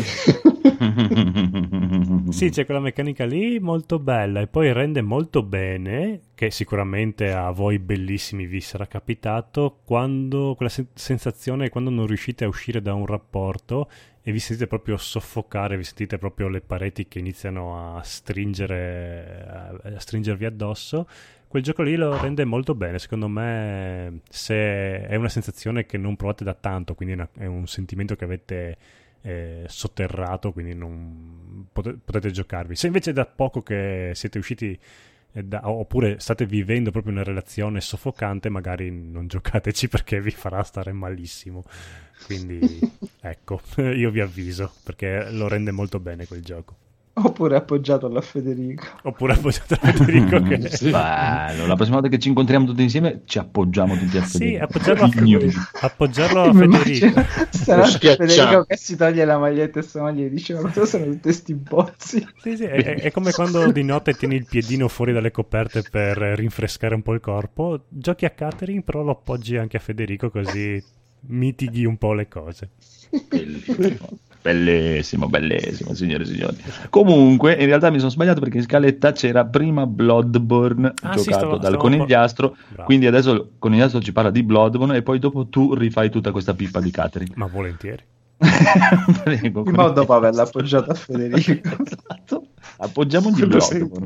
S2: Sì, c'è quella meccanica lì molto bella, e poi rende molto bene, che sicuramente a voi bellissimi vi sarà capitato, quando quella sen- sensazione quando non riuscite a uscire da un rapporto e vi sentite proprio soffocare, vi sentite proprio le pareti che iniziano a stringere, a stringervi addosso. Quel gioco lì lo rende molto bene, secondo me. Se è una sensazione che non provate da tanto, quindi è, una- è un sentimento che avete eh, sotterrato, quindi non pote- potete giocarvi. Se invece è da poco che siete usciti eh, da- oppure state vivendo proprio una relazione soffocante, magari non giocateci, perché vi farà stare malissimo. Quindi ecco, io vi avviso, perché lo rende molto bene quel gioco.
S4: Oppure appoggiato alla Federico.
S2: Oppure appoggiate a Federico che...
S1: Sì.
S3: Bello, la prossima volta che ci incontriamo tutti insieme ci appoggiamo tutti a
S2: Sì,
S3: Federico.
S2: appoggiarlo a Federico. Appoggiarlo a
S4: Mi
S2: Federico.
S4: immagino stanotte
S5: schiacciato.
S4: Federico che si toglie la maglietta e sua moglie gli dice: ma cosa sono tutti sti bozzi?
S2: Sì, sì, è, è come quando di notte tieni il piedino fuori dalle coperte per rinfrescare un po' il corpo. Giochi a Catherine, però lo appoggi anche a Federico, così mitighi un po' le cose.
S3: Bellissimo. Bellissimo, bellissimo, signore e signori. Comunque, in realtà mi sono sbagliato, perché in scaletta c'era prima Bloodborne
S2: Ah, sì,
S3: giocato
S2: stavo-
S3: dal
S2: stavo
S3: conigliastro,
S2: Bravo.
S3: quindi adesso il conigliastro ci parla di Bloodborne e poi dopo tu rifai tutta questa pippa di Catherine.
S2: Ma volentieri.
S3: Prego,
S4: Di modo dopo averla appoggiata a Federico.
S3: Esatto. Appoggiamogli
S1: Quello
S3: Bloodborne.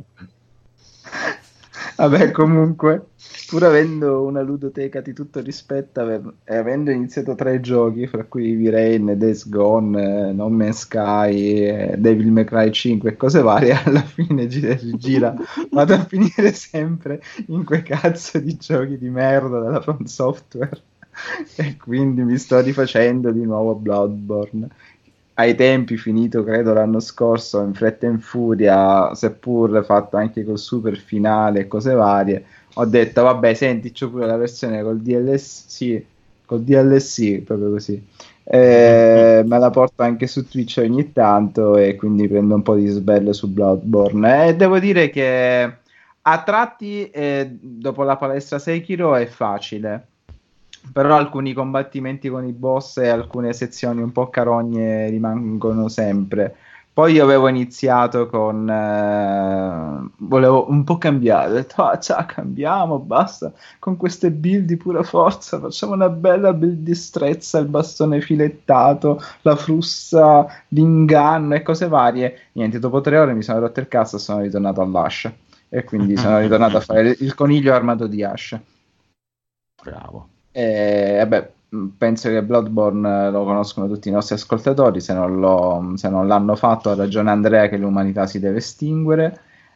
S4: Vabbè, comunque, pur avendo una ludoteca di tutto rispetto aver- e avendo iniziato tre giochi, fra cui V-Rain, Days Gone, eh, No Man's Sky, eh, Devil May Cry cinque e cose varie, alla fine gira e rigira vado a finire sempre in quei cazzo di giochi di merda della From Software, e quindi mi sto rifacendo di nuovo Bloodborne. Ai tempi, finito credo l'anno scorso in fretta e in furia, seppur fatto anche col super finale e cose varie, ho detto vabbè, senti, c'ho pure la versione col D L S, sì, col D L C, proprio così, eh, me la porto anche su Twitch ogni tanto, e quindi prendo un po' di sbello su Bloodborne, e devo dire che a tratti, eh, dopo la palestra Sekiro è facile, però alcuni combattimenti con i boss e alcune sezioni un po' carogne rimangono sempre. Poi io avevo iniziato con eh, volevo un po' cambiare, ho detto ah ciao, cambiamo, basta con queste build di pura forza, facciamo una bella build di strezza, il bastone filettato, la frusta, l'inganno e cose varie. Niente, dopo tre ore mi sono rotto il cazzo e sono ritornato all'Ash, e quindi sono ritornato a fare il coniglio armato di Ash.
S3: Bravo.
S4: E vabbè, mh, penso che Bloodborne eh, lo conoscono tutti i nostri ascoltatori, se non, lo- se non l'hanno fatto ha ragione Andrea che l'umanità si deve estinguere.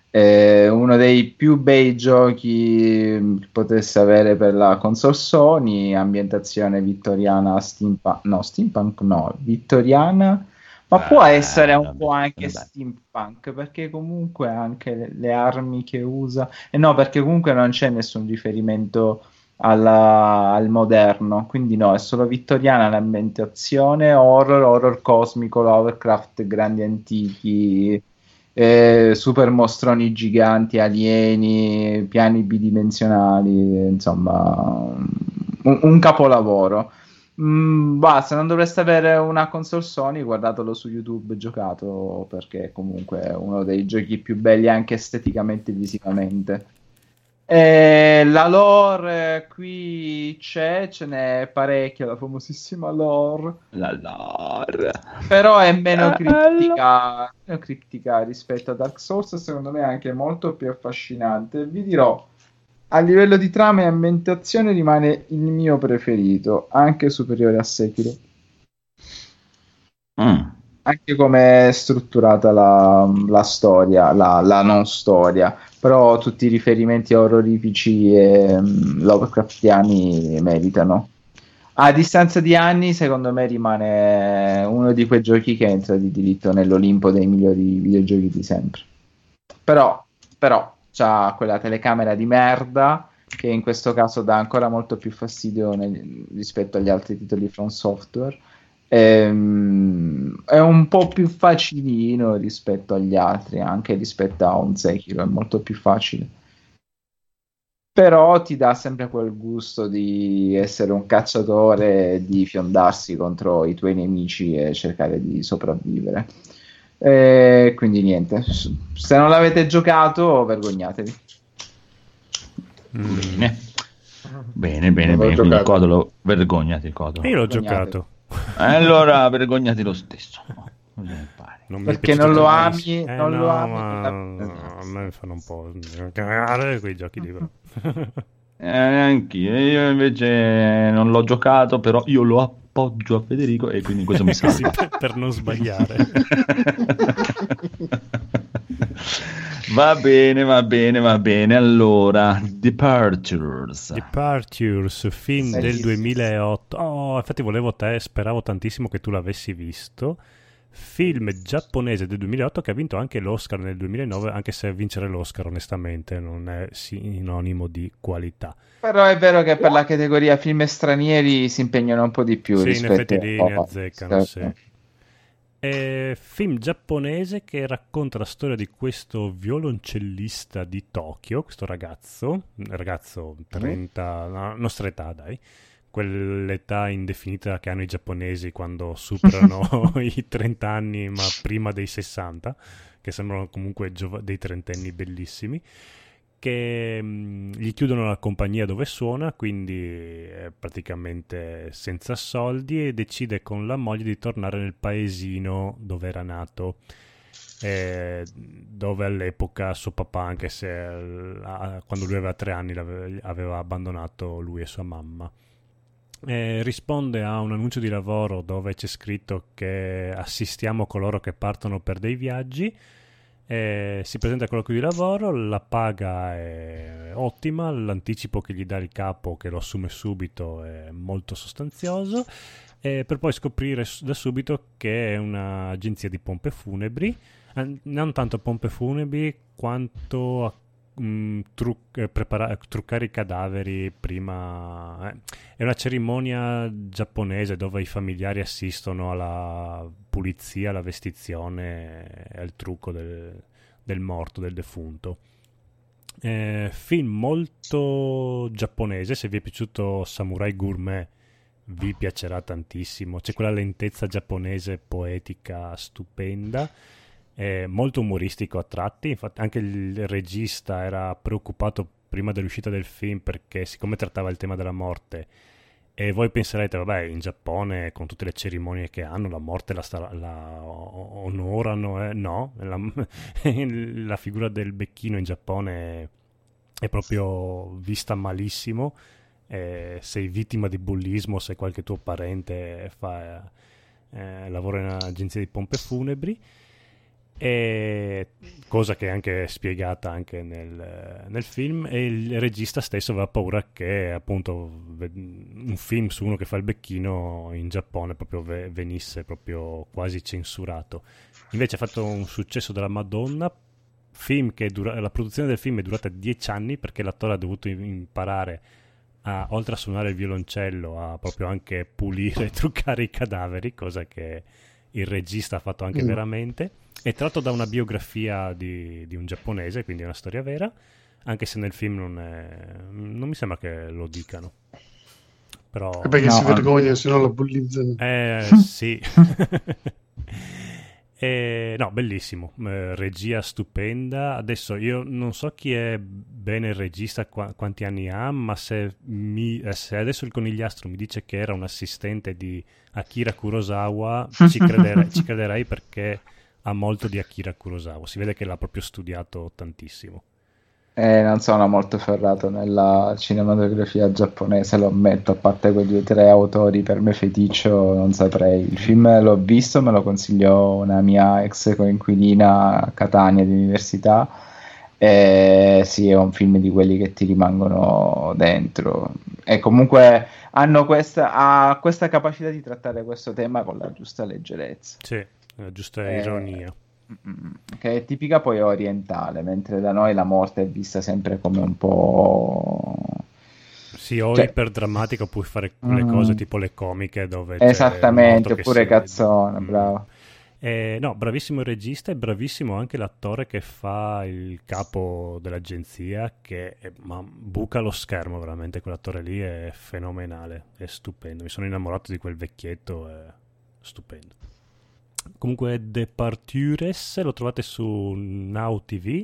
S4: È uno dei più bei giochi che potesse avere per la console Sony, ambientazione vittoriana, steampunk, no, steampunk no, vittoriana, ma può
S3: Eh,
S4: essere un
S3: vabbè,
S4: po' anche
S3: vabbè.
S4: steampunk, perché comunque anche le, le armi che usa, e no, perché comunque non c'è nessun riferimento alla- al moderno, quindi no, è solo vittoriana l'ambientazione, horror, horror cosmico, Lovecraft, grandi antichi, eh, super mostroni giganti, alieni, piani bidimensionali, insomma, un, un capolavoro. Mm, basta, non dovreste avere una console Sony, guardatelo su YouTube giocato, perché comunque è uno dei giochi più belli anche esteticamente e visivamente. Eh, la lore eh, qui c'è, ce n'è parecchia, la famosissima lore,
S3: La lore.
S4: però è meno
S3: Bello.
S4: criptica, meno criptica rispetto a Dark Souls, secondo me è anche molto più affascinante. Vi dirò, a livello di trama e ambientazione rimane il mio preferito, anche superiore a Sekiro.
S3: Mm.
S4: Anche come è strutturata la, la storia, la, la non storia, però tutti i riferimenti orrorifici e um, Lovecraftiani meritano. A distanza di anni, secondo me rimane uno di quei giochi che entra di diritto nell'Olimpo dei migliori videogiochi di sempre. Però, però, c'ha quella telecamera di merda che in questo caso dà ancora molto più fastidio nel- rispetto agli altri titoli From Software. Ehm, è un po' più facilino rispetto agli altri, anche rispetto a un Sekiro, è molto più facile. Però ti dà sempre quel gusto di essere un cacciatore e di fiondarsi contro i tuoi nemici e cercare di sopravvivere. E quindi niente, se non l'avete giocato, vergognatevi.
S3: Bene. Bene, bene,
S5: Non l'ho
S3: bene. Quindi
S5: giocato.
S3: Codolo, vergognati Codolo.
S2: E io l'ho
S4: Vergognate.
S2: giocato.
S3: Allora, vergognati lo stesso. Cosa ne pare?
S2: Non mi è
S4: Perché
S2: piaciuto
S4: non lo
S2: tantissimo.
S4: ami,
S2: Eh,
S4: non
S2: no,
S4: lo ami.
S2: ma
S4: la-
S2: a me fanno un po' cagare quei giochi lì, però.
S3: Eh, anch'io, io invece non l'ho giocato, però io lo appoggio a Federico e quindi questo mi
S2: Così
S3: salva.
S2: per, per non sbagliare.
S3: Va bene, va bene, va bene. Allora, Departures.
S2: Departures, film del
S4: Bellissimo.
S2: duemilaotto. Oh, infatti volevo te, speravo tantissimo che tu l'avessi visto. Film giapponese del duemilaotto che ha vinto anche l'Oscar nel duemilanove, anche se vincere l'Oscar onestamente non è sinonimo di qualità.
S4: Però è vero che per la categoria film stranieri si impegnano un po' di più
S2: Sì, in
S4: rispetto
S2: effetti lì ne
S4: a...
S2: azzeccano, sì.
S4: Certo.
S2: È film giapponese che racconta la storia di questo violoncellista di Tokyo, questo ragazzo, ragazzo trenta, no, nostra età dai, quell'età indefinita che hanno i giapponesi quando superano i trenta anni ma prima dei sessanta, che sembrano comunque giov- dei trentenni bellissimi, che mh, gli chiudono la compagnia dove suona, quindi è praticamente senza soldi e decide con la moglie di tornare nel paesino dove era nato, eh, dove all'epoca suo papà, anche se eh, a- quando lui aveva tre anni l'ave- aveva abbandonato lui e sua mamma. Eh, risponde a un annuncio di lavoro dove c'è scritto che assistiamo coloro che partono per dei viaggi. Eh, si presenta a colloquio di lavoro, la paga è ottima, l'anticipo che gli dà il capo, che lo assume subito, è molto sostanzioso, eh, per poi scoprire s- da subito che è un'agenzia di pompe funebri, eh, non tanto pompe funebri quanto a mh, truc- eh, prepara- truccare i cadaveri prima. eh. È una cerimonia giapponese dove i familiari assistono alla pulizia, alla vestizione e al trucco del, del morto, del defunto. Eh, film molto giapponese, se vi è piaciuto Samurai Gourmet vi piacerà tantissimo, c'è quella lentezza giapponese poetica stupenda, è molto umoristico a tratti, infatti anche il regista era preoccupato prima dell'uscita del film perché siccome trattava il tema della morte, e voi penserete, vabbè, in Giappone con tutte le cerimonie che hanno, la morte la, sta- la o- onorano, eh? No, la, la figura del becchino in Giappone è proprio vista malissimo, eh, sei vittima di bullismo se qualche tuo parente fa, eh, lavora in un'agenzia di pompe funebri. E cosa che è anche spiegata anche nel, nel film, e il regista stesso aveva paura che appunto un film su uno che fa il becchino in Giappone proprio venisse proprio quasi censurato. Invece ha fatto un successo della Madonna, film che dura, la produzione del film è durata dieci anni perché l'attore ha dovuto imparare a, oltre a suonare il violoncello, a proprio anche pulire e truccare i cadaveri, cosa che il regista ha fatto anche mm. veramente. È tratto da una biografia di, di un giapponese, quindi è una storia vera, anche se nel film non, è, non mi sembra che lo dicano. Però...
S1: È perché
S4: no,
S1: si vergogna, se no lo bullizzano.
S2: Eh, sì. E, no, bellissimo, eh, regia stupenda. Adesso io non so chi è bene il regista, qu- quanti anni ha, ma se, mi, eh, se adesso il conigliastro mi dice che era un assistente di Akira Kurosawa, ci crederei, ci crederei perché ha molto di Akira Kurosawa, si vede che l'ha proprio studiato tantissimo.
S4: Eh, non sono molto ferrato nella cinematografia giapponese, lo ammetto, a parte quei due o tre autori per me feticcio, non saprei. Il film l'ho visto, me lo consigliò una mia ex coinquilina a Catania di università, e sì, è un film di quelli che ti rimangono dentro. E comunque hanno questa, ha questa capacità di trattare questo tema con la giusta leggerezza.
S2: Sì, la giusta
S4: eh,
S2: ironia.
S4: Che è tipica poi orientale, mentre da noi la morte è vista sempre come un po'...
S2: Sì, o
S4: cioè...
S2: iperdrammatico, puoi fare le cose mm. tipo le comiche dove
S4: esattamente, oppure cazzone,
S2: mm.
S4: bravo.
S2: Eh, no, bravissimo il regista e bravissimo anche l'attore che fa il capo dell'agenzia, che è, ma buca lo schermo veramente, quell'attore lì è fenomenale, è stupendo, mi sono innamorato di quel vecchietto, è stupendo. Comunque Departures lo trovate su Now T V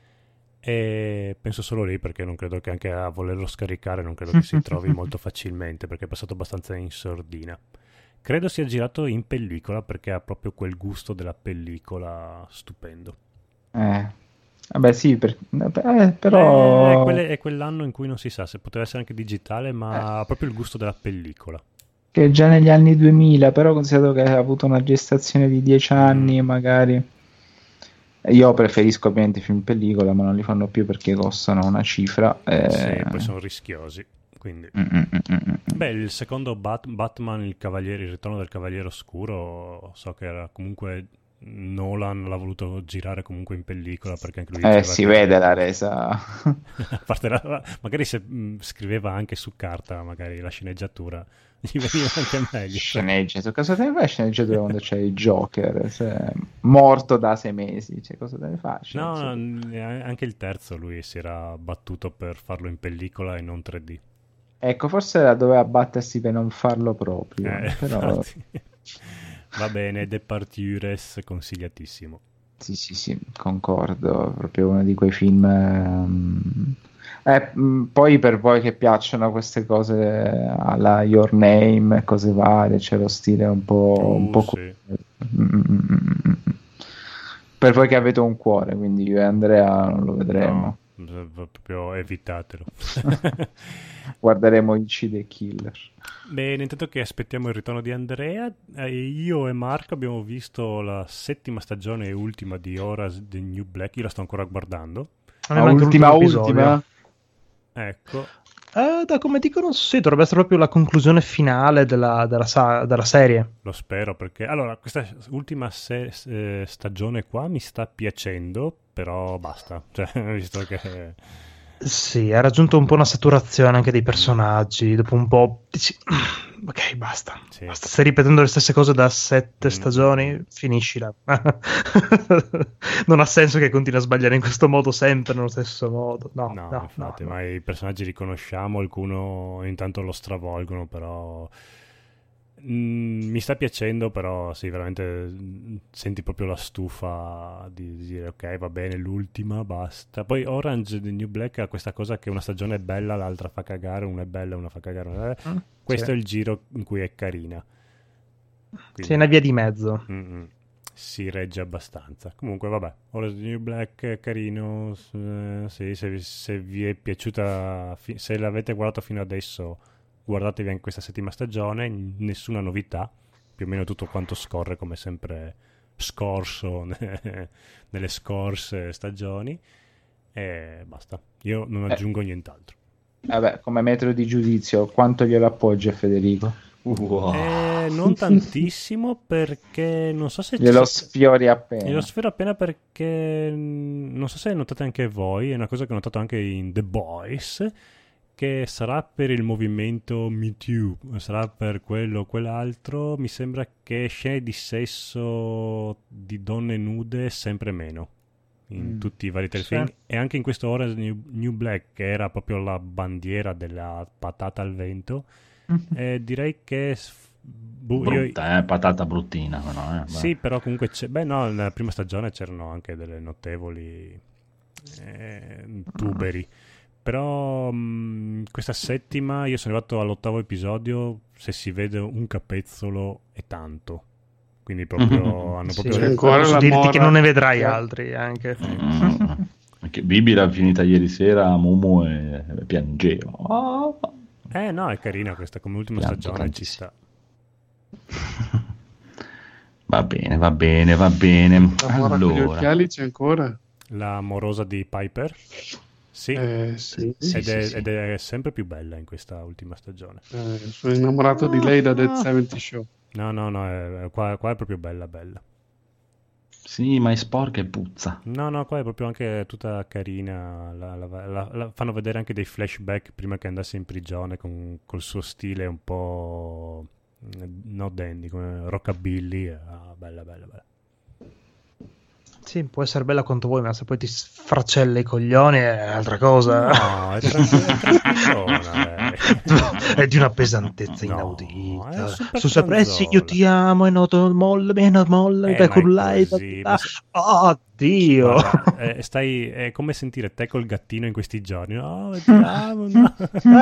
S2: e penso solo lì, perché non credo che anche a volerlo scaricare non credo che si trovi molto facilmente, perché è passato abbastanza in sordina. Credo sia girato in pellicola perché ha proprio quel gusto della pellicola stupendo.
S4: Eh, vabbè sì, per, eh, però...
S2: Eh, è, quelle, è quell'anno in cui non si sa se poteva essere anche digitale, ma eh. ha proprio il gusto della pellicola.
S4: Che è già negli anni duemila, però considerato che ha avuto una gestazione di dieci anni, mm. magari. Io preferisco ovviamente i film in pellicola, ma non li fanno più perché costano una cifra. Eh...
S2: Sì, poi sono rischiosi. Quindi.
S4: Mm-mm-mm-mm.
S2: Beh, il secondo Bat- Batman, il Cavaliere, il ritorno del Cavaliere Oscuro, so che era comunque Nolan l'ha voluto girare comunque in pellicola perché anche lui
S4: eh si che... vede la resa.
S2: A parte la... magari se mh, scriveva anche su carta magari la sceneggiatura gli veniva anche meglio.
S4: Sceneggiatura, cosa te ne fai sceneggiatura quando c'è il Joker se... morto da sei mesi, cioè, cosa te ne fai?
S2: No, anche il terzo lui si era battuto per farlo in pellicola e non tre D.
S4: Ecco, forse doveva battersi per non farlo proprio,
S2: eh,
S4: però...
S2: Va bene, Departures consigliatissimo.
S4: Sì, sì, sì, concordo, proprio uno di quei film... Um... Eh, poi per voi che piacciono queste cose alla Your Name e cose varie, c'è lo stile un po'...
S2: Uh,
S4: un po'
S2: sì.
S4: Per voi che avete un cuore, quindi io e Andrea non lo vedremo.
S2: No, proprio evitatelo.
S4: Guarderemo I C The Killer.
S2: Bene, intanto che aspettiamo il ritorno di Andrea, eh, io e Marco abbiamo visto la settima stagione e ultima di Orange the New Black. Io la sto ancora guardando.
S4: Ah, ultima, ultima?
S2: Ecco.
S6: Eh, da come dicono, sì, dovrebbe essere proprio la conclusione finale della, della, sa- della serie.
S2: Lo spero, perché allora questa ultima se- eh, stagione qua mi sta piacendo, però basta, cioè, visto che...
S6: Sì, ha raggiunto un po' una saturazione anche dei personaggi, dopo un po' dici, ok, basta,
S2: sì.
S6: basta. Stai ripetendo le stesse cose da sette mm. stagioni, finiscila. Non ha senso che continui a sbagliare in questo modo sempre nello stesso modo. No,
S2: no,
S6: no
S2: infatti,
S6: no,
S2: ma
S6: no.
S2: i personaggi li conosciamo, alcuno intanto lo stravolgono, però... Mm, mi sta piacendo, però sì, veramente senti proprio la stufa di, di dire ok, va bene, l'ultima, basta. Poi Orange the New Black ha questa cosa che una stagione è bella, l'altra fa cagare, una è bella, una fa cagare, una è... Mm, questo sì. È il giro in cui è carina. Quindi,
S6: c'è una via di mezzo.
S2: Mm-mm, si regge abbastanza. Comunque vabbè, Orange the New Black è carino, eh, sì, se, se vi è piaciuta, se l'avete guardato fino adesso, guardatevi anche questa settima stagione, nessuna novità, più o meno tutto quanto scorre come sempre scorso nelle scorse stagioni, e basta. Io non aggiungo eh. nient'altro.
S4: Vabbè, come metro di giudizio, quanto glielo appoggi a Federico?
S2: Wow. Eh, non tantissimo, perché non so se
S4: glielo sfiori appena.
S2: Glielo sfioro appena perché non so se notate anche voi, è una cosa che ho notato anche in The Boys, che sarà per il movimento Me Too, sarà per quello o quell'altro, mi sembra che scene di sesso di donne nude sempre meno in mm. tutti i vari telefilm, sì. E anche in questo Orange New, New Black, che era proprio la bandiera della patata al vento, mm-hmm. eh, direi che boh,
S3: brutta, io... eh, patata bruttina però, eh,
S2: sì, però comunque c'è... beh no, nella prima stagione c'erano anche delle notevoli eh, tuberi. Però mh, questa settima io sono arrivato all'ottavo episodio, se si vede un capezzolo è tanto, quindi proprio mm-hmm. hanno proprio
S6: sì, le... posso dirti che non ne vedrai sì. altri anche.
S3: Mm. Perché Bibi l'ha finita ieri sera a Mumu e piangeva. Oh.
S2: Eh no, è carina questa come ultima Pianto stagione, tantissimo. Ci sta.
S3: Va bene, va bene, va bene.
S1: La mora
S3: allora.
S1: con gli occhiali c'è ancora?
S2: La morosa di Piper? Sì,
S1: eh, sì,
S2: sì, ed,
S1: sì,
S2: è,
S1: sì.
S2: ed è sempre più bella in questa ultima stagione.
S1: Eh, sono innamorato di lei da Dead settanta Show.
S2: No, no, no, è, qua, qua è proprio bella, bella.
S3: Sì, ma è sporca e puzza.
S2: No, no, qua è proprio anche tutta carina. La, la, la, la, fanno vedere anche dei flashback prima che andasse in prigione con col suo stile un po' no dandy, come rockabilly. Ah, bella, bella, bella.
S6: Sì, può essere bella quanto vuoi, ma se poi ti sfracella i coglioni è altra cosa.
S2: No, è tranquillona.
S6: È di una pesantezza
S2: no,
S6: inaudita. Su sempre, sì, io ti amo, è noto, molle, meno molle,
S2: eh,
S6: cullai,
S2: ah,
S6: oh Dio.
S2: Guarda, eh, stai, è come sentire te col gattino in questi giorni. No, ti amo, no.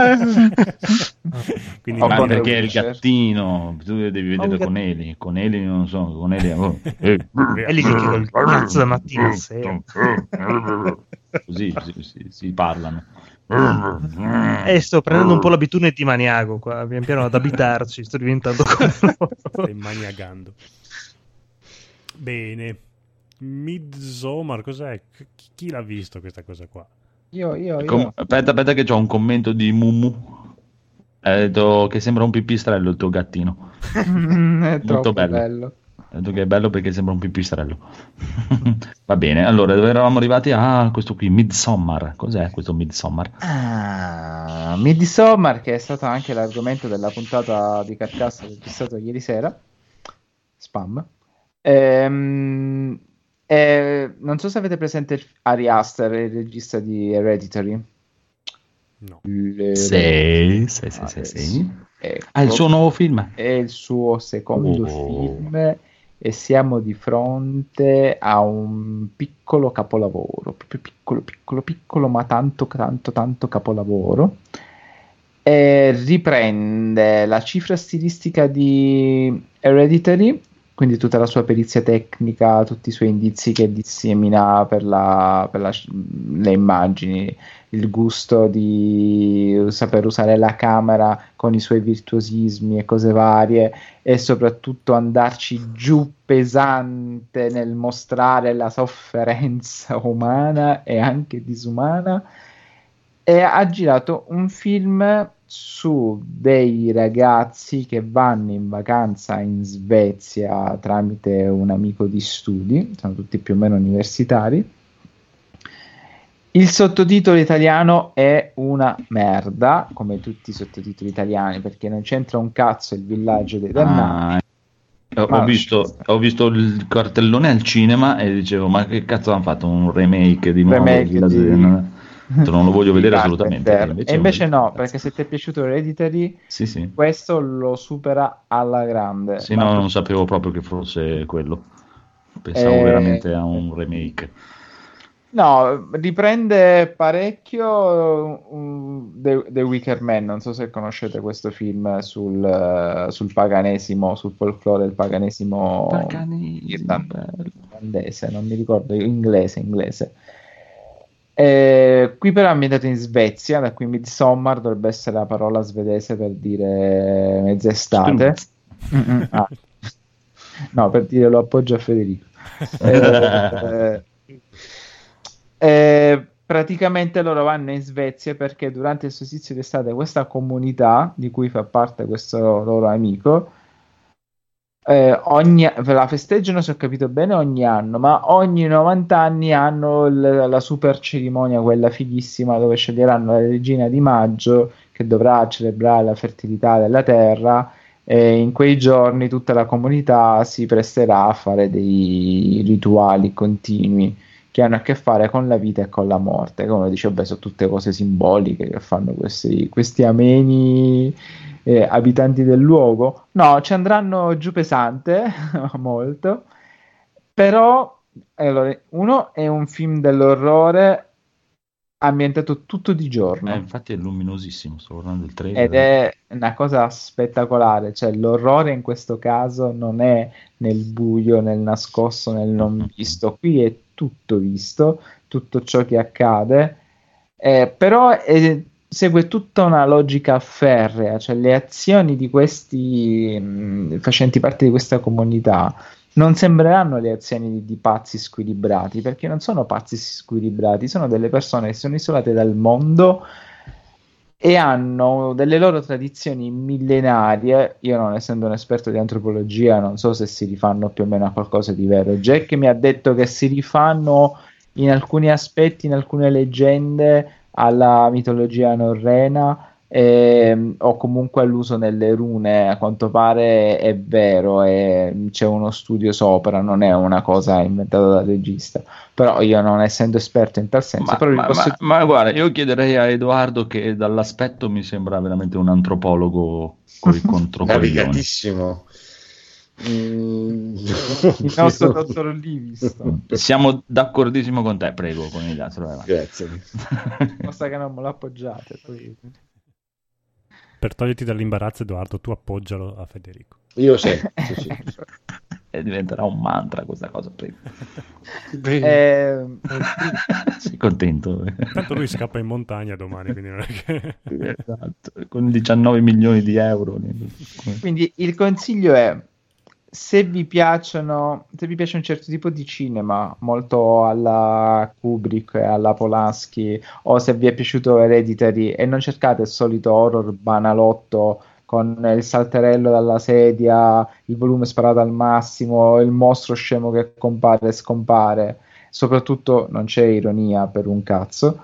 S2: Quindi
S3: oh, ma perché è il gattino, tu devi vedere con Eli, con Eli non so, con Eli oh.
S6: eh. Eli che col cazzo da mattina a sera.
S3: Così si, si, si parlano.
S6: E eh, sto prendendo un po' l'abitudine di maniaco qua, pian piano ad abitarci, sto diventando come
S2: stai maniagando. Bene. Midsommar, cos'è? Chi, chi l'ha visto questa cosa qua?
S4: Io, io, io.
S3: Com- aspetta, aspetta che c'ho un commento di Mumu. Ha detto che sembra un pipistrello il tuo gattino.
S4: È
S3: molto bello. bello. Ha detto che è bello perché sembra un pipistrello. Va bene, allora dove eravamo arrivati? Ah, questo qui, Midsommar. Cos'è questo Midsommar?
S4: Ah, Midsommar, che è stato anche l'argomento della puntata di Carcassa che ho visto ieri sera. Spam. Ehm, eh, non so se avete presente il Ari Aster, il regista di Hereditary.
S2: No.
S3: Le... Sì, sì, sì, sì, sì.
S4: Ecco,
S3: ah, il suo nuovo film?
S4: È il suo secondo
S3: oh.
S4: film e siamo di fronte a un piccolo capolavoro, proprio piccolo, piccolo, piccolo, ma tanto, tanto, tanto capolavoro. E riprende la cifra stilistica di Hereditary, quindi tutta la sua perizia tecnica, tutti i suoi indizi che dissemina per, la, per la, le immagini, il gusto di saper usare la camera con i suoi virtuosismi e cose varie, e soprattutto andarci giù pesante nel mostrare la sofferenza umana e anche disumana. E ha girato un film su dei ragazzi che vanno in vacanza in Svezia tramite un amico di studi, sono tutti più o meno universitari. Il sottotitolo italiano è una merda, come tutti i sottotitoli italiani, perché non c'entra un cazzo il villaggio dei dannati.
S3: Ah, ho, visto, ho visto il cartellone al cinema e dicevo, ma che cazzo hanno fatto? Un remake di nuovo?
S4: Remake di...
S3: Dei... non lo voglio vedere assolutamente.
S4: E invece, e invece no, perché se ti è piaciuto Hereditary,
S3: sì, sì.
S4: questo lo supera alla grande.
S3: Sì, ma no, tu... non sapevo proprio che fosse quello. Pensavo eh... veramente a un remake.
S4: No, riprende parecchio um, The, The Wicker Man. Non so se conoscete questo film sul, uh, sul paganesimo, sul folklore del paganesimo irlandese, non mi ricordo, inglese, inglese. Eh, qui però è ambientato in Svezia, da qui Midsommar dovrebbe essere la parola svedese per dire mezz'estate. ah. No, per dire lo appoggio a Federico. eh, eh, praticamente loro vanno in Svezia perché durante il solstizio d'estate questa comunità di cui fa parte questo loro amico eh, ogni, la festeggiano, se ho capito bene, ogni anno, ma ogni novanta anni hanno l- la super cerimonia, quella fighissima, dove sceglieranno la regina di maggio che dovrà celebrare la fertilità della terra, e in quei giorni tutta la comunità si presterà a fare dei rituali continui che hanno a che fare con la vita e con la morte. Come dice, beh, sono tutte cose simboliche che fanno questi, questi ameni eh, abitanti del luogo. No, ci andranno giù pesante, molto, però allora, uno è un film dell'orrore ambientato tutto di giorno.
S3: Eh, infatti è luminosissimo, sto guardando il trailer.
S4: Ed è una cosa spettacolare, cioè l'orrore in questo caso non è nel buio, nel nascosto, nel non visto, qui è tutto visto, tutto ciò che accade, eh, però è, segue tutta una logica ferrea, cioè le azioni di questi mh, facenti parte di questa comunità non sembreranno le azioni di, di pazzi squilibrati, perché non sono pazzi squilibrati, sono delle persone che sono isolate dal mondo e hanno delle loro tradizioni millenarie. Io, non essendo un esperto di antropologia, non so se si rifanno più o meno a qualcosa di vero. Jack mi ha detto che si rifanno in alcuni aspetti, in alcune leggende, alla mitologia norrena, eh, o comunque all'uso nelle rune. A quanto pare è vero, e c'è uno studio sopra, non è una cosa inventata dal regista, però io, non essendo esperto in tal senso,
S3: Ma,
S4: però vi
S3: ma,
S4: posso...
S3: ma, ma guarda, io chiederei a Edoardo, che dall'aspetto mi sembra veramente un antropologo con i controcoglioni.
S5: Navigatissimo. Mm.
S4: Il nostro dottor Livingston.
S3: Siamo d'accordissimo con te, prego, con il altro.
S5: Grazie.
S4: Basta che non me lo appoggiate poi.
S2: Per toglierti dall'imbarazzo, Edoardo, tu appoggialo a Federico.
S5: Io sì, sì, sì.
S3: E diventerà un mantra questa cosa, prego.
S4: Eh,
S3: Sei contento?
S2: Tanto lui scappa in montagna domani, quindi non è che...
S3: Esatto, con diciannove milioni di euro.
S4: quindi il consiglio è: se vi piacciono, se vi piace un certo tipo di cinema molto alla Kubrick e alla Polanski, o se vi è piaciuto Hereditary e non cercate il solito horror banalotto con il salterello dalla sedia, il volume sparato al massimo, il mostro scemo che compare e scompare, soprattutto non c'è ironia per un cazzo,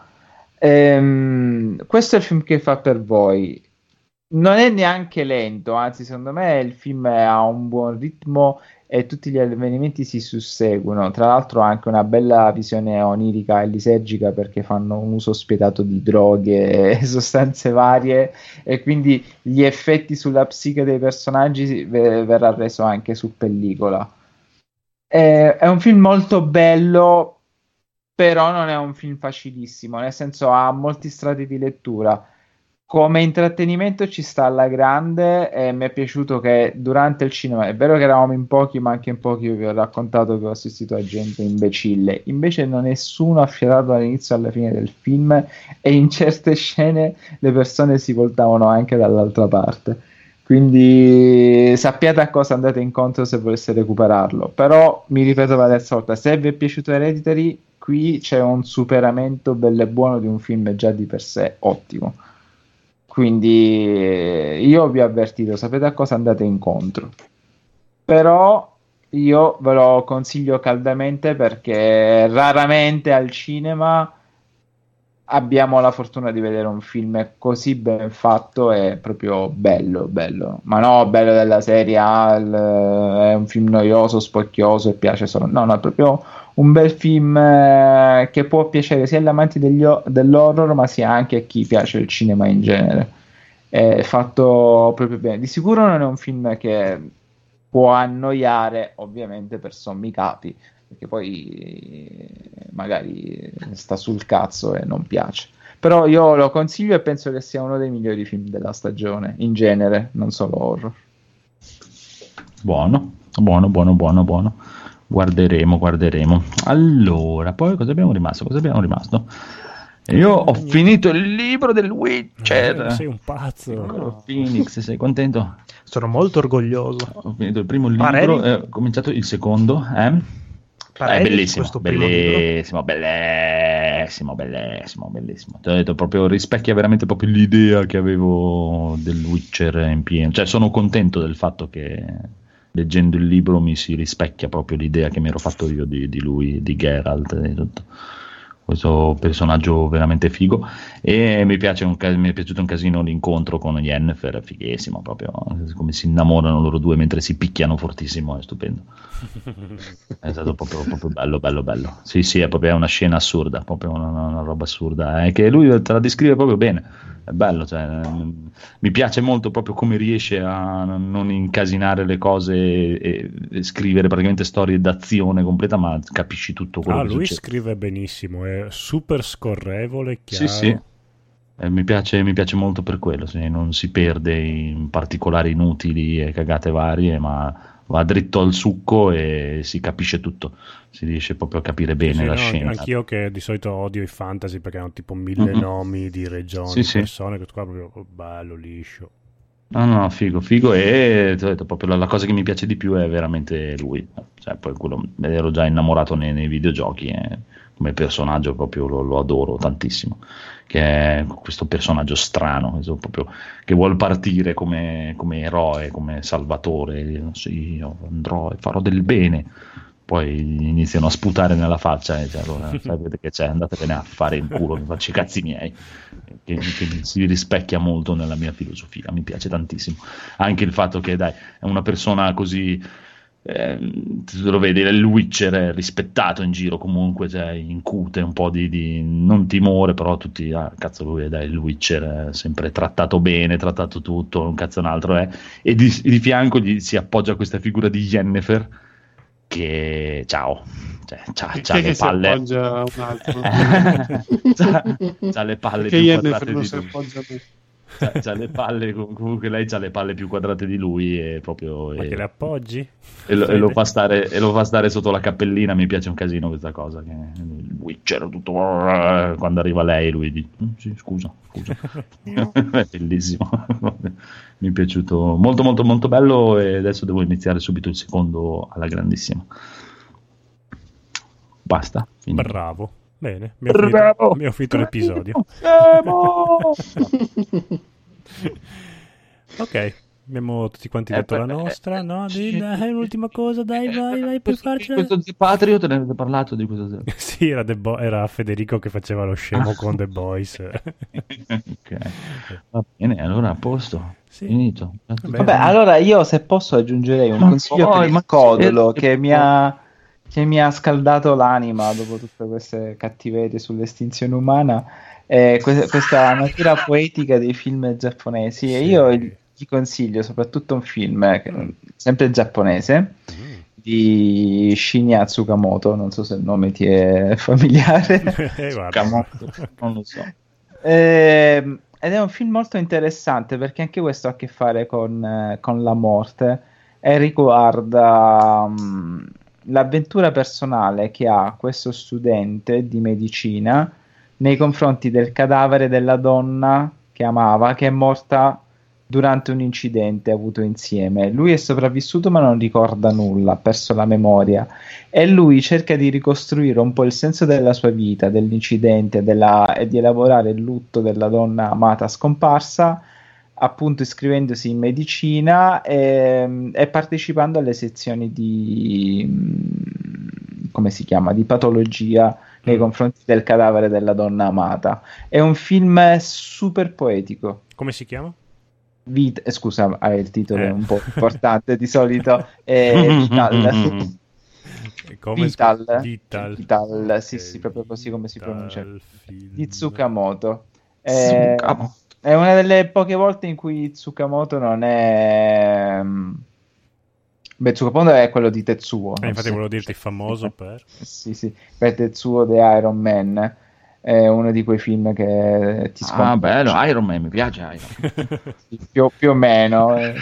S4: ehm, questo è il film che fa per voi. Non è neanche lento, anzi secondo me il film ha un buon ritmo e tutti gli avvenimenti si susseguono. Tra l'altro ha anche una bella visione onirica e lisergica, perché fanno un uso spietato di droghe e sostanze varie, e quindi gli effetti sulla psiche dei personaggi verrà reso anche su pellicola. È, è un film molto bello, però non è un film facilissimo, nel senso ha molti strati di lettura. Come intrattenimento ci sta alla grande, e mi è piaciuto che durante il cinema, è vero che eravamo in pochi, ma anche in pochi vi ho raccontato che ho assistito a gente imbecille, invece non nessuno ha fiatato dall'inizio alla fine del film, e in certe scene le persone si voltavano anche dall'altra parte, quindi sappiate a cosa andate incontro se voleste recuperarlo. Però mi ripeto per la terza volta, se vi è piaciuto Hereditary, qui c'è un superamento bello e buono di un film già di per sé ottimo. Quindi io vi ho avvertito, sapete a cosa andate incontro. Però io ve lo consiglio caldamente, perché raramente al cinema abbiamo la fortuna di vedere un film così ben fatto e proprio bello, bello. Ma no, bello della serie, ah, il, è un film noioso, spocchioso e piace solo. No, no, è proprio un bel film eh, che può piacere sia agli amanti degli, dell'horror, ma sia anche a chi piace il cinema in genere. È fatto proprio bene. Di sicuro non è un film che può annoiare, ovviamente, per sommi capi, perché poi magari sta sul cazzo e non piace. Però io lo consiglio e penso che sia uno dei migliori film della stagione, in genere, non solo horror.
S3: Buono, buono, buono, buono, buono. Guarderemo, guarderemo. Allora, poi cosa abbiamo rimasto? Cosa abbiamo rimasto? Io ho finito il libro del Witcher.
S2: Eh, sei un pazzo.
S3: Oh, Phoenix, sei contento?
S6: Sono molto orgoglioso.
S3: Ho finito il primo libro, eh, ho cominciato il secondo. Eh?
S6: Pareri
S3: È
S6: su
S3: bellissimo,
S6: questo primo libro?
S3: bellissimo, bellissimo, bellissimo, bellissimo. Ti ho detto, proprio rispecchia veramente proprio l'idea che avevo del Witcher in pieno. Cioè, sono contento del fatto che leggendo il libro mi si rispecchia proprio l'idea che mi ero fatto io di, di lui, di Geralt e tutto. Questo personaggio veramente figo, e mi piace un ca- mi è piaciuto un casino l'incontro con Yennefer, fighissimo, proprio come si innamorano loro due mentre si picchiano fortissimo, è stupendo. È stato proprio, proprio bello, bello, bello. Sì, sì, è proprio una scena assurda, proprio una, una roba assurda, è che lui te la descrive proprio bene, è bello, cioè, mi piace molto proprio come riesce a non incasinare le cose e, e scrivere praticamente storie d'azione completa, ma capisci tutto quello
S2: ah,
S3: che
S2: lui
S3: succede.
S2: scrive benissimo, è super scorrevole, chiaro.
S3: Sì, sì. Eh, mi piace, mi piace molto per quello, sì, non si perde in particolari inutili e cagate varie, ma va dritto al succo e si capisce tutto, si riesce proprio a capire bene
S2: Sì, sì,
S3: la
S2: no,
S3: scena.
S2: anch'io che di solito odio i fantasy perché hanno tipo mille
S3: Mm-hmm.
S2: nomi di regioni,
S3: Sì, sì.
S2: persone, che qua è proprio bello, liscio.
S3: No, no, figo, figo, e ti ho detto, proprio la, la cosa che mi piace di più è veramente lui, cioè, poi quello, ero già innamorato nei, nei videogiochi, e come personaggio proprio lo, lo adoro tantissimo, che è questo personaggio strano, questo proprio, che vuol partire come, come eroe, come salvatore, sì, io andrò e farò del bene, poi iniziano a sputare nella faccia e cioè, allora, sapete che c'è, andatevene a fare il culo, mi faccio i cazzi miei, che, che si rispecchia molto nella mia filosofia, mi piace tantissimo anche il fatto che dai, è una persona così, eh, lo vedi, il Witcher è rispettato in giro comunque, cioè, incute un po' di, di non timore, però tutti, ah, cazzo, lui dai, il Witcher è sempre trattato bene, trattato tutto, un cazzo un altro è, e di, di fianco gli si appoggia questa figura di Yennefer che, ciao, cioè, c'ha,
S1: Che,
S3: c'ha
S1: che
S3: le
S1: si
S3: palle,
S1: appoggia a un altro?
S3: c'ha, c'ha le palle
S1: Che
S3: più
S1: Yennefer
S3: quadrate
S1: non
S3: di
S1: si
S3: lui.
S1: appoggia a me.
S3: C'ha, c'ha le palle, comunque lei c'ha le palle più quadrate di lui e proprio
S2: Ma
S3: e,
S2: che le appoggi?
S3: e lo, e lo fa stare, e lo fa stare sotto la cappellina. Mi piace un casino questa cosa, che il Witcher tutto, quando arriva lei lui dice "Mm, sì, scusa, scusa". È bellissimo. Mi è piaciuto molto molto molto bello, e adesso devo iniziare subito il secondo alla grandissima. Basta, finito.
S2: Bravo. Bene, abbiamo finito,
S3: Bravo.
S2: abbiamo finito l'episodio. Ok, abbiamo tutti quanti detto
S3: Eh,
S2: la
S3: beh,
S2: nostra,
S3: eh,
S2: no?
S3: sì.
S2: Dai, dai, un'ultima cosa, dai, vai, vai, puoi farcela.
S3: Questo The Patriot, ne avete parlato di questo?
S2: Sì, era, The Bo- era Federico che faceva lo scemo con The Boys.
S3: Ok, va bene, allora a posto,
S2: Sì.
S3: finito.
S2: Vabbè,
S4: Vabbè, allora io se posso aggiungerei un
S3: Ma
S4: consiglio
S3: poi,
S4: per il
S3: ma-
S4: Codolo
S3: eh,
S4: che mi ha, che mi ha scaldato l'anima dopo tutte queste cattiverie sull'estinzione umana, eh, que- questa natura poetica dei film giapponesi. E
S2: Sì.
S4: io gli gli consiglio soprattutto un film, eh, che-
S2: Mm.
S4: sempre giapponese,
S2: Mm.
S4: di Shinya Tsukamoto, non so se il nome ti è familiare.
S2: Eh, guarda.
S3: Tsukamoto, non lo so.
S4: Ehm, ed è un film molto interessante perché anche questo ha a che fare con, eh, con la morte e riguarda mm, l'avventura personale che ha questo studente di medicina nei confronti del cadavere della donna che amava, che è morta durante un incidente avuto insieme. Lui è sopravvissuto ma non ricorda nulla, ha perso la memoria, e lui cerca di ricostruire un po' il senso della sua vita, dell'incidente, della, e di elaborare il lutto della donna amata scomparsa, appunto iscrivendosi in medicina e, e partecipando alle sezioni di mm, come si chiama, di patologia nei
S2: Mm.
S4: confronti del cadavere della donna amata. È un film super poetico.
S2: Come si chiama?
S4: Vita, eh, scusa, ah, il titolo
S2: Eh.
S4: è un po' importante di solito. È Vital.
S2: Come
S4: Vital.
S2: scu- Vital.
S4: Vital, sì,
S2: Ok,
S4: sì, proprio così come si pronuncia.
S2: Vital film.
S4: Di Tsukamoto. È,
S3: Tsukamoto.
S4: è una delle poche volte in cui Tsukamoto non è... Beh, Tsukamoto è quello di Tetsuo.
S2: Eh,
S4: non
S2: infatti
S4: so.
S2: volevo dirti famoso per...
S4: Sì, sì, per Tetsuo The Iron Man. È uno di quei film che ti
S3: Ah,
S4: sconvolge.
S3: bello, Iron Man, mi piace Iron Man.
S4: Sì, più, più o meno. eh.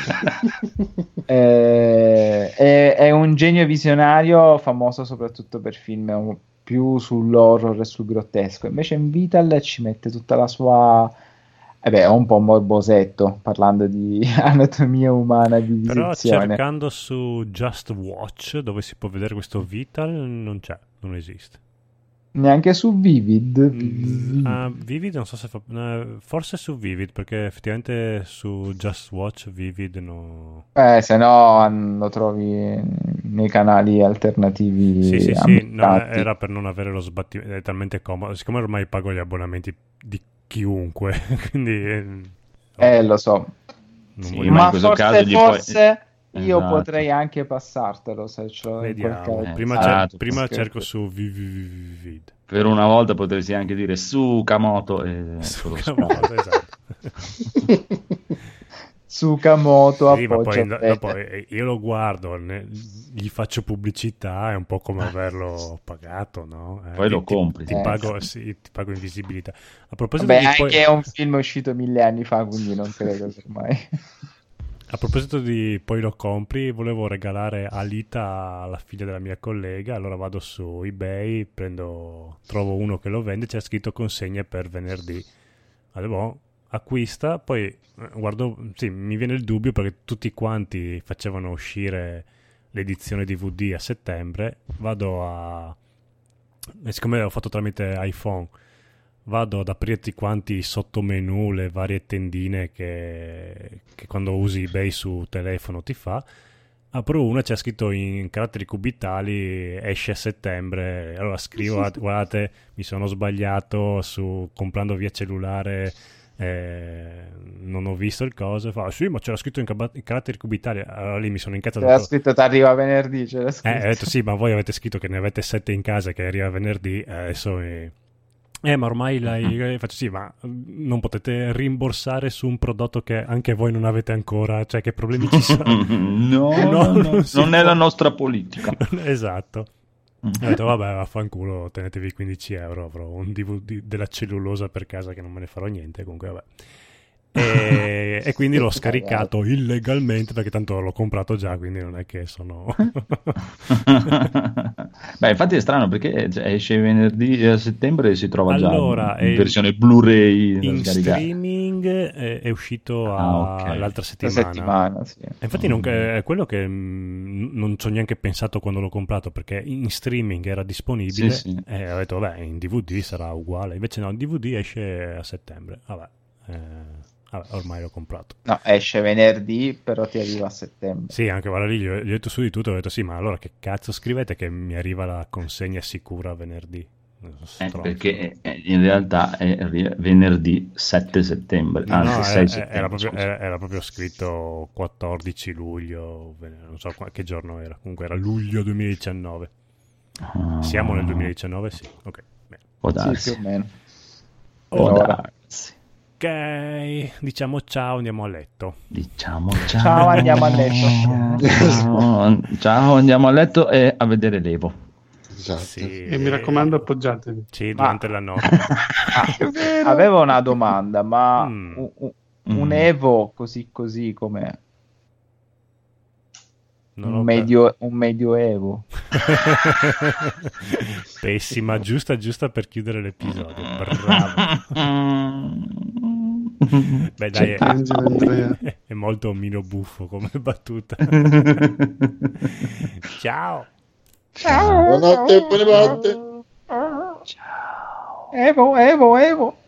S4: Eh, è, è un genio visionario famoso soprattutto per film più sull'horror e sul grottesco. Invece in Vital ci mette tutta la sua Eh beh, è un po' morbosetto parlando di anatomia umana di
S2: Però
S4: vivizione.
S2: cercando su Just Watch, dove si può vedere questo Vital, non c'è, non esiste.
S4: Neanche su Vivid.
S2: Mm, ah, Vivid non so se fa... eh, forse su Vivid, perché effettivamente su Just Watch Vivid no...
S4: Eh, se no lo trovi nei canali alternativi.
S2: Sì, sì, sì, no,
S4: ambientati.
S2: era per non avere lo sbattimento, è talmente comodo, siccome ormai pago gli abbonamenti di chiunque, quindi... Eh,
S4: Eh, lo so.
S2: non
S3: Sì,
S2: voglio-
S3: ma in
S4: Ma
S3: questo
S4: forse,
S3: caso gli
S4: forse
S3: puoi-
S4: io
S3: Esatto.
S4: potrei anche passartelo se ce l'ho in quel
S2: Vediamo,
S4: caso.
S2: prima,
S3: Esatto,
S2: cer- prima
S4: perché-
S2: cerco su Vivid.
S3: Per una volta potresti anche dire su Kamoto e
S2: Su
S3: lo
S2: Kamoto, esatto.
S4: Tsukamoto
S2: Sì, ma poi
S4: appoggia
S2: do- dopo eh, io lo guardo, ne- gli faccio pubblicità, è un po' come averlo pagato, no? Eh,
S3: Poi
S2: ti-
S3: lo
S2: ti-
S3: compri.
S2: Ti,
S4: Eh.
S2: pago, sì, ti pago invisibilità. A proposito
S4: Vabbè,
S2: di
S4: anche
S2: poi,
S4: è un film uscito mille anni fa, quindi non credo che ormai.
S2: a proposito di poi lo compri, volevo regalare Alita alla figlia della mia collega, allora vado su eBay, prendo, trovo uno che lo vende, c'è scritto consegne per venerdì. Allora, boh, acquista, poi eh, guardo, sì, mi viene il dubbio perché tutti quanti facevano uscire l'edizione D V D a settembre, vado a... e siccome l'ho fatto tramite iPhone, vado ad aprire tutti quanti i sottomenu, le varie tendine che, che quando usi eBay su telefono ti fa. Apro una, c'è scritto in caratteri cubitali esce a settembre, allora scrivo "Guardate, guardate, mi sono sbagliato su comprando via cellulare, eh, non ho visto il coso", fa sì ma c'era scritto in, caba- in caratteri cubitali, allora lì mi sono incazzato.
S4: C'era scritto ti arriva venerdì, c'era
S2: Eh,
S4: scritto.
S2: ho detto sì, ma voi avete scritto che ne avete sette in casa che arriva venerdì, eh, adesso mi... Eh, ma ormai l'hai... Faccio sì, ma non potete rimborsare su un prodotto che anche voi non avete ancora, cioè che problemi ci sono?
S3: No,
S2: No,
S3: no, no,
S2: non si
S3: non è
S2: può.
S3: la nostra politica.
S2: Esatto. Ho detto vabbè, vaffanculo, tenetevi quindici euro, avrò un D V D della cellulosa per casa che non me ne farò niente, comunque vabbè. E, e quindi l'ho scaricato illegalmente perché tanto l'ho comprato già, quindi non è che sono...
S3: Beh, infatti è strano perché cioè, esce venerdì a settembre e si trova
S2: Allora,
S3: già in
S2: eh,
S3: versione Blu-ray da
S2: In
S3: scaricare.
S2: streaming è, è uscito a-
S3: Ah, ok.
S2: l'altra
S4: Questa
S2: settimana.
S4: settimana, sì.
S2: E infatti non- è quello che mh, non ci ho neanche pensato quando l'ho comprato, perché in streaming era disponibile
S3: Sì, sì.
S2: e ho detto vabbè in D V D sarà uguale, invece no, il D V D esce a settembre, vabbè, eh, vabbè, ormai l'ho comprato.
S4: No, esce venerdì, però ti arriva a settembre.
S2: Sì, anche guarda lì, gli ho, gli ho detto su di tutto, ho detto sì, ma allora che cazzo scrivete che mi arriva la consegna sicura venerdì?
S3: Eh,
S2: Stronzo.
S3: perché eh, in realtà è ri- venerdì sette settembre,
S2: No,
S3: anzi
S2: no,
S3: sei
S2: era,
S3: settembre.
S2: era proprio,
S3: scusa.
S2: era- era proprio scritto quattordici luglio, non so qua- che giorno era, comunque era luglio duemiladiciannove.
S3: Ah,
S2: Siamo nel duemiladiciannove, sì, ok. Bene.
S3: Può
S4: Sì,
S3: darsi.
S4: più o meno.
S3: Può
S4: Allora.
S3: darsi.
S2: Ok, diciamo ciao, andiamo a letto.
S3: Diciamo ciao.
S4: Ciao, andiamo a letto.
S3: Ciao, ciao, andiamo a letto e a vedere l'Evo.
S5: Esatto.
S2: Sì,
S1: E mi raccomando, appoggiatevi.
S2: Sì,
S4: Ma-
S2: durante la notte.
S4: Ah, avevo una domanda, ma
S2: Mm.
S4: un, un- un
S3: Mm.
S4: Evo così così come
S2: Non ho
S4: un, medio, un medioevo?
S2: Pessima, giusta, giusta per chiudere l'episodio. Bravo. Beh, dai, è,
S1: Angelo Andrea.
S2: è molto mino buffo come battuta. Ciao.
S5: Buonanotte, buonanotte.
S4: Evo, Evo, Evo.